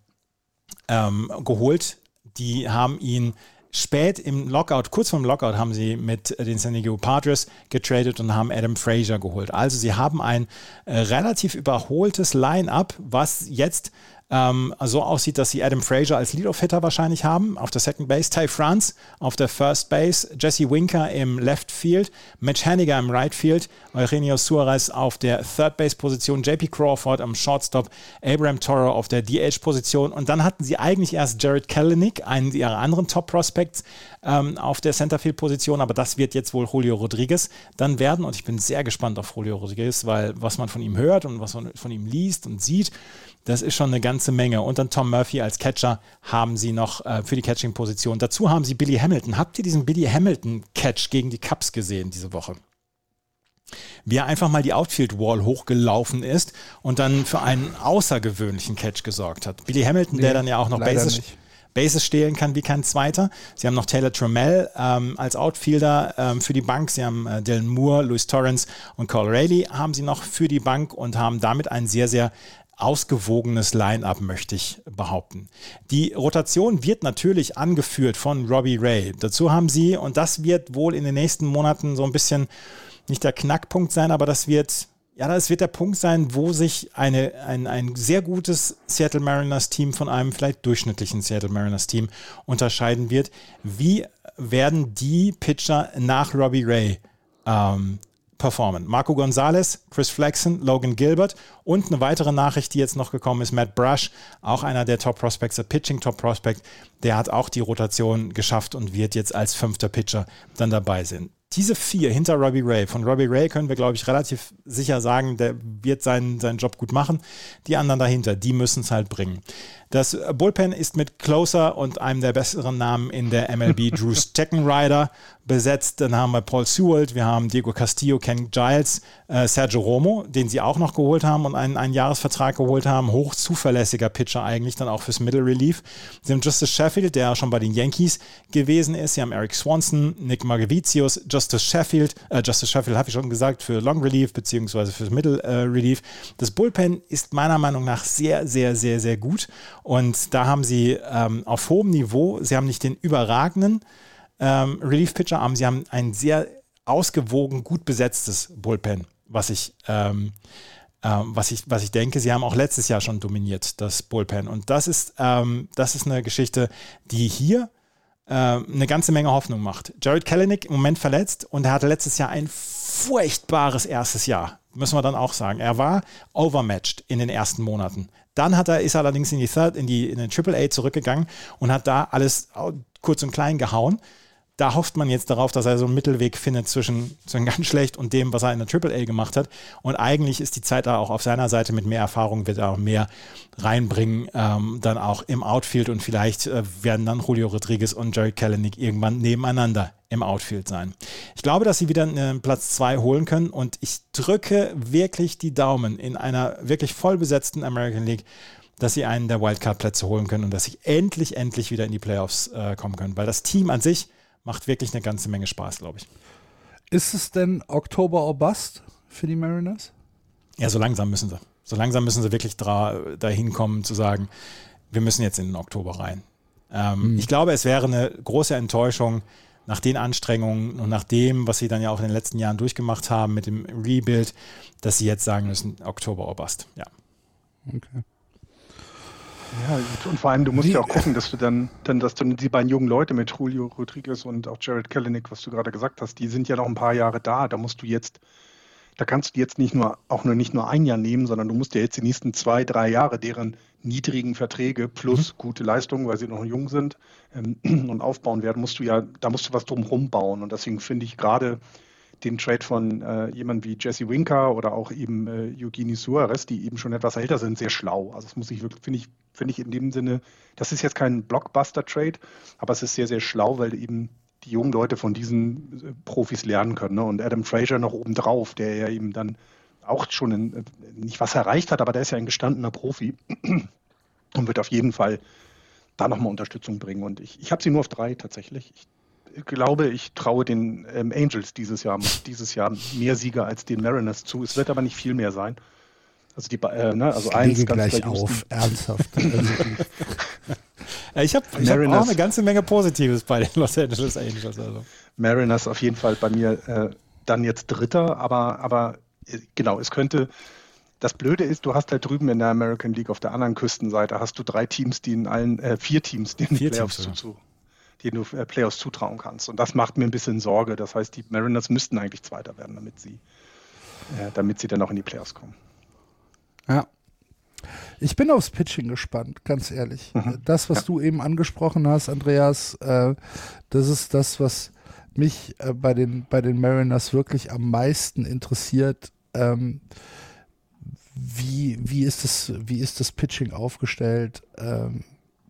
ähm, geholt. Die haben ihn spät im Lockout, kurz vor dem Lockout, haben sie mit den San Diego Padres getradet und haben Adam Frazier geholt. Also sie haben ein äh, relativ überholtes Line-Up, was jetzt ähm, so aussieht, dass sie Adam Frazier als Leadoff-Hitter wahrscheinlich haben, auf der Second Base, Ty France auf der First Base, Jesse Winker im Left Field, Mitch Haniger im Right Field, Eugenio Suarez auf der Third Base Position, J P Crawford am Shortstop, Abraham Toro auf der D H Position und dann hatten sie eigentlich erst Jared Kelenic, einen ihrer anderen Top Prospects, ähm, auf der Centerfield Position, aber das wird jetzt wohl Julio Rodriguez dann werden und ich bin sehr gespannt auf Julio Rodriguez, weil was man von ihm hört und was man von ihm liest und sieht, das ist schon eine ganze Menge. Und dann Tom Murphy als Catcher haben sie noch äh, für die Catching-Position. Dazu haben sie Billy Hamilton. Habt ihr diesen Billy Hamilton-Catch gegen die Cubs gesehen diese Woche? Wie er einfach mal die Outfield-Wall hochgelaufen ist und dann für einen außergewöhnlichen Catch gesorgt hat. Billy Hamilton, nee, der dann ja auch noch Bases, Bases stehlen kann wie kein Zweiter. Sie haben noch Taylor Trammell ähm, als Outfielder ähm, für die Bank. Sie haben äh, Dylan Moore, Luis Torrens und Cole Rayleigh haben sie noch für die Bank und haben damit ein sehr, sehr ausgewogenes Line-Up, möchte ich behaupten. Die Rotation wird natürlich angeführt von Robbie Ray. Dazu haben sie, und das wird wohl in den nächsten Monaten so ein bisschen nicht der Knackpunkt sein, aber das wird, ja, das wird der Punkt sein, wo sich eine, ein, ein sehr gutes Seattle Mariners-Team von einem vielleicht durchschnittlichen Seattle Mariners-Team unterscheiden wird. Wie werden die Pitcher nach Robbie Ray ähm, performen? Marco Gonzalez, Chris Flexen, Logan Gilbert und eine weitere Nachricht, die jetzt noch gekommen ist, Matt Brush, auch einer der Top-Prospects, der Pitching-Top-Prospect, der hat auch die Rotation geschafft und wird jetzt als fünfter Pitcher dann dabei sein. Diese vier hinter Robbie Ray, von Robbie Ray können wir, glaube ich, relativ sicher sagen, der wird seinen, seinen Job gut machen. Die anderen dahinter, die müssen es halt bringen. Das Bullpen ist mit Closer und einem der besseren Namen in der M L B, Drew Steckenrider, besetzt. Dann haben wir Paul Sewell, wir haben Diego Castillo, Ken Giles, äh, Sergio Romo, den sie auch noch geholt haben und einen, einen Jahresvertrag geholt haben. Hoch zuverlässiger Pitcher eigentlich, dann auch fürs Middle Relief. Sie haben Justice Sheffield, der schon bei den Yankees gewesen ist. Sie haben Eric Swanson, Nick Margevicius, Justice Sheffield, äh, Justice Sheffield habe ich schon gesagt, für Long Relief beziehungsweise fürs Middle äh, Relief. Das Bullpen ist meiner Meinung nach sehr, sehr, sehr, sehr gut. Und da haben sie ähm, auf hohem Niveau, sie haben nicht den überragenden ähm, Relief-Pitcher, aber sie haben ein sehr ausgewogen, gut besetztes Bullpen, was ich, ähm, ähm, was ich, was ich denke, sie haben auch letztes Jahr schon dominiert, das Bullpen. Und das ist, ähm, das ist eine Geschichte, die hier äh, eine ganze Menge Hoffnung macht. Jared Kelenic im Moment verletzt und er hatte letztes Jahr ein furchtbares erstes Jahr, müssen wir dann auch sagen. Er war overmatched in den ersten Monaten. Dann hat er, ist er allerdings in die Third, in die, in den Triple A zurückgegangen und hat da alles kurz und klein gehauen. Da hofft man jetzt darauf, dass er so einen Mittelweg findet zwischen, zwischen ganz schlecht und dem, was er in der Triple A gemacht hat. Und eigentlich ist die Zeit da auch auf seiner Seite. Mit mehr Erfahrung wird er auch mehr reinbringen, ähm, dann auch im Outfield. Und vielleicht äh, werden dann Julio Rodriguez und Jared Kelenic irgendwann nebeneinander im Outfield sein. Ich glaube, dass sie wieder einen Platz zwei holen können. Und ich drücke wirklich die Daumen in einer wirklich voll besetzten American League, dass sie einen der Wildcard-Plätze holen können und dass sie endlich, endlich wieder in die Playoffs äh, kommen können. Weil das Team an sich macht wirklich eine ganze Menge Spaß, glaube ich. Ist es denn Oktober or Bust für die Mariners? Ja, so langsam müssen sie. So langsam müssen sie wirklich dra- dahin kommen, zu sagen, wir müssen jetzt in den Oktober rein. Ähm, mhm. Ich glaube, es wäre eine große Enttäuschung nach den Anstrengungen und nach dem, was sie dann ja auch in den letzten Jahren durchgemacht haben mit dem Rebuild, dass sie jetzt sagen müssen, Oktober or Bust. Ja. Okay. Ja, und vor allem, du musst die, ja auch gucken, dass du dann, dann, dass du die beiden jungen Leute mit Julio Rodriguez und auch Jared Kelenic, was du gerade gesagt hast, die sind ja noch ein paar Jahre da. Da musst du jetzt, da kannst du jetzt nicht nur, auch nur nicht nur ein Jahr nehmen, sondern du musst ja jetzt die nächsten zwei, drei Jahre deren niedrigen Verträge plus mhm. gute Leistungen, weil sie noch jung sind ähm, und aufbauen werden, musst du ja, da musst du was drumherum bauen. Und deswegen finde ich gerade den Trade von äh, jemandem wie Jesse Winker oder auch eben äh, Eugenio Suarez, die eben schon etwas älter sind, sehr schlau. Also das muss ich wirklich, finde ich, finde ich in dem Sinne, das ist jetzt kein Blockbuster-Trade, aber es ist sehr, sehr schlau, weil eben die jungen Leute von diesen äh, Profis lernen können. Ne? Und Adam Frazier noch obendrauf, der ja eben dann auch schon in, äh, nicht was erreicht hat, aber der ist ja ein gestandener Profi und wird auf jeden Fall da nochmal Unterstützung bringen. Und ich, ich habe sie nur auf drei tatsächlich. Ich, Ich glaube, ich traue den ähm, Angels dieses Jahr, dieses Jahr mehr Sieger als den Mariners zu. Es wird aber nicht viel mehr sein. Also die, äh, ne, also ich eins lege ganz gleich auf, ernsthaft. ich habe ich hab auch eine ganze Menge Positives bei den Los Angeles Angels. Also. Mariners auf jeden Fall bei mir äh, dann jetzt Dritter, aber, aber äh, genau, es könnte. Das Blöde ist, du hast halt drüben in der American League auf der anderen Küstenseite hast du drei Teams, die in allen äh, vier Teams, die in den Playoffs zu, zu denen du äh, Playoffs zutrauen kannst. Und das macht mir ein bisschen Sorge. Das heißt, die Mariners müssten eigentlich Zweiter werden, damit sie, äh, damit sie dann auch in die Playoffs kommen. Ja. Ich bin aufs Pitching gespannt, ganz ehrlich. Mhm. Das, was ja. du eben angesprochen hast, Andreas, äh, das ist das, was mich äh, bei den, bei den Mariners wirklich am meisten interessiert. Ähm, wie, wie, ist das, wie ist das Pitching aufgestellt? Ähm,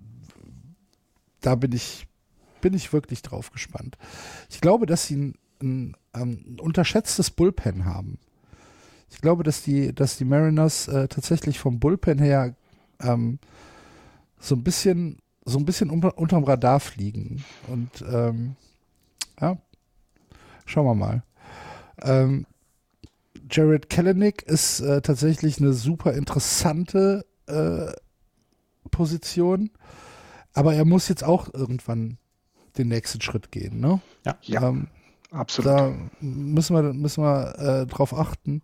da bin ich bin ich wirklich drauf gespannt. Ich glaube, dass sie ein, ein, ein unterschätztes Bullpen haben. Ich glaube, dass die, dass die Mariners äh, tatsächlich vom Bullpen her ähm, so ein bisschen, so ein bisschen unter, unterm Radar fliegen. Und ähm, ja, schauen wir mal. Ähm, Jared Kelenic ist äh, tatsächlich eine super interessante äh, Position, aber er muss jetzt auch irgendwann den nächsten Schritt gehen, ne? Ja, ja ähm, absolut. Da müssen wir, müssen wir äh, drauf achten.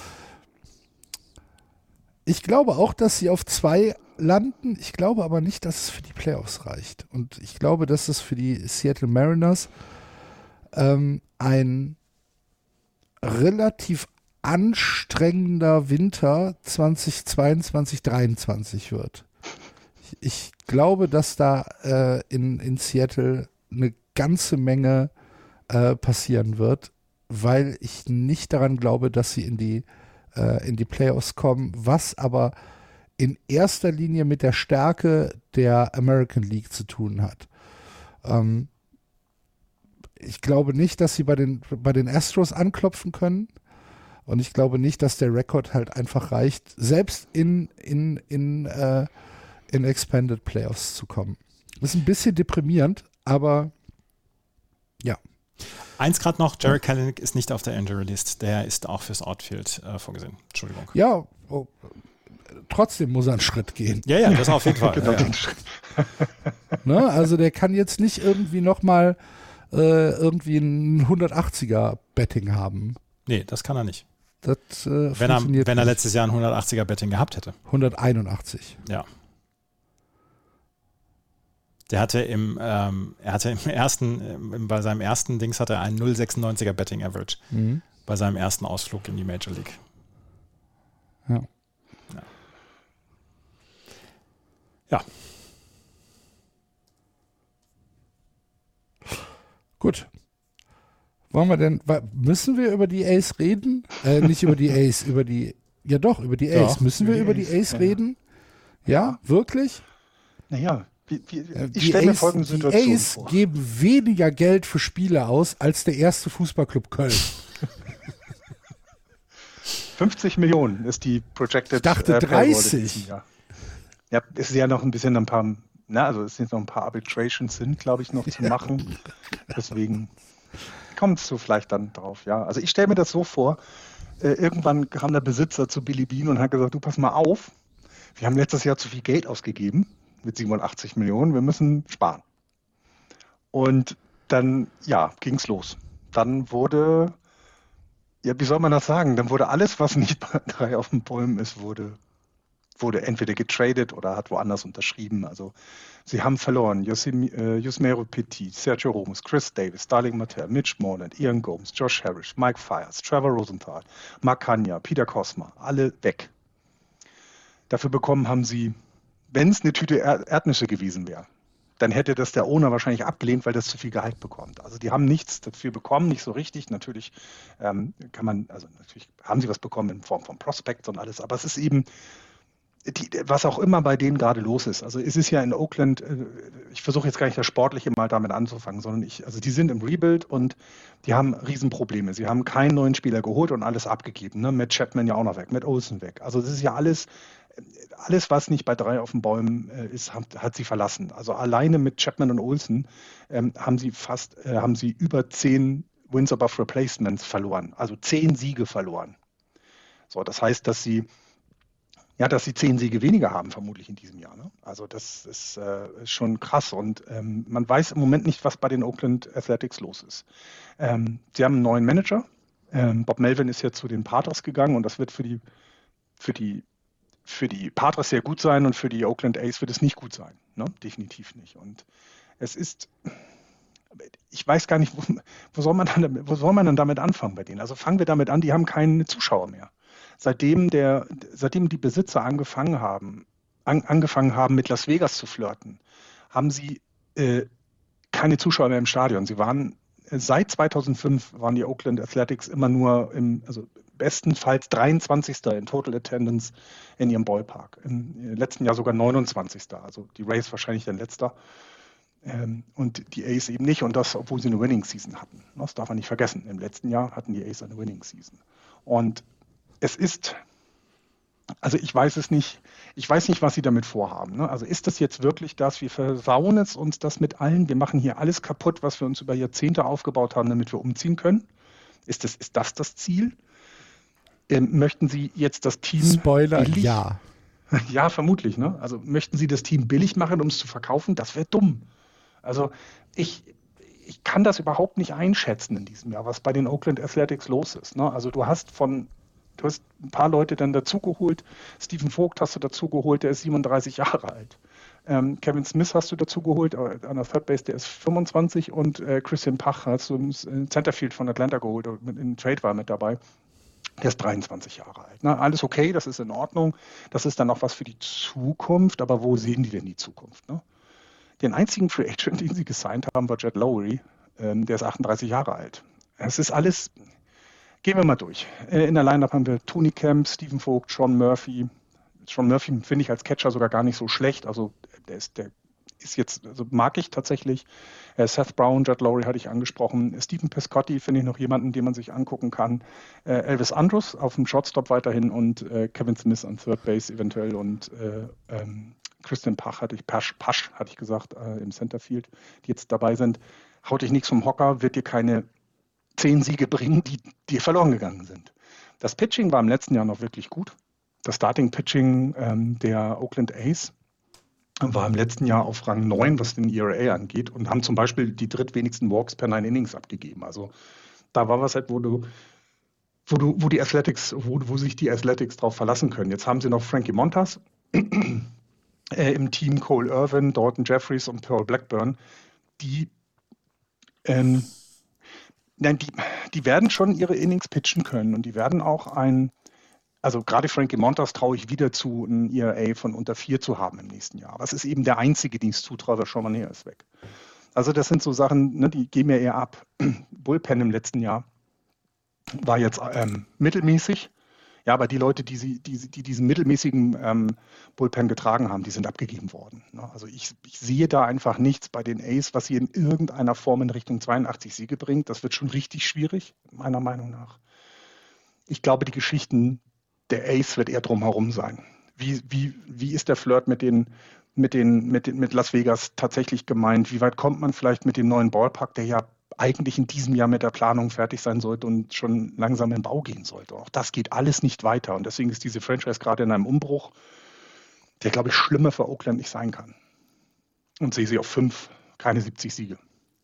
Ich glaube auch, dass sie auf zwei landen. Ich glaube aber nicht, dass es für die Playoffs reicht. Und ich glaube, dass es für die Seattle Mariners ähm, ein relativ anstrengender Winter zweitausendzweiundzwanzig dreiundzwanzig wird. Ich, ich glaube, dass da äh, in, in Seattle eine ganze Menge äh, passieren wird, weil ich nicht daran glaube, dass sie in die, äh, in die Playoffs kommen, was aber in erster Linie mit der Stärke der American League zu tun hat. Ähm, ich glaube nicht, dass sie bei den, bei den Astros anklopfen können. Und ich glaube nicht, dass der Rekord halt einfach reicht, selbst in, in, in, äh, in Expanded Playoffs zu kommen. Das ist ein bisschen deprimierend, aber ja. Eins gerade noch, Jarred Kelenic ist nicht auf der Injury List. Der ist auch fürs Outfield äh, vorgesehen. Entschuldigung. Ja, oh, trotzdem muss er einen Schritt gehen. Ja, ja, das auf jeden Fall. Genau, ja, den ja. Schritt. Ne? Also der kann jetzt nicht irgendwie nochmal äh, irgendwie ein hundertachtziger Betting haben. Nee, das kann er nicht. Das äh, Wenn er, funktioniert wenn er nicht. letztes Jahr ein hundertachtziger Betting gehabt hätte. hunderteinundachtzig. Ja. Der hatte im, ähm, er hatte im ersten, ähm, bei seinem ersten Dings hatte er einen null Komma sechsundneunziger Betting Average. Mhm. Bei seinem ersten Ausflug in die Major League. Ja. Ja. Ja. Gut. Wollen wir denn, wa- müssen wir über die Ace reden? Äh, nicht über die Ace, über die, ja doch, über die Ace. Doch, müssen wir über über die die Ace Ace, ja. reden? Ja, wirklich? Naja, wie, wie, Äh, ich die stelle mir Ace, folgende die Situation Ace vor. geben weniger Geld für Spiele aus als der erste Fußballclub Köln. fünfzig Millionen ist die projected. Ich dachte äh, Payroll dreißig. in diesem Jahr. Ja, es ist ja noch ein bisschen ein paar, na, also es sind noch ein paar Arbitrations sind, glaube ich, noch zu machen. Deswegen kommst du vielleicht dann drauf, ja. Also ich stelle mir das so vor, äh, irgendwann kam der Besitzer zu Billy Beane und hat gesagt, du pass mal auf, wir haben letztes Jahr zu viel Geld ausgegeben mit siebenundachtzig Millionen, wir müssen sparen. Und dann, ja, ging's los. Dann wurde, ja, wie soll man das sagen, dann wurde alles, was nicht bei drei auf den Bäumen ist, wurde wurde entweder getradet oder hat woanders unterschrieben. Also sie haben verloren Yosim, äh, Yusmeiro Petit, Sergio Ramos, Chris Davis, Starling Mate, Mitch Moreland, Ian Gomes, Josh Harris, Mike Fiers, Trevor Rosenthal, Mark Kania, Peter Cosma, alle weg. Dafür bekommen haben sie, wenn es eine Tüte er Erdnüsse gewesen wäre, dann hätte das der Owner wahrscheinlich abgelehnt, weil das zu viel Gehalt bekommt. Also die haben nichts dafür bekommen, nicht so richtig. Natürlich ähm, kann man, also natürlich haben sie was bekommen in Form von Prospects und alles, aber es ist eben Die, was auch immer bei denen gerade los ist. Also es ist ja in Oakland, ich versuche jetzt gar nicht das Sportliche mal damit anzufangen, sondern ich, also die sind im Rebuild und die haben Riesenprobleme. Sie haben keinen neuen Spieler geholt und alles abgegeben. Ne? Matt Chapman ja auch noch weg, Matt Olson weg. Also das ist ja alles, alles was nicht bei drei auf den Bäumen äh, ist, hat, hat sie verlassen. Also alleine mit Chapman und Olson ähm, haben sie fast, äh, haben sie über zehn Wins above Replacements verloren. Also zehn Siege verloren. So, das heißt, dass sie Ja, dass sie zehn Siege weniger haben, vermutlich in diesem Jahr. Ne? Also das ist, äh, ist schon krass. Und ähm, man weiß im Moment nicht, was bei den Oakland Athletics los ist. Ähm, sie haben einen neuen Manager. Ähm, Bob Melvin ist ja zu den Padres gegangen und das wird für die, für die, für die Padres sehr gut sein und für die Oakland A's wird es nicht gut sein. Ne? Definitiv nicht. Und es ist, ich weiß gar nicht, wo, wo, soll man dann damit, wo soll man dann damit anfangen bei denen? Also fangen wir damit an, die haben keine Zuschauer mehr. Seitdem, der, seitdem die Besitzer angefangen haben, an, angefangen haben, mit Las Vegas zu flirten, haben sie äh, keine Zuschauer mehr im Stadion. Sie waren, äh, seit zweitausendfünf waren die Oakland Athletics immer nur im, also bestenfalls dreiundzwanzigster in Total Attendance in ihrem Ballpark. Im, im letzten Jahr sogar neunundzwanzigster Also die Rays wahrscheinlich der letzter. Ähm, und die A's eben nicht. Und das, obwohl sie eine Winning Season hatten. Das darf man nicht vergessen. Im letzten Jahr hatten die A's eine Winning Season. Und es ist, also ich weiß es nicht, ich weiß nicht, was sie damit vorhaben. Ne? Also ist das jetzt wirklich das, wir versauen es uns das mit allen, wir machen hier alles kaputt, was wir uns über Jahrzehnte aufgebaut haben, damit wir umziehen können? Ist das ist das, das Ziel? Ähm, möchten Sie jetzt das Team Spoiler, billig? ja. Ja, vermutlich. Ne? Also möchten Sie das Team billig machen, um es zu verkaufen? Das wäre dumm. Also ich, ich kann das überhaupt nicht einschätzen in diesem Jahr, was bei den Oakland Athletics los ist. Ne? Also du hast von Du hast ein paar Leute dann dazugeholt. Stephen Vogt hast du dazugeholt, der ist siebenunddreißig Jahre alt. Ähm, Kevin Smith hast du dazugeholt, äh, an der Third Base, der ist fünfundzwanzig. Und äh, Christian Pach hast du im Centerfield von Atlanta geholt, mit, in Trade war mit dabei. Der ist dreiundzwanzig Jahre alt. Na, alles okay, das ist in Ordnung. Das ist dann auch was für die Zukunft. Aber wo sehen die denn die Zukunft? Ne? Den einzigen Free Agent, den sie gesigned haben, war Jed Lowry. Ähm, der ist achtunddreißig Jahre alt. Es ist alles... Gehen wir mal durch. In der Lineup haben wir Tony Kemp, Stephen Vogt, Sean Murphy, Sean Murphy finde ich als Catcher sogar gar nicht so schlecht. Also der ist, der ist jetzt, also mag ich tatsächlich. Äh, Seth Brown, Judd Lowry hatte ich angesprochen. Stephen Piscotty finde ich noch jemanden, den man sich angucken kann. Äh, Elvis Andrus auf dem Shortstop weiterhin und äh, Kevin Smith an Third Base eventuell und äh, ähm, Christian Pach hatte ich, Pasch, Pasch hatte ich gesagt, äh, im Centerfield, die jetzt dabei sind. Haut dich nichts vom Hocker, wird dir keine zehn Siege bringen, die dir verloren gegangen sind. Das Pitching war im letzten Jahr noch wirklich gut. Das Starting-Pitching ähm, der Oakland A's war im letzten Jahr auf Rang neun, was den E R A angeht, und haben zum Beispiel die drittwenigsten Walks per Nine Innings abgegeben. Also da war was halt, wo du, wo du, wo die Athletics, wo, wo sich die Athletics drauf verlassen können. Jetzt haben sie noch Frankie Montas äh, im Team, Cole Irvin, Dalton Jeffries und Pearl Blackburn, die ähm, nein, die, die werden schon ihre Innings pitchen können und die werden auch ein Also gerade Frankie Montas traue ich wieder zu, ein E R A von unter vier zu haben im nächsten Jahr. Aber es ist eben der einzige, den ich es zutraue, Sean Manaea ist weg. Also das sind so Sachen, ne, die gehen mir eher ab. Bullpen im letzten Jahr war jetzt ähm, mittelmäßig. Ja, aber die Leute, die, sie, die, die diesen mittelmäßigen ähm, Bullpen getragen haben, die sind abgegeben worden. Ne? Also ich, ich sehe da einfach nichts bei den A's, was sie in irgendeiner Form in Richtung zweiundachtzig Siege bringt. Das wird schon richtig schwierig, meiner Meinung nach. Ich glaube, die Geschichten der Ace wird eher drumherum sein. Wie, wie, wie ist der Flirt mit, den, mit, den, mit, den, mit Las Vegas tatsächlich gemeint? Wie weit kommt man vielleicht mit dem neuen Ballpark, der ja eigentlich in diesem Jahr mit der Planung fertig sein sollte und schon langsam in Bau gehen sollte? Auch das geht alles nicht weiter. Und deswegen ist diese Franchise gerade in einem Umbruch, der, glaube ich, schlimmer für Oakland nicht sein kann. Und sehe sie auf fünf, keine siebzig Siege.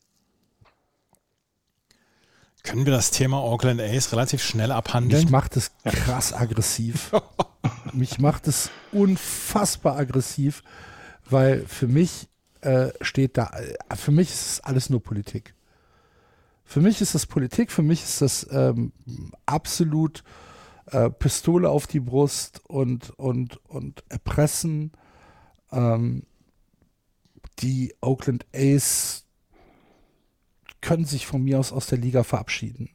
Können wir das Thema Oakland A's relativ schnell abhandeln? Mich macht es krass aggressiv. Mich macht es unfassbar aggressiv, weil für mich äh, steht da, äh, für mich ist es alles nur Politik. Für mich ist das Politik, für mich ist das ähm, absolut äh, Pistole auf die Brust und, und, und Erpressen. Ähm, die Oakland A's können sich von mir aus aus der Liga verabschieden.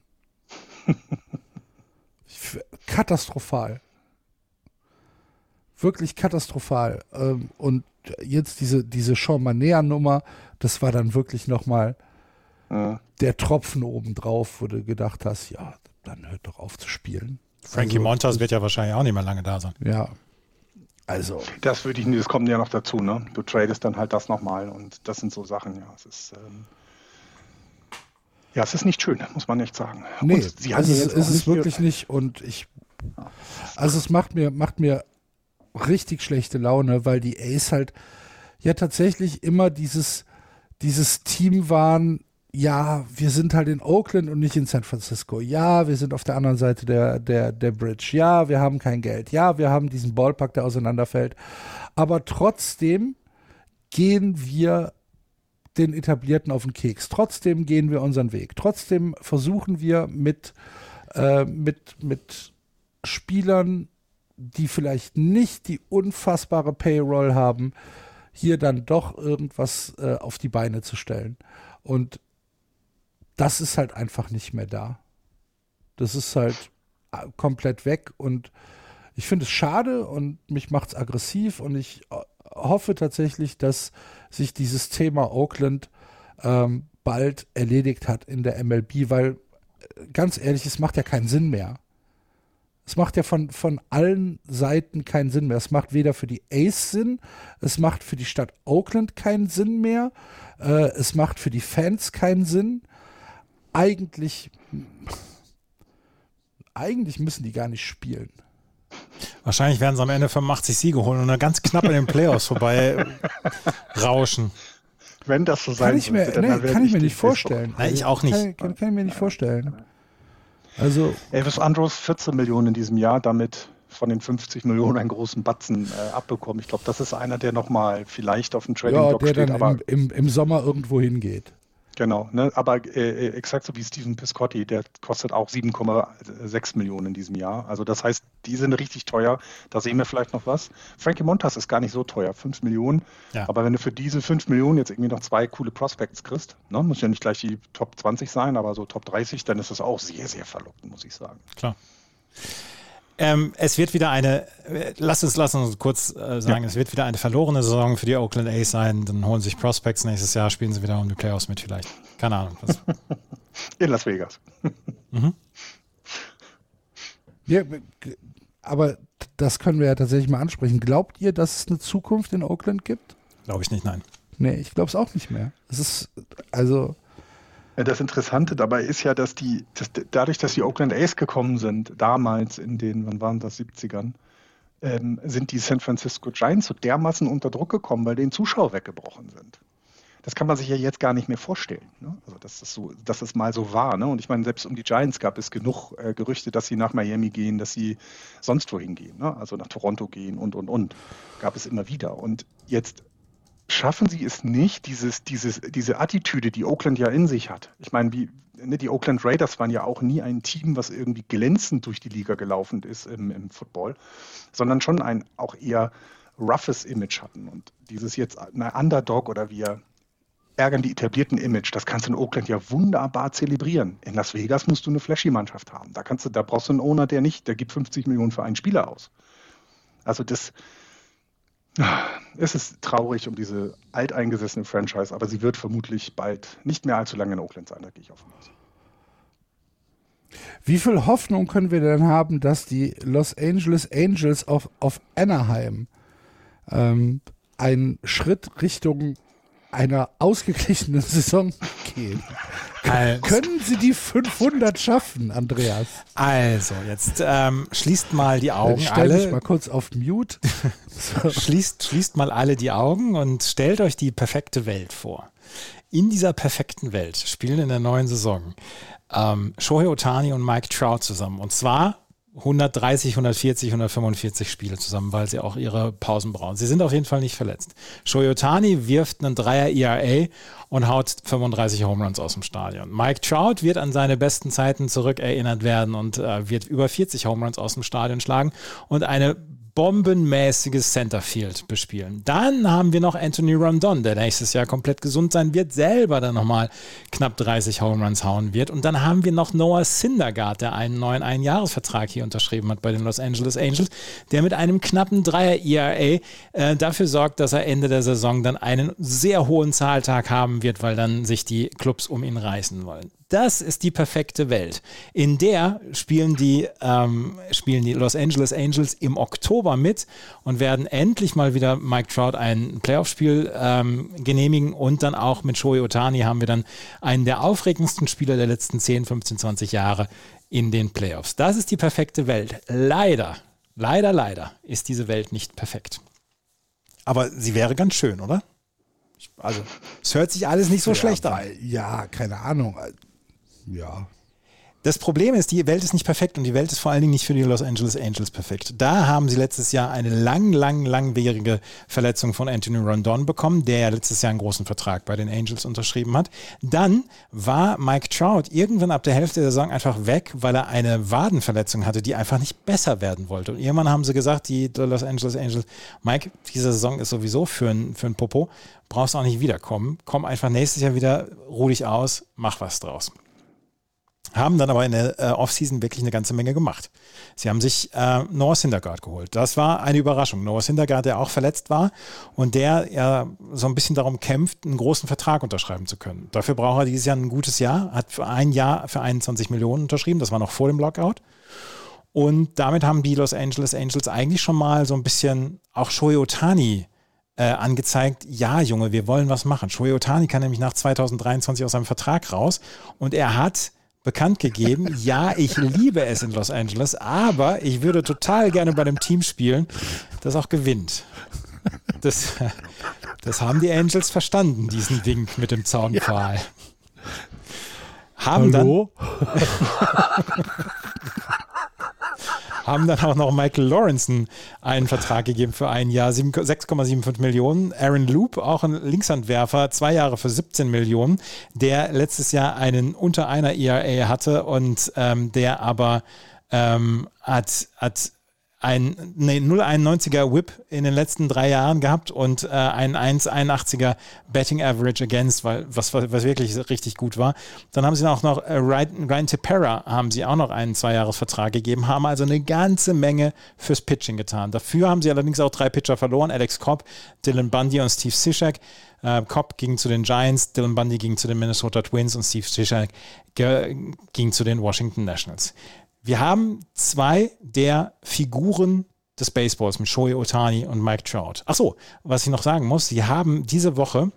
Katastrophal. Wirklich katastrophal. Und jetzt diese, diese Sean Manaea-Nummer, das war dann wirklich nochmal ja. der Tropfen obendrauf, wo du gedacht hast, ja, dann hört doch auf zu spielen. Frankie also, Montas wird ja wahrscheinlich auch nicht mehr lange da sein. Ja. Also. Das würde ich nicht, das kommt ja noch dazu, ne? Du tradest dann halt das nochmal und das sind so Sachen, ja. Es ist, ähm Ja, es ist nicht schön, muss man echt sagen. Nee, und sie also haben es ist es wirklich nicht und ich, also es macht mir, macht mir richtig schlechte Laune, weil die A's halt ja tatsächlich immer dieses, dieses Team waren, ja, wir sind halt in Oakland und nicht in San Francisco. Ja, wir sind auf der anderen Seite der, der, der Bridge. Ja, wir haben kein Geld. Ja, wir haben diesen Ballpark, der auseinanderfällt. Aber trotzdem gehen wir den Etablierten auf den Keks. Trotzdem gehen wir unseren Weg. Trotzdem versuchen wir mit, äh, mit, mit Spielern, die vielleicht nicht die unfassbare Payroll haben, hier dann doch irgendwas äh, auf die Beine zu stellen. Und das ist halt einfach nicht mehr da. Das ist halt komplett weg und ich finde es schade und mich macht es aggressiv und ich hoffe tatsächlich, dass sich dieses Thema Oakland ähm, bald erledigt hat in der M L B, weil ganz ehrlich, es macht ja keinen Sinn mehr. Es macht ja von, von allen Seiten keinen Sinn mehr. Es macht weder für die A's Sinn, es macht für die Stadt Oakland keinen Sinn mehr, äh, es macht für die Fans keinen Sinn. Eigentlich, eigentlich müssen die gar nicht spielen. Wahrscheinlich werden sie am Ende fünfundachtzig Siege holen und dann ganz knapp in den Playoffs vorbei rauschen. Wenn das so sein kann ich mir, sollte, nee, kann ich mir nicht vorstellen. Nein, ich auch nicht. Kann, kann, kann ich mir nicht vorstellen. Also Elvis Andrus vierzehn Millionen in diesem Jahr, damit von den fünfzig Millionen einen großen Batzen äh, abbekommen. Ich glaube, das ist einer, der nochmal vielleicht auf dem Trading-Block ja, der steht. Dann aber im, im, im Sommer irgendwo hingeht. Genau, ne? Aber äh, exakt so wie Stephen Piscotty, der kostet auch sieben Komma sechs Millionen in diesem Jahr. Also das heißt, die sind richtig teuer. Da sehen wir vielleicht noch was. Frankie Montas ist gar nicht so teuer, fünf Millionen. Ja. Aber wenn du für diese fünf Millionen jetzt irgendwie noch zwei coole Prospects kriegst, ne? Muss ja nicht gleich die Top zwanzig sein, aber so Top dreißig, dann ist das auch sehr, sehr verlockend, muss ich sagen. Klar. Ähm, es wird wieder eine, äh, lass uns, lass uns kurz äh, sagen, ja. es wird wieder eine verlorene Saison für die Oakland A's sein. Dann holen sich Prospects nächstes Jahr, spielen sie wieder um die Playoffs mit vielleicht. Keine Ahnung. Was. In Las Vegas. Mhm. Ja, aber das können wir ja tatsächlich mal ansprechen. Glaubt ihr, dass es eine Zukunft in Oakland gibt? Glaube ich nicht, nein. Nee, ich glaube es auch nicht mehr. Es ist, also... Das Interessante dabei ist ja, dass die, dass dadurch, dass die Oakland A's gekommen sind, damals in den, wann waren das, siebzigern, ähm, sind die San Francisco Giants so dermaßen unter Druck gekommen, weil denen Zuschauer weggebrochen sind. Das kann man sich ja jetzt gar nicht mehr vorstellen. Ne? Also dass das so, dass es mal so war. Ne? Und ich meine, selbst um die Giants gab es genug äh, Gerüchte, dass sie nach Miami gehen, dass sie sonst wohin gehen, ne? Also nach Toronto gehen und, und, und. Gab es immer wieder. Und jetzt schaffen sie es nicht, dieses, dieses, diese Attitüde, die Oakland ja in sich hat. Ich meine, wie, ne, die Oakland Raiders waren ja auch nie ein Team, was irgendwie glänzend durch die Liga gelaufen ist im, im Football, sondern schon ein auch eher roughes Image hatten. Und dieses jetzt, na, Underdog oder wir ärgern die etablierten Image, das kannst du in Oakland ja wunderbar zelebrieren. In Las Vegas musst du eine flashy-Mannschaft haben. Da kannst du, da brauchst du einen Owner, der nicht, der gibt fünfzig Millionen für einen Spieler aus. Also das Es ist traurig um diese alteingesessene Franchise, aber sie wird vermutlich bald nicht mehr allzu lange in Oakland sein, da gehe ich auf aus. Wie viel Hoffnung können wir denn haben, dass die Los Angeles Angels auf, auf Anaheim ähm, einen Schritt Richtung einer ausgeglichenen Saison gehen? Also, können sie die fünfhundert schaffen, Andreas? Also, jetzt ähm, schließt mal die Augen Stell alle. dich mal kurz auf Mute. So. schließt, schließt mal alle die Augen und stellt euch die perfekte Welt vor. In dieser perfekten Welt spielen in der neuen Saison ähm, Shohei Ohtani und Mike Trout zusammen. Und zwar hundertdreißig, hundertvierzig, hundertfünfundvierzig Spiele zusammen, weil sie auch ihre Pausen brauchen. Sie sind auf jeden Fall nicht verletzt. Shohei Ohtani wirft einen Dreier E R A und haut fünfunddreißig Home Runs aus dem Stadion. Mike Trout wird an seine besten Zeiten zurückerinnert werden und äh, wird über vierzig Home Runs aus dem Stadion schlagen und eine bombenmäßiges Centerfield bespielen. Dann haben wir noch Anthony Rondon, der nächstes Jahr komplett gesund sein wird, selber dann nochmal knapp dreißig Home Runs hauen wird. Und dann haben wir noch Noah Syndergaard, der einen neuen Einjahresvertrag hier unterschrieben hat bei den Los Angeles Angels, der mit einem knappen Dreier E R A äh, dafür sorgt, dass er Ende der Saison dann einen sehr hohen Zahltag haben wird, weil dann sich die Clubs um ihn reißen wollen. Das ist die perfekte Welt. In der spielen die, ähm, spielen die Los Angeles Angels im Oktober mit und werden endlich mal wieder Mike Trout ein Playoff-Spiel ähm, genehmigen und dann auch mit Shohei Ohtani haben wir dann einen der aufregendsten Spieler der letzten zehn, fünfzehn, zwanzig Jahre in den Playoffs. Das ist die perfekte Welt. Leider, leider, leider ist diese Welt nicht perfekt. Aber sie wäre ganz schön, oder? Also, es hört sich alles nicht so ja, schlecht an. weil, ja, keine Ahnung. Ja. Das Problem ist, die Welt ist nicht perfekt und die Welt ist vor allen Dingen nicht für die Los Angeles Angels perfekt. Da haben sie letztes Jahr eine lang, lang, langwierige Verletzung von Anthony Rondon bekommen, der ja letztes Jahr einen großen Vertrag bei den Angels unterschrieben hat. Dann war Mike Trout irgendwann ab der Hälfte der Saison einfach weg, weil er eine Wadenverletzung hatte, die einfach nicht besser werden wollte. Und irgendwann haben sie gesagt, die Los Angeles Angels, Mike, diese Saison ist sowieso für ein, für ein Popo, brauchst auch nicht wiederkommen. Komm einfach nächstes Jahr wieder, ruh dich aus, mach was draus. Haben dann aber in der äh, Offseason wirklich eine ganze Menge gemacht. Sie haben sich äh, Noah Syndergaard geholt. Das war eine Überraschung. Noah Syndergaard, der auch verletzt war und der ja so ein bisschen darum kämpft, einen großen Vertrag unterschreiben zu können. Dafür braucht er dieses Jahr ein gutes Jahr, hat für ein Jahr für einundzwanzig Millionen unterschrieben. Das war noch vor dem Lockout. Und damit haben die Los Angeles Angels eigentlich schon mal so ein bisschen auch Shohei Ohtani äh, angezeigt, ja Junge, wir wollen was machen. Shohei Ohtani kann nämlich nach zweitausenddreiundzwanzig aus seinem Vertrag raus und er hat bekannt gegeben, ja, ich liebe es in Los Angeles, aber ich würde total gerne bei einem Team spielen, das auch gewinnt. Das, das haben die Angels verstanden, diesen Wink mit dem Zaunpfahl. Ja. Haben Hallo? dann haben dann auch noch Michael Lawrence einen Vertrag gegeben für ein Jahr, sechs Komma fünfundsiebzig Millionen. Aaron Loop, auch ein Linkshandwerfer, zwei Jahre für siebzehn Millionen, der letztes Jahr einen unter einer E R A hatte und ähm, der aber ähm, hat, hat ein ne, null Komma einundneunziger Whip in den letzten drei Jahren gehabt und äh, ein eins Komma einundachtziger Betting Average Against, weil, was, was wirklich richtig gut war. Dann haben sie auch noch äh, Ryan, Ryan Tepera haben sie auch noch einen Zweijahresvertrag gegeben, haben also eine ganze Menge fürs Pitching getan. Dafür haben sie allerdings auch drei Pitcher verloren, Alex Cobb, Dylan Bundy und Steve Cishek. Äh, Cobb ging zu den Giants, Dylan Bundy ging zu den Minnesota Twins und Steve Cishek ge- ging zu den Washington Nationals. Wir haben zwei der Figuren des Baseballs mit Shohei Ohtani und Mike Trout. Ach so, was ich noch sagen muss, sie haben diese Woche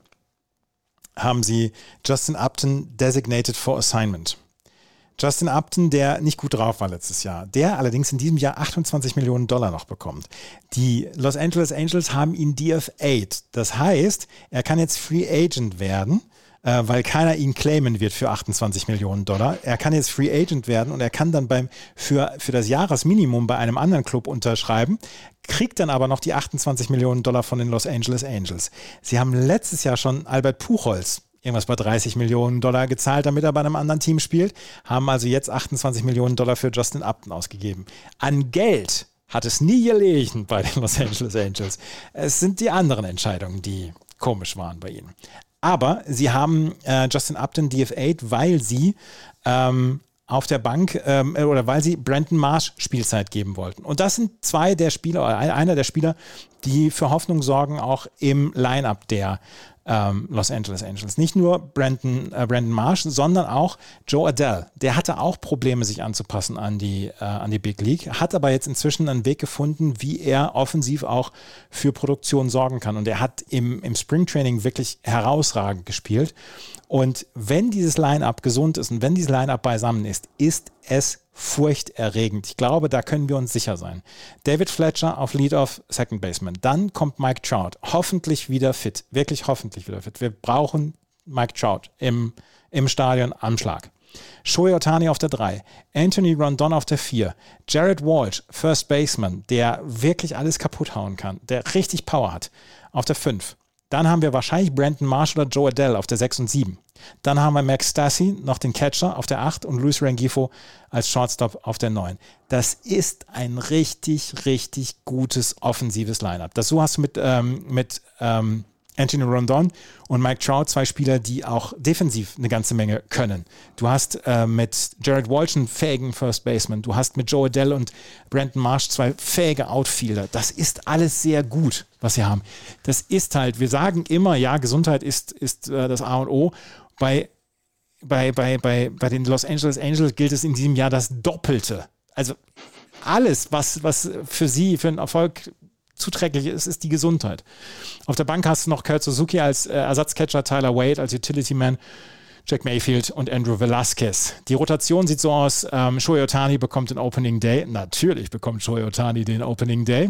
haben sie Justin Upton designated for assignment. Justin Upton, der nicht gut drauf war letztes Jahr, der allerdings in diesem Jahr achtundzwanzig Millionen Dollar noch bekommt. Die Los Angeles Angels haben ihn D F A'd. Das heißt, er kann jetzt Free Agent werden, äh, weil keiner ihn claimen wird für achtundzwanzig Millionen Dollar. Er kann jetzt Free Agent werden und er kann dann beim für, für das Jahresminimum bei einem anderen Club unterschreiben, kriegt dann aber noch die achtundzwanzig Millionen Dollar von den Los Angeles Angels. Sie haben letztes Jahr schon Albert Pujols irgendwas bei dreißig Millionen Dollar gezahlt, damit er bei einem anderen Team spielt, haben also jetzt achtundzwanzig Millionen Dollar für Justin Upton ausgegeben. An Geld hat es nie gelegen bei den Los Angeles Angels. Es sind die anderen Entscheidungen, die komisch waren bei ihnen. Aber sie haben äh, Justin Upton D F A'd, weil sie ähm, auf der Bank ähm, oder weil sie Brandon Marsh Spielzeit geben wollten. Und das sind zwei der Spieler, oder einer der Spieler, die für Hoffnung sorgen, auch im Line-Up der ähm, Los Angeles Angels. Nicht nur Brandon, äh, Brandon Marsh, sondern auch Joe Adell. Der hatte auch Probleme, sich anzupassen an die, äh, an die Big League, hat aber jetzt inzwischen einen Weg gefunden, wie er offensiv auch für Produktion sorgen kann. Und er hat im, im Springtraining wirklich herausragend gespielt. Und wenn dieses Line-Up gesund ist und wenn dieses Line-Up beisammen ist, ist es furchterregend. Ich glaube, da können wir uns sicher sein. David Fletcher auf Leadoff, Second Baseman. Dann kommt Mike Trout, hoffentlich wieder fit. Wirklich hoffentlich wieder fit. Wir brauchen Mike Trout im, im Stadion am Schlag. Shohei Ohtani auf der drei, Anthony Rondon auf der vier, Jared Walsh, First Baseman, der wirklich alles kaputt hauen kann, der richtig Power hat, auf der fünf. Dann haben wir wahrscheinlich Brandon Marsh oder Joe Adell auf der sechs und sieben. Dann haben wir Max Stassi, noch den Catcher, auf der acht und Luis Rengifo als Shortstop auf der neun. Das ist ein richtig, richtig gutes offensives Lineup. Das so hast du mit, ähm, mit ähm, Anthony Rondon und Mike Trout zwei Spieler, die auch defensiv eine ganze Menge können. Du hast äh, mit Jared Walsh einen fähigen First Baseman. Du hast mit Joe Adell und Brandon Marsh zwei fähige Outfielder. Das ist alles sehr gut, was sie haben. Das ist halt, wir sagen immer, ja, Gesundheit ist, ist äh, das A und O. Bei, bei, bei, bei, bei den Los Angeles Angels gilt es in diesem Jahr das Doppelte. Also alles, was, was für sie, für einen Erfolg zuträglich ist, ist die Gesundheit. Auf der Bank hast du noch Kurt Suzuki als äh, Ersatzcatcher, Tyler Wade als Utility Man, Jack Mayfield und Andrew Velasquez. Die Rotation sieht so aus, ähm, Shohei Ohtani bekommt den Opening Day. Natürlich bekommt Shohei Ohtani den Opening Day.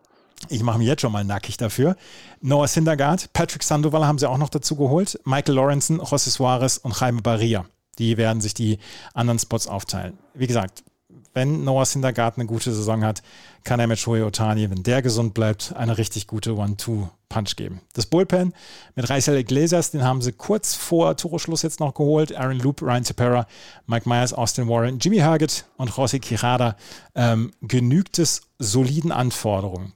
Ich mache mich jetzt schon mal nackig dafür. Noah Syndergaard, Patrick Sandoval haben sie auch noch dazu geholt, Michael Lawrenson, José Suarez und Jaime Barria. Die werden sich die anderen Spots aufteilen. Wie gesagt, wenn Noah Syndergaard eine gute Saison hat, kann er mit Shohei Ohtani, wenn der gesund bleibt, eine richtig gute One-Two-Punch geben. Das Bullpen mit Raisel Iglesias, den haben sie kurz vor Toreschluss jetzt noch geholt. Aaron Loop, Ryan Tepera, Mike Myers, Austin Warren, Jimmy Herget und José Quijada. Ähm, genügt es soliden Anforderungen.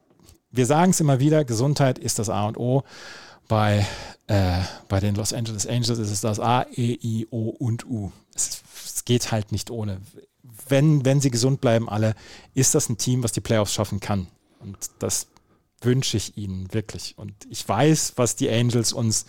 Wir sagen es immer wieder, Gesundheit ist das A und O. Bei, äh, bei den Los Angeles Angels ist es das A, E, I, O und U. Es, es geht halt nicht ohne. Wenn, wenn sie gesund bleiben alle, ist das ein Team, was die Playoffs schaffen kann. Und das wünsche ich ihnen wirklich. Und ich weiß, was die Angels uns,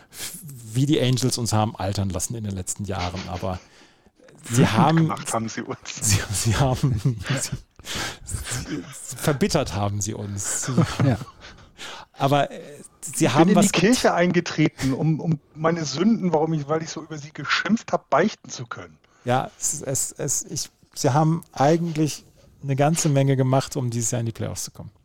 wie die Angels uns haben altern lassen in den letzten Jahren. Aber sie haben, gemacht haben sie uns. Sie, sie haben, sie, sie, verbittert haben sie uns. Ja. Aber sie ich haben bin in was die Kirche eingetreten, um, um meine Sünden, warum ich, weil ich so über sie geschimpft habe, beichten zu können. Ja, es, es, es, ich, sie haben eigentlich eine ganze Menge gemacht, um dieses Jahr in die Playoffs zu kommen.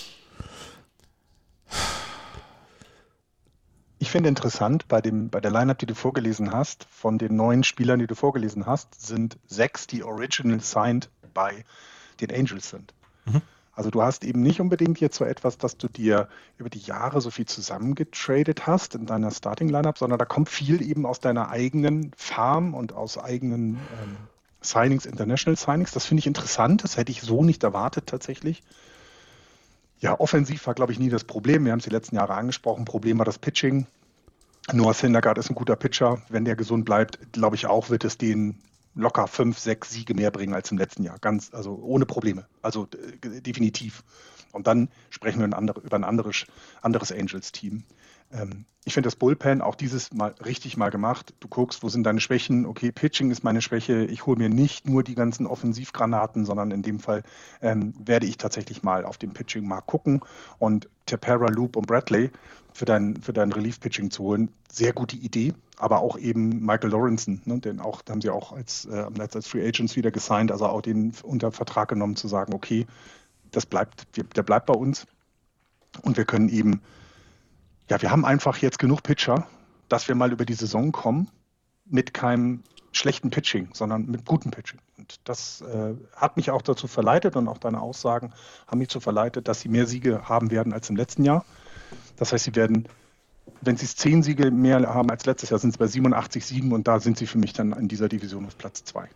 Ich finde interessant, bei, dem, bei der Lineup, die du vorgelesen hast, von den neun Spielern, die du vorgelesen hast, sind sechs, die original signed bei den Angels sind. Mhm. Also du hast eben nicht unbedingt jetzt so etwas, dass du dir über die Jahre so viel zusammengetradet hast in deiner Starting-Lineup, sondern da kommt viel eben aus deiner eigenen Farm und aus eigenen ähm, Signings, International Signings. Das finde ich interessant. Das hätte ich so nicht erwartet tatsächlich. Ja, offensiv war, glaube ich, nie das Problem. Wir haben es die letzten Jahre angesprochen. Problem war das Pitching. Noah Syndergaard ist ein guter Pitcher. Wenn der gesund bleibt, glaube ich auch, wird es den locker fünf, sechs Siege mehr bringen als im letzten Jahr. Ganz, also ohne Probleme. Also äh, definitiv. Und dann sprechen wir ein andere, über ein anderes, anderes Angels-Team. Ähm, ich finde das Bullpen auch dieses Mal richtig mal gemacht. Du guckst, wo sind deine Schwächen? Okay, Pitching ist meine Schwäche. Ich hole mir nicht nur die ganzen Offensivgranaten, sondern in dem Fall ähm, werde ich tatsächlich mal auf dem Pitching mal gucken. Und Tepera, Loop und Bradley für dein, für dein Relief-Pitching zu holen, sehr gute Idee. Aber auch eben Michael Lawrenson, ne, den auch, haben sie auch als, äh, als Free Agents wieder gesigned, also auch den unter Vertrag genommen, zu sagen, okay, das bleibt, der bleibt bei uns. Und wir können eben, ja, wir haben einfach jetzt genug Pitcher, dass wir mal über die Saison kommen mit keinem schlechten Pitching, sondern mit gutem Pitching. Und das äh, hat mich auch dazu verleitet und auch deine Aussagen haben mich dazu verleitet, dass sie mehr Siege haben werden als im letzten Jahr. Das heißt, sie werden, wenn sie es zehn Siege mehr haben als letztes Jahr, sind sie bei siebenundachtzig Siegen und da sind sie für mich dann in dieser Division auf Platz zwei.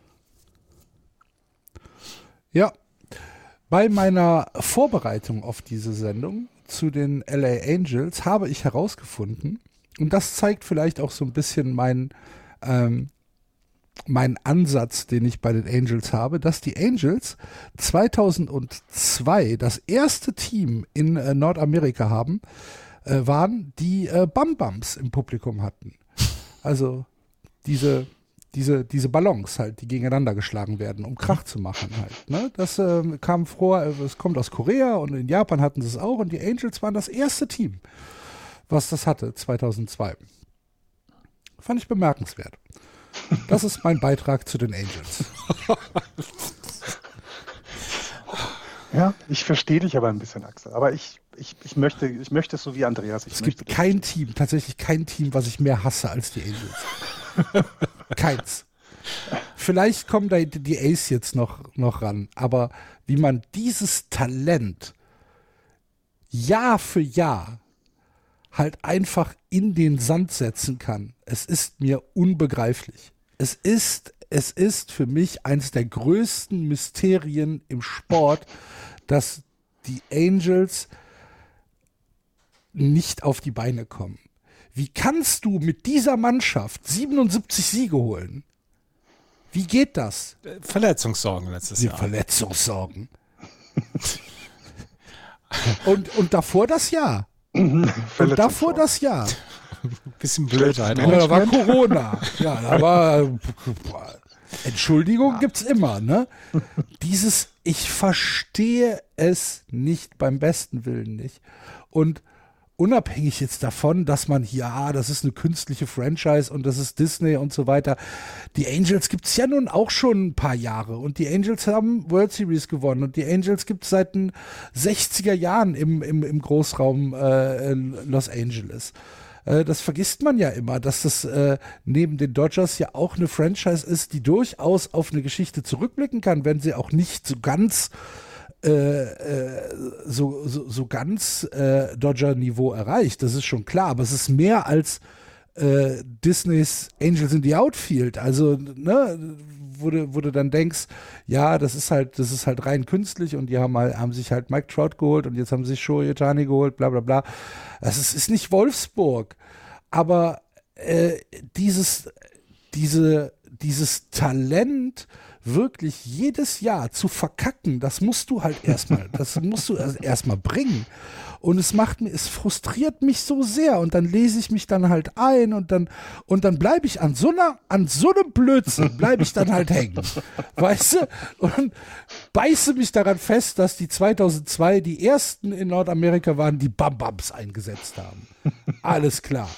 Ja, bei meiner Vorbereitung auf diese Sendung zu den L A Angels habe ich herausgefunden, und das zeigt vielleicht auch so ein bisschen meinen ähm, mein Ansatz, den ich bei den Angels habe, dass die Angels zweitausendzwei das erste Team in äh, Nordamerika haben, äh, waren, die äh, Bam-Bams im Publikum hatten. Also diese Diese, diese Ballons halt, die gegeneinander geschlagen werden, um Krach zu machen halt. Ne? Das äh, kam vor, es kommt aus Korea und in Japan hatten sie es auch und die Angels waren das erste Team, was das hatte, zweitausendzwei. Fand ich bemerkenswert. Das ist mein Beitrag zu den Angels. Ja, ich verstehe dich aber ein bisschen, Axel. Aber ich, ich, ich, möchte, ich möchte es so wie Andreas. Ich es gibt kein Team, tatsächlich kein Team, was ich mehr hasse als die Angels. Keins. Vielleicht kommen da die Ace jetzt noch, noch ran, aber wie man dieses Talent Jahr für Jahr halt einfach in den Sand setzen kann, es ist mir unbegreiflich. Es ist, es ist für mich eines der größten Mysterien im Sport, dass die Angels nicht auf die Beine kommen. Wie kannst du mit dieser Mannschaft siebenundsiebzig Siege holen? Wie geht das? Verletzungssorgen letztes Die Jahr. Verletzungssorgen. und, und davor das Jahr. Und davor das Jahr. Bisschen Blödheit. Ja, da war Corona. Ja, da war Entschuldigung ja. Gibt's immer, ne? Dieses, ich verstehe es nicht, beim besten Willen nicht. Und unabhängig jetzt davon, dass man, ja, das ist eine künstliche Franchise und das ist Disney und so weiter. Die Angels gibt's ja nun auch schon ein paar Jahre und die Angels haben World Series gewonnen und die Angels gibt's seit den sechziger Jahren im, im, im Großraum äh, Los Angeles. Äh, das vergisst man ja immer, dass das äh, neben den Dodgers ja auch eine Franchise ist, die durchaus auf eine Geschichte zurückblicken kann, wenn sie auch nicht so ganz Äh, äh, so, so, so ganz äh, Dodger-Niveau erreicht, das ist schon klar, aber es ist mehr als äh, Disneys Angels in the Outfield, also ne, wo du, wo du dann denkst, ja, das ist halt, das ist halt rein künstlich und die haben halt, haben sich halt Mike Trout geholt und jetzt haben sie sich Shohei Ohtani geholt, bla bla bla. Das ist, ist nicht Wolfsburg, aber äh, dieses, diese, dieses Talent wirklich jedes Jahr zu verkacken, das musst du halt erstmal, das musst du erstmal bringen. Und es macht mir, es frustriert mich so sehr und dann lese ich mich dann halt ein und dann, und dann bleibe ich an so einer, an so einem Blödsinn bleibe ich dann halt hängen. Weißt du? Und beiße mich daran fest, dass die zweitausendzwei die ersten in Nordamerika waren, die Bam-Bams eingesetzt haben. Alles klar.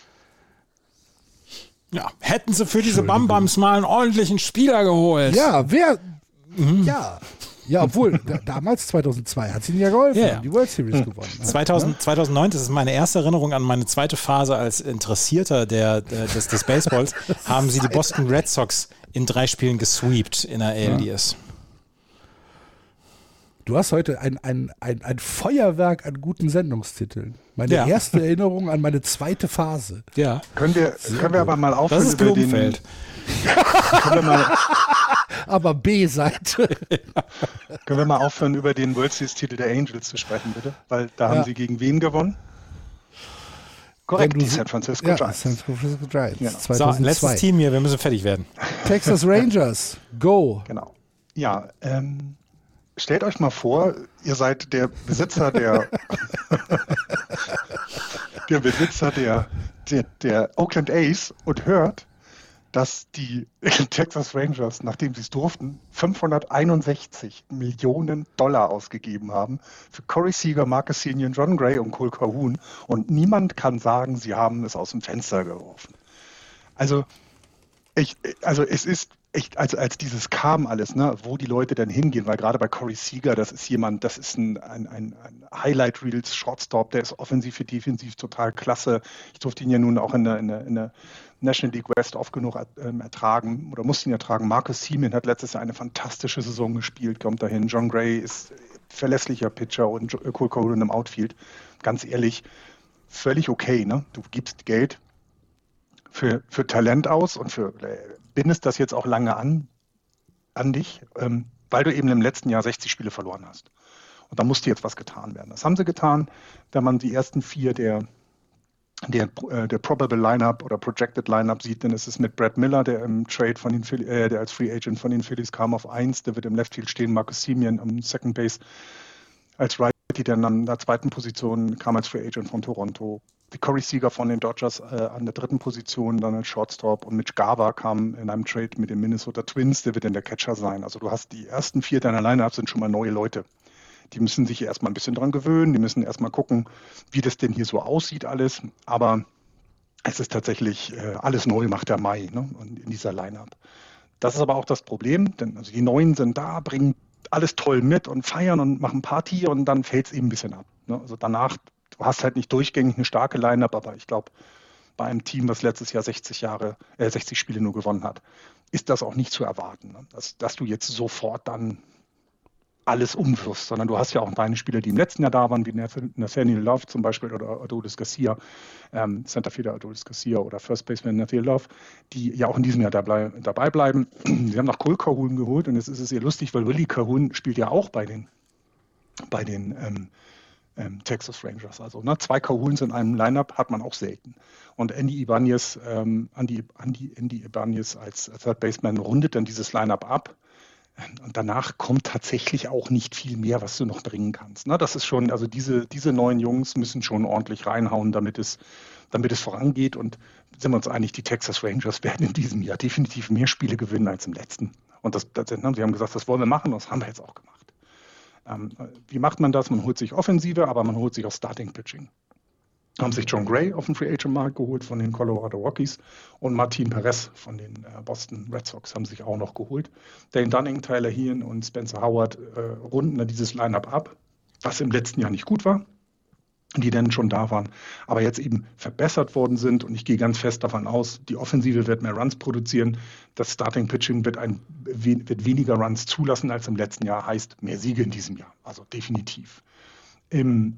Ja, hätten sie für diese Bam-Bams mal einen ordentlichen Spieler geholt. Ja, wer, mhm. ja, ja, obwohl, da, damals zweitausendzwei hat es ihnen ja geholfen, ja, ja. die World Series gewonnen. zweitausend, ne? zweitausendneun, das ist meine erste Erinnerung an meine zweite Phase als Interessierter der, der, des, des Baseballs, haben sie die Boston Red Sox in drei Spielen gesweept in der A L D S. Du hast heute ein, ein, ein, ein Feuerwerk an guten Sendungstiteln. Meine Ja. erste Erinnerung an meine zweite Phase. Ja. Können wir, können wir aber mal aufhören Das ist über den, Blumenfeld. können wir mal, Aber B-Seite. können wir mal aufhören, über den World Series-Titel der Angels zu sprechen, bitte? Weil da Ja. haben sie gegen wen gewonnen? Korrekt, Wenn du die sie- San Francisco Ja, Giants. San Francisco Giants. Genau. So, zweitausendzwei. letztes Team hier, wir müssen fertig werden. Texas Rangers. Go. Genau. Ja, ähm, stellt euch mal vor, ihr seid der Besitzer der, der Besitzer der, der, der Oakland A's und hört, dass die Texas Rangers, nachdem sie es durften, fünfhunderteinundsechzig Millionen Dollar ausgegeben haben für Corey Seager, Marcus Semien, John Gray und Cole Calhoun und niemand kann sagen, sie haben es aus dem Fenster geworfen. Also, ich, also es ist echt, also als dieses kam alles, ne, wo die Leute dann hingehen, weil gerade bei Corey Seager, das ist jemand, das ist ein, ein, ein, ein Highlight-Reels Shortstop, der ist offensiv wie defensiv total klasse. Ich durfte ihn ja nun auch in der, in der, in der National League West oft genug ähm, ertragen oder musste ihn ertragen. Marcus Semien hat letztes Jahr eine fantastische Saison gespielt, kommt dahin. John Gray ist verlässlicher Pitcher und Cole Calhoun im Outfield. Ganz ehrlich, völlig okay, ne? Du gibst Geld für, für Talent aus und für äh, bindest das jetzt auch lange an, an dich, ähm, weil du eben im letzten Jahr sechzig Spiele verloren hast. Und da musste jetzt was getan werden. Das haben sie getan, wenn man die ersten vier der, der, äh, der Probable Lineup oder Projected Lineup sieht, dann ist es mit Brad Miller, der im Trade von den Phillies, äh, der als Free Agent von den Phillies kam, auf eins, der wird im Left Field stehen, Marcus Semien am Second Base als Righty, der dann an der zweiten Position kam als Free Agent von Toronto. Die Corey Seager von den Dodgers äh, an der dritten Position, dann als Shortstop und Mitch Garver kam in einem Trade mit den Minnesota Twins, der wird dann der Catcher sein. Also du hast die ersten vier deiner Lineup sind schon mal neue Leute. Die müssen sich erstmal ein bisschen dran gewöhnen, die müssen erstmal gucken, wie das denn hier so aussieht alles. Aber es ist tatsächlich äh, alles neu, macht der Mai, ne, in dieser Lineup. Das ist aber auch das Problem, denn also die Neuen sind da, bringen alles toll mit und feiern und machen Party und dann fällt es eben ein bisschen ab. Ne? Also danach, du hast halt nicht durchgängig eine starke Line-Up, aber ich glaube, bei einem Team, das letztes Jahr sechzig Jahre, äh, sechzig Spiele nur gewonnen hat, ist das auch nicht zu erwarten, ne? dass, dass du jetzt sofort dann alles umwirfst, sondern du hast ja auch deine Spieler, die im letzten Jahr da waren, wie Nathaniel Love zum Beispiel oder Adolis Garcia, ähm, Centerfielder Adolis Garcia oder First Baseman Nathaniel Love, die ja auch in diesem Jahr dabei, dabei bleiben. Sie haben noch Cole Calhoun geholt und jetzt ist es sehr lustig, weil Willie Calhoun spielt ja auch bei den, bei den ähm, ähm, Texas Rangers. Also ne, zwei Calhouns in einem Lineup hat man auch selten. Und Andy Ibanez, ähm, Andy, Andy, Andy Ibanez als Third Baseman rundet dann dieses Lineup ab. Und danach kommt tatsächlich auch nicht viel mehr, was du noch bringen kannst. Ne, das ist schon, also diese, diese neuen Jungs müssen schon ordentlich reinhauen, damit es, damit es vorangeht. Und sind wir uns einig, die Texas Rangers werden in diesem Jahr definitiv mehr Spiele gewinnen als im letzten. Und das, das, ne, sie haben gesagt, das wollen wir machen, und das haben wir jetzt auch gemacht. Ähm, wie macht man das? Man holt sich Offensive, aber man holt sich auch Starting Pitching. Haben sich John Gray auf dem Free Agent Markt geholt von den Colorado Rockies und Martin Perez von den äh, Boston Red Sox haben sich auch noch geholt. Dane Dunning, Tyler Hearn und Spencer Howard äh, runden dann dieses Lineup ab, was im letzten Jahr nicht gut war, die dann schon da waren, aber jetzt eben verbessert worden sind. Und ich gehe ganz fest davon aus, die Offensive wird mehr Runs produzieren. Das Starting Pitching wird, ein, wird weniger Runs zulassen als im letzten Jahr, heißt mehr Siege in diesem Jahr. Also definitiv. Im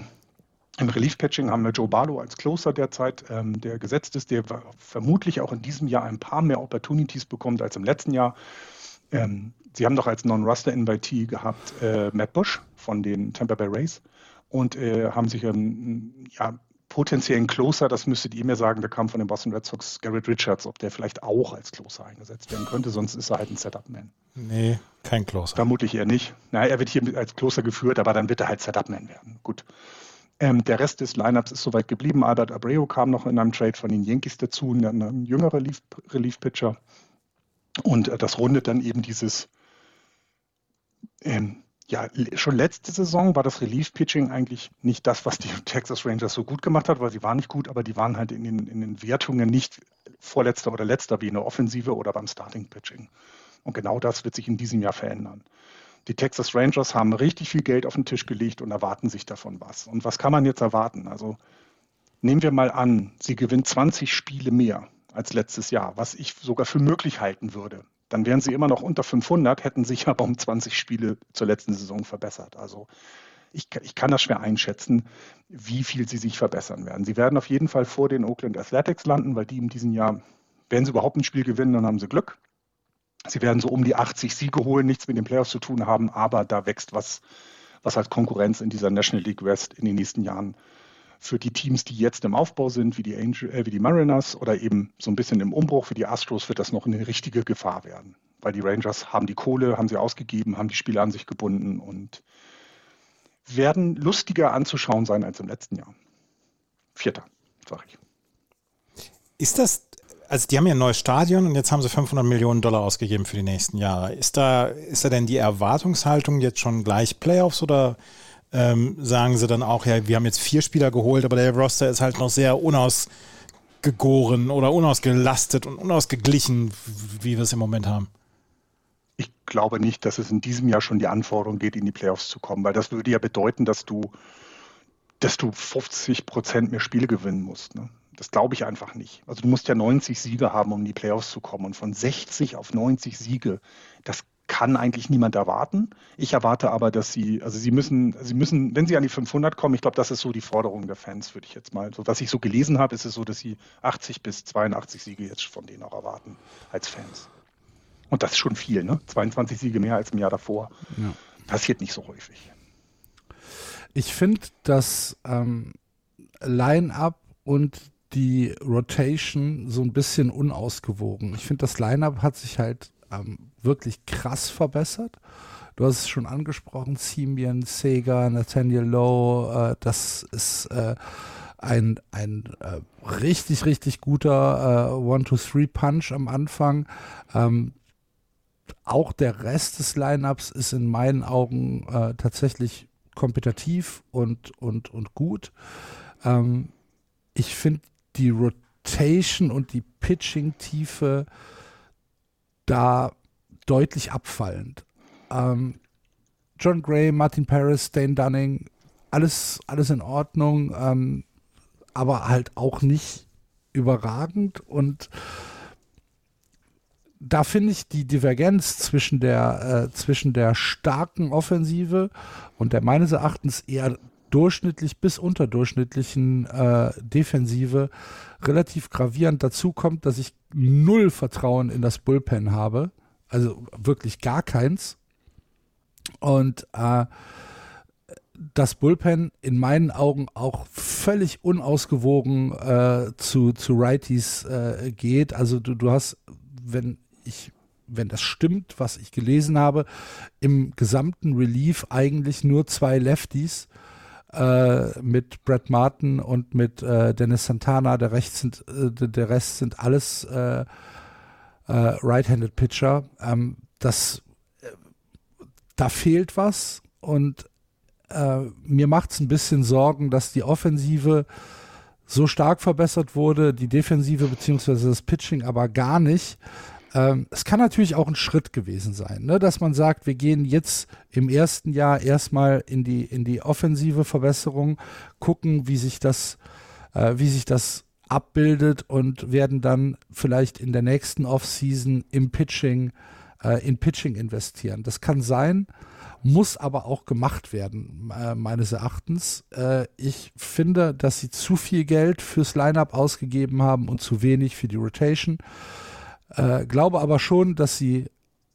Im Relief-Pitching haben wir Joe Barlow als Closer derzeit, ähm, der gesetzt ist, der vermutlich auch in diesem Jahr ein paar mehr Opportunities bekommt als im letzten Jahr. Ähm, sie haben doch als Non-Roster-Invitee gehabt äh, Matt Bush von den Tampa Bay Rays und äh, haben sich einen ja, potenziellen Closer, das müsstet ihr mir sagen, der kam von den Boston Red Sox, Garrett Richards, ob der vielleicht auch als Closer eingesetzt werden könnte, sonst ist er halt ein Setup-Man. Nee, kein Closer. Vermutlich eher nicht. Naja, er wird hier als Closer geführt, aber dann wird er halt Setup-Man werden. Gut. Ähm, der Rest des Lineups ist soweit geblieben. Albert Abreu kam noch in einem Trade von den Yankees dazu, ein, ein jüngerer Relief, Relief-Pitcher. Und äh, das rundet dann eben dieses, ähm, ja, schon letzte Saison war das Relief-Pitching eigentlich nicht das, was die Texas Rangers so gut gemacht hat, weil sie waren nicht gut, aber die waren halt in den, in den Wertungen nicht vorletzter oder letzter wie in der Offensive oder beim Starting-Pitching. Und genau das wird sich in diesem Jahr verändern. Die Texas Rangers haben richtig viel Geld auf den Tisch gelegt und erwarten sich davon was. Und was kann man jetzt erwarten? Also nehmen wir mal an, sie gewinnen zwanzig Spiele mehr als letztes Jahr, was ich sogar für möglich halten würde. dann wären sie immer noch unter fünfhundert, hätten sich aber um zwanzig Spiele zur letzten Saison verbessert. Also ich, ich kann das schwer einschätzen, wie viel sie sich verbessern werden. Sie werden auf jeden Fall vor den Oakland Athletics landen, weil die in diesem Jahr, wenn sie überhaupt ein Spiel gewinnen, dann haben sie Glück. Sie werden so um die achtzig Siege holen, nichts mit den Playoffs zu tun haben, aber da wächst was, was als Konkurrenz in dieser National League West in den nächsten Jahren für die Teams, die jetzt im Aufbau sind, wie die, Angel, äh, wie die Mariners oder eben so ein bisschen im Umbruch, für die Astros wird das noch eine richtige Gefahr werden. Weil die Rangers haben die Kohle, haben sie ausgegeben, haben die Spieler an sich gebunden und werden lustiger anzuschauen sein als im letzten Jahr. Vierter, sag ich. Ist das, also die haben ja ein neues Stadion und jetzt haben sie fünfhundert Millionen Dollar ausgegeben für die nächsten Jahre. Ist da, ist da denn die Erwartungshaltung jetzt schon gleich Playoffs oder ähm, sagen sie dann auch, ja, wir haben jetzt vier Spieler geholt, aber der Roster ist halt noch sehr unausgegoren oder unausgelastet und unausgeglichen, wie wir es im Moment haben? Ich glaube nicht, dass es in diesem Jahr schon die Anforderung geht, in die Playoffs zu kommen, weil das würde ja bedeuten, dass du, dass du fünfzig Prozent mehr Spiele gewinnen musst. Ne? Das glaube ich einfach nicht. Also du musst ja neunzig Siege haben, um in die Playoffs zu kommen. Und von sechzig auf neunzig Siege, das kann eigentlich niemand erwarten. Ich erwarte aber, dass sie, also sie müssen, sie müssen, wenn sie an die fünfhundert kommen, ich glaube, das ist so die Forderung der Fans, würde ich jetzt mal, so was ich so gelesen habe, ist es so, dass sie achtzig bis zweiundachtzig Siege jetzt von denen auch erwarten als Fans. Und das ist schon viel, ne? zweiundzwanzig Siege mehr als im Jahr davor. Ja. Passiert nicht so häufig. Ich finde das ähm, Line-Up und die Rotation so ein bisschen unausgewogen. Ich finde, das Line-Up hat sich halt ähm, wirklich krass verbessert. Du hast es schon angesprochen, Semien, Sega, Nathaniel Lowe, äh, das ist äh, ein, ein äh, richtig, richtig guter äh, One-Two-Three-Punch am Anfang. Ähm, auch der Rest des Lineups ist in meinen Augen äh, tatsächlich kompetitiv und, und, und gut. Ähm, ich finde die Rotation und die Pitching-Tiefe da deutlich abfallend. Ähm, John Gray, Martin Paris, Dane Dunning, alles, alles in Ordnung, ähm, aber halt auch nicht überragend. Und da finde ich die Divergenz zwischen der, äh, zwischen der starken Offensive und der meines Erachtens eher durchschnittlich bis unterdurchschnittlichen äh, Defensive relativ gravierend. Dazu kommt, dass ich null Vertrauen in das Bullpen habe, also wirklich gar keins. Und äh, das Bullpen in meinen Augen auch völlig unausgewogen äh, zu, zu Righties äh, geht. Also du, du hast, wenn ich, wenn das stimmt, was ich gelesen habe, im gesamten Relief eigentlich nur zwei Lefties äh, mit Brett Martin und mit äh, Dennis Santana. Der Rest sind, äh, der Rest sind alles äh, äh, Right-Handed Pitcher. Ähm, das, äh, da fehlt was und äh, mir macht es ein bisschen Sorgen, dass die Offensive so stark verbessert wurde, die Defensive beziehungsweise das Pitching aber gar nicht. Ähm, es kann natürlich auch ein Schritt gewesen sein, ne? Dass man sagt, wir gehen jetzt im ersten Jahr erstmal in die, in die offensive Verbesserung, gucken, wie sich das, äh, wie sich das abbildet und werden dann vielleicht in der nächsten Offseason im Pitching, äh, in Pitching investieren. Das kann sein, muss aber auch gemacht werden, äh, meines Erachtens. Äh, ich finde, dass sie zu viel Geld fürs Lineup ausgegeben haben und zu wenig für die Rotation. Äh, glaube aber schon, dass sie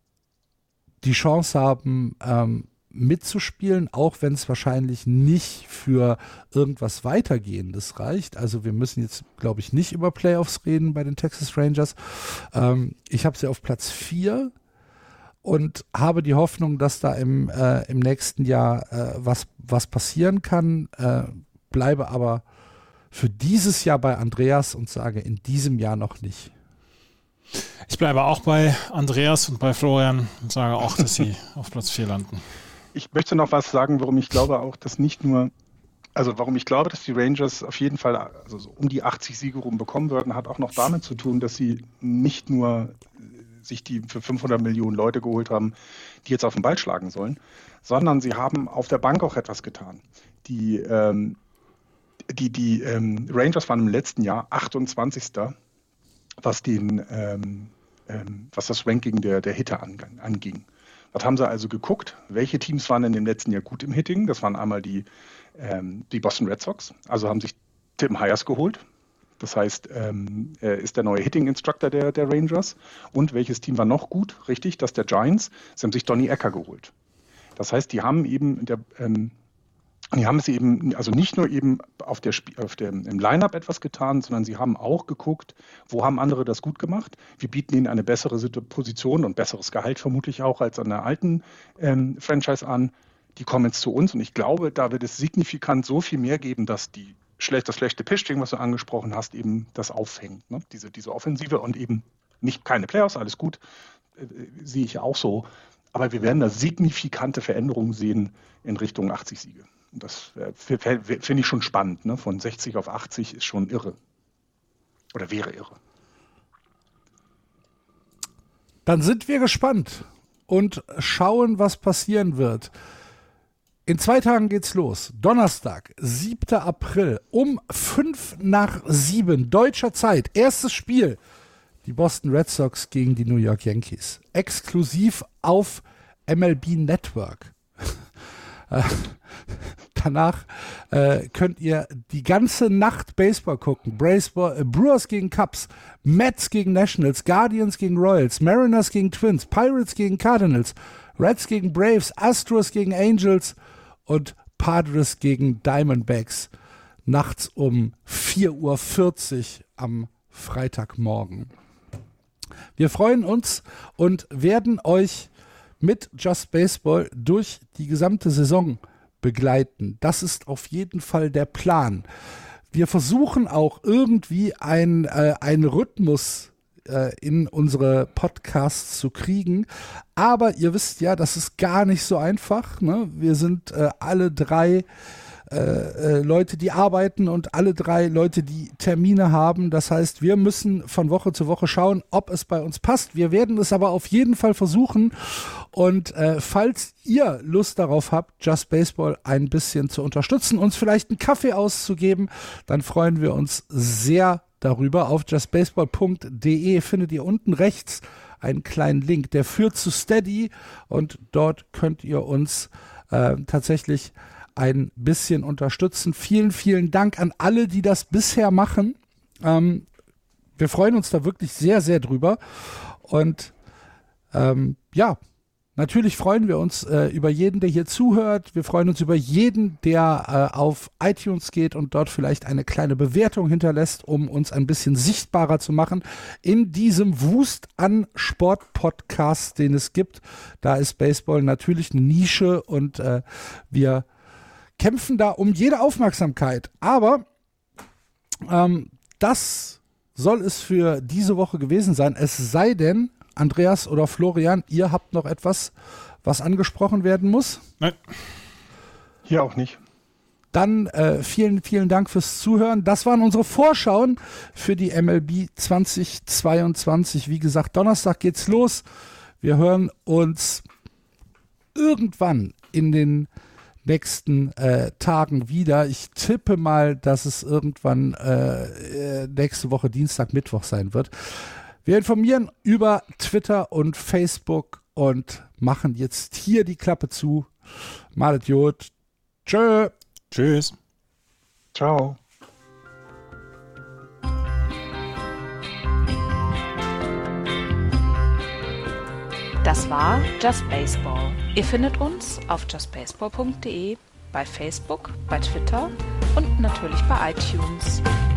die Chance haben, ähm, mitzuspielen, auch wenn es wahrscheinlich nicht für irgendwas Weitergehendes reicht. Also wir müssen jetzt, glaube ich, nicht über Playoffs reden bei den Texas Rangers. Ähm, ich habe sie auf Platz vier und habe die Hoffnung, dass da im, äh, im nächsten Jahr äh, was, was passieren kann. Äh, bleibe aber für dieses Jahr bei Andreas und sage in diesem Jahr noch nicht. Ich bleibe auch bei Andreas und bei Florian und sage auch, dass sie auf Platz vier landen. Ich möchte noch was sagen, warum ich glaube auch, dass nicht nur, also warum ich glaube, dass die Rangers auf jeden Fall also so um die achtzig Siege rum bekommen würden, hat auch noch damit zu tun, dass sie nicht nur sich die für fünfhundert Millionen Leute geholt haben, die jetzt auf den Ball schlagen sollen, sondern sie haben auf der Bank auch etwas getan. Die, ähm, die, die ähm, Rangers waren im letzten Jahr achtundzwanzigster was den ähm, ähm, was das Ranking der, der Hitter anging. Was haben sie also geguckt? Welche Teams waren in dem letzten Jahr gut im Hitting? Das waren einmal die, ähm, die Boston Red Sox, also haben sich Tim Hyers geholt. Das heißt, ähm, er ist der neue Hitting-Instructor der, der Rangers. Und welches Team war noch gut? Richtig, das der Giants. Sie haben sich Donnie Ecker geholt. Das heißt, die haben eben, der, ähm, die haben es eben, also nicht nur eben auf der, auf der, im Line-Up etwas getan, sondern sie haben auch geguckt, wo haben andere das gut gemacht. Wir bieten ihnen eine bessere Position und besseres Gehalt vermutlich auch als an der alten ähm, Franchise an. Die kommen jetzt zu uns und ich glaube, da wird es signifikant so viel mehr geben, dass die Schlecht, das schlechte Pitching, was du angesprochen hast, eben das auffängt. Ne? Diese, diese Offensive und eben nicht keine Playoffs, alles gut, äh, sehe ich ja auch so. Aber wir werden da signifikante Veränderungen sehen in Richtung achtzig Siege. Und das äh, finde ich schon spannend. Ne? Von sechzig auf achtzig ist schon irre. Oder wäre irre. Dann sind wir gespannt und schauen, was passieren wird. In zwei Tagen geht's los. Donnerstag, siebter April um fünf nach sieben deutscher Zeit. Erstes Spiel. Die Boston Red Sox gegen die New York Yankees. Exklusiv auf M L B Network. Danach äh, könnt ihr die ganze Nacht Baseball gucken. Baseball, äh, Brewers gegen Cubs, Mets gegen Nationals, Guardians gegen Royals, Mariners gegen Twins, Pirates gegen Cardinals, Reds gegen Braves, Astros gegen Angels und Padres gegen Diamondbacks nachts um vier Uhr vierzig am Freitagmorgen. Wir freuen uns und werden euch mit Just Baseball durch die gesamte Saison begleiten. Das ist auf jeden Fall der Plan. Wir versuchen auch irgendwie ein, äh, einen Rhythmus in unsere Podcasts zu kriegen. Aber ihr wisst ja, das ist gar nicht so einfach. Ne? Wir sind äh, alle drei äh, äh, Leute, die arbeiten und alle drei Leute, die Termine haben. Das heißt, wir müssen von Woche zu Woche schauen, ob es bei uns passt. Wir werden es aber auf jeden Fall versuchen. Und äh, falls ihr Lust darauf habt, Just Baseball ein bisschen zu unterstützen, uns vielleicht einen Kaffee auszugeben, dann freuen wir uns sehr darüber. Auf just baseball punkt de findet ihr unten rechts einen kleinen Link, der führt zu Steady und dort könnt ihr uns äh, tatsächlich ein bisschen unterstützen. Vielen, vielen Dank an alle, die das bisher machen. Ähm, wir freuen uns da wirklich sehr, sehr drüber und ähm, ja, natürlich freuen wir uns äh, über jeden, der hier zuhört. Wir freuen uns über jeden, der äh, auf iTunes geht und dort vielleicht eine kleine Bewertung hinterlässt, um uns ein bisschen sichtbarer zu machen. In diesem Wust an Sportpodcasts, den es gibt, da ist Baseball natürlich eine Nische und äh, wir kämpfen da um jede Aufmerksamkeit. Aber ähm, das soll es für diese Woche gewesen sein. Es sei denn, Andreas oder Florian, ihr habt noch etwas, was angesprochen werden muss? Nein. Hier auch nicht. Dann äh, vielen, vielen Dank fürs Zuhören. Das waren unsere Vorschauen für die M L B zwanzig zweiundzwanzig. Wie gesagt, Donnerstag geht's los. Wir hören uns irgendwann in den nächsten äh, Tagen wieder. Ich tippe mal, dass es irgendwann äh, nächste Woche Dienstag, Mittwoch sein wird. Wir informieren über Twitter und Facebook und machen jetzt hier die Klappe zu. Malet Jod. Tschö. Tschüss. Ciao. Das war Just Baseball. Ihr findet uns auf just baseball punkt de, bei Facebook, bei Twitter und natürlich bei iTunes.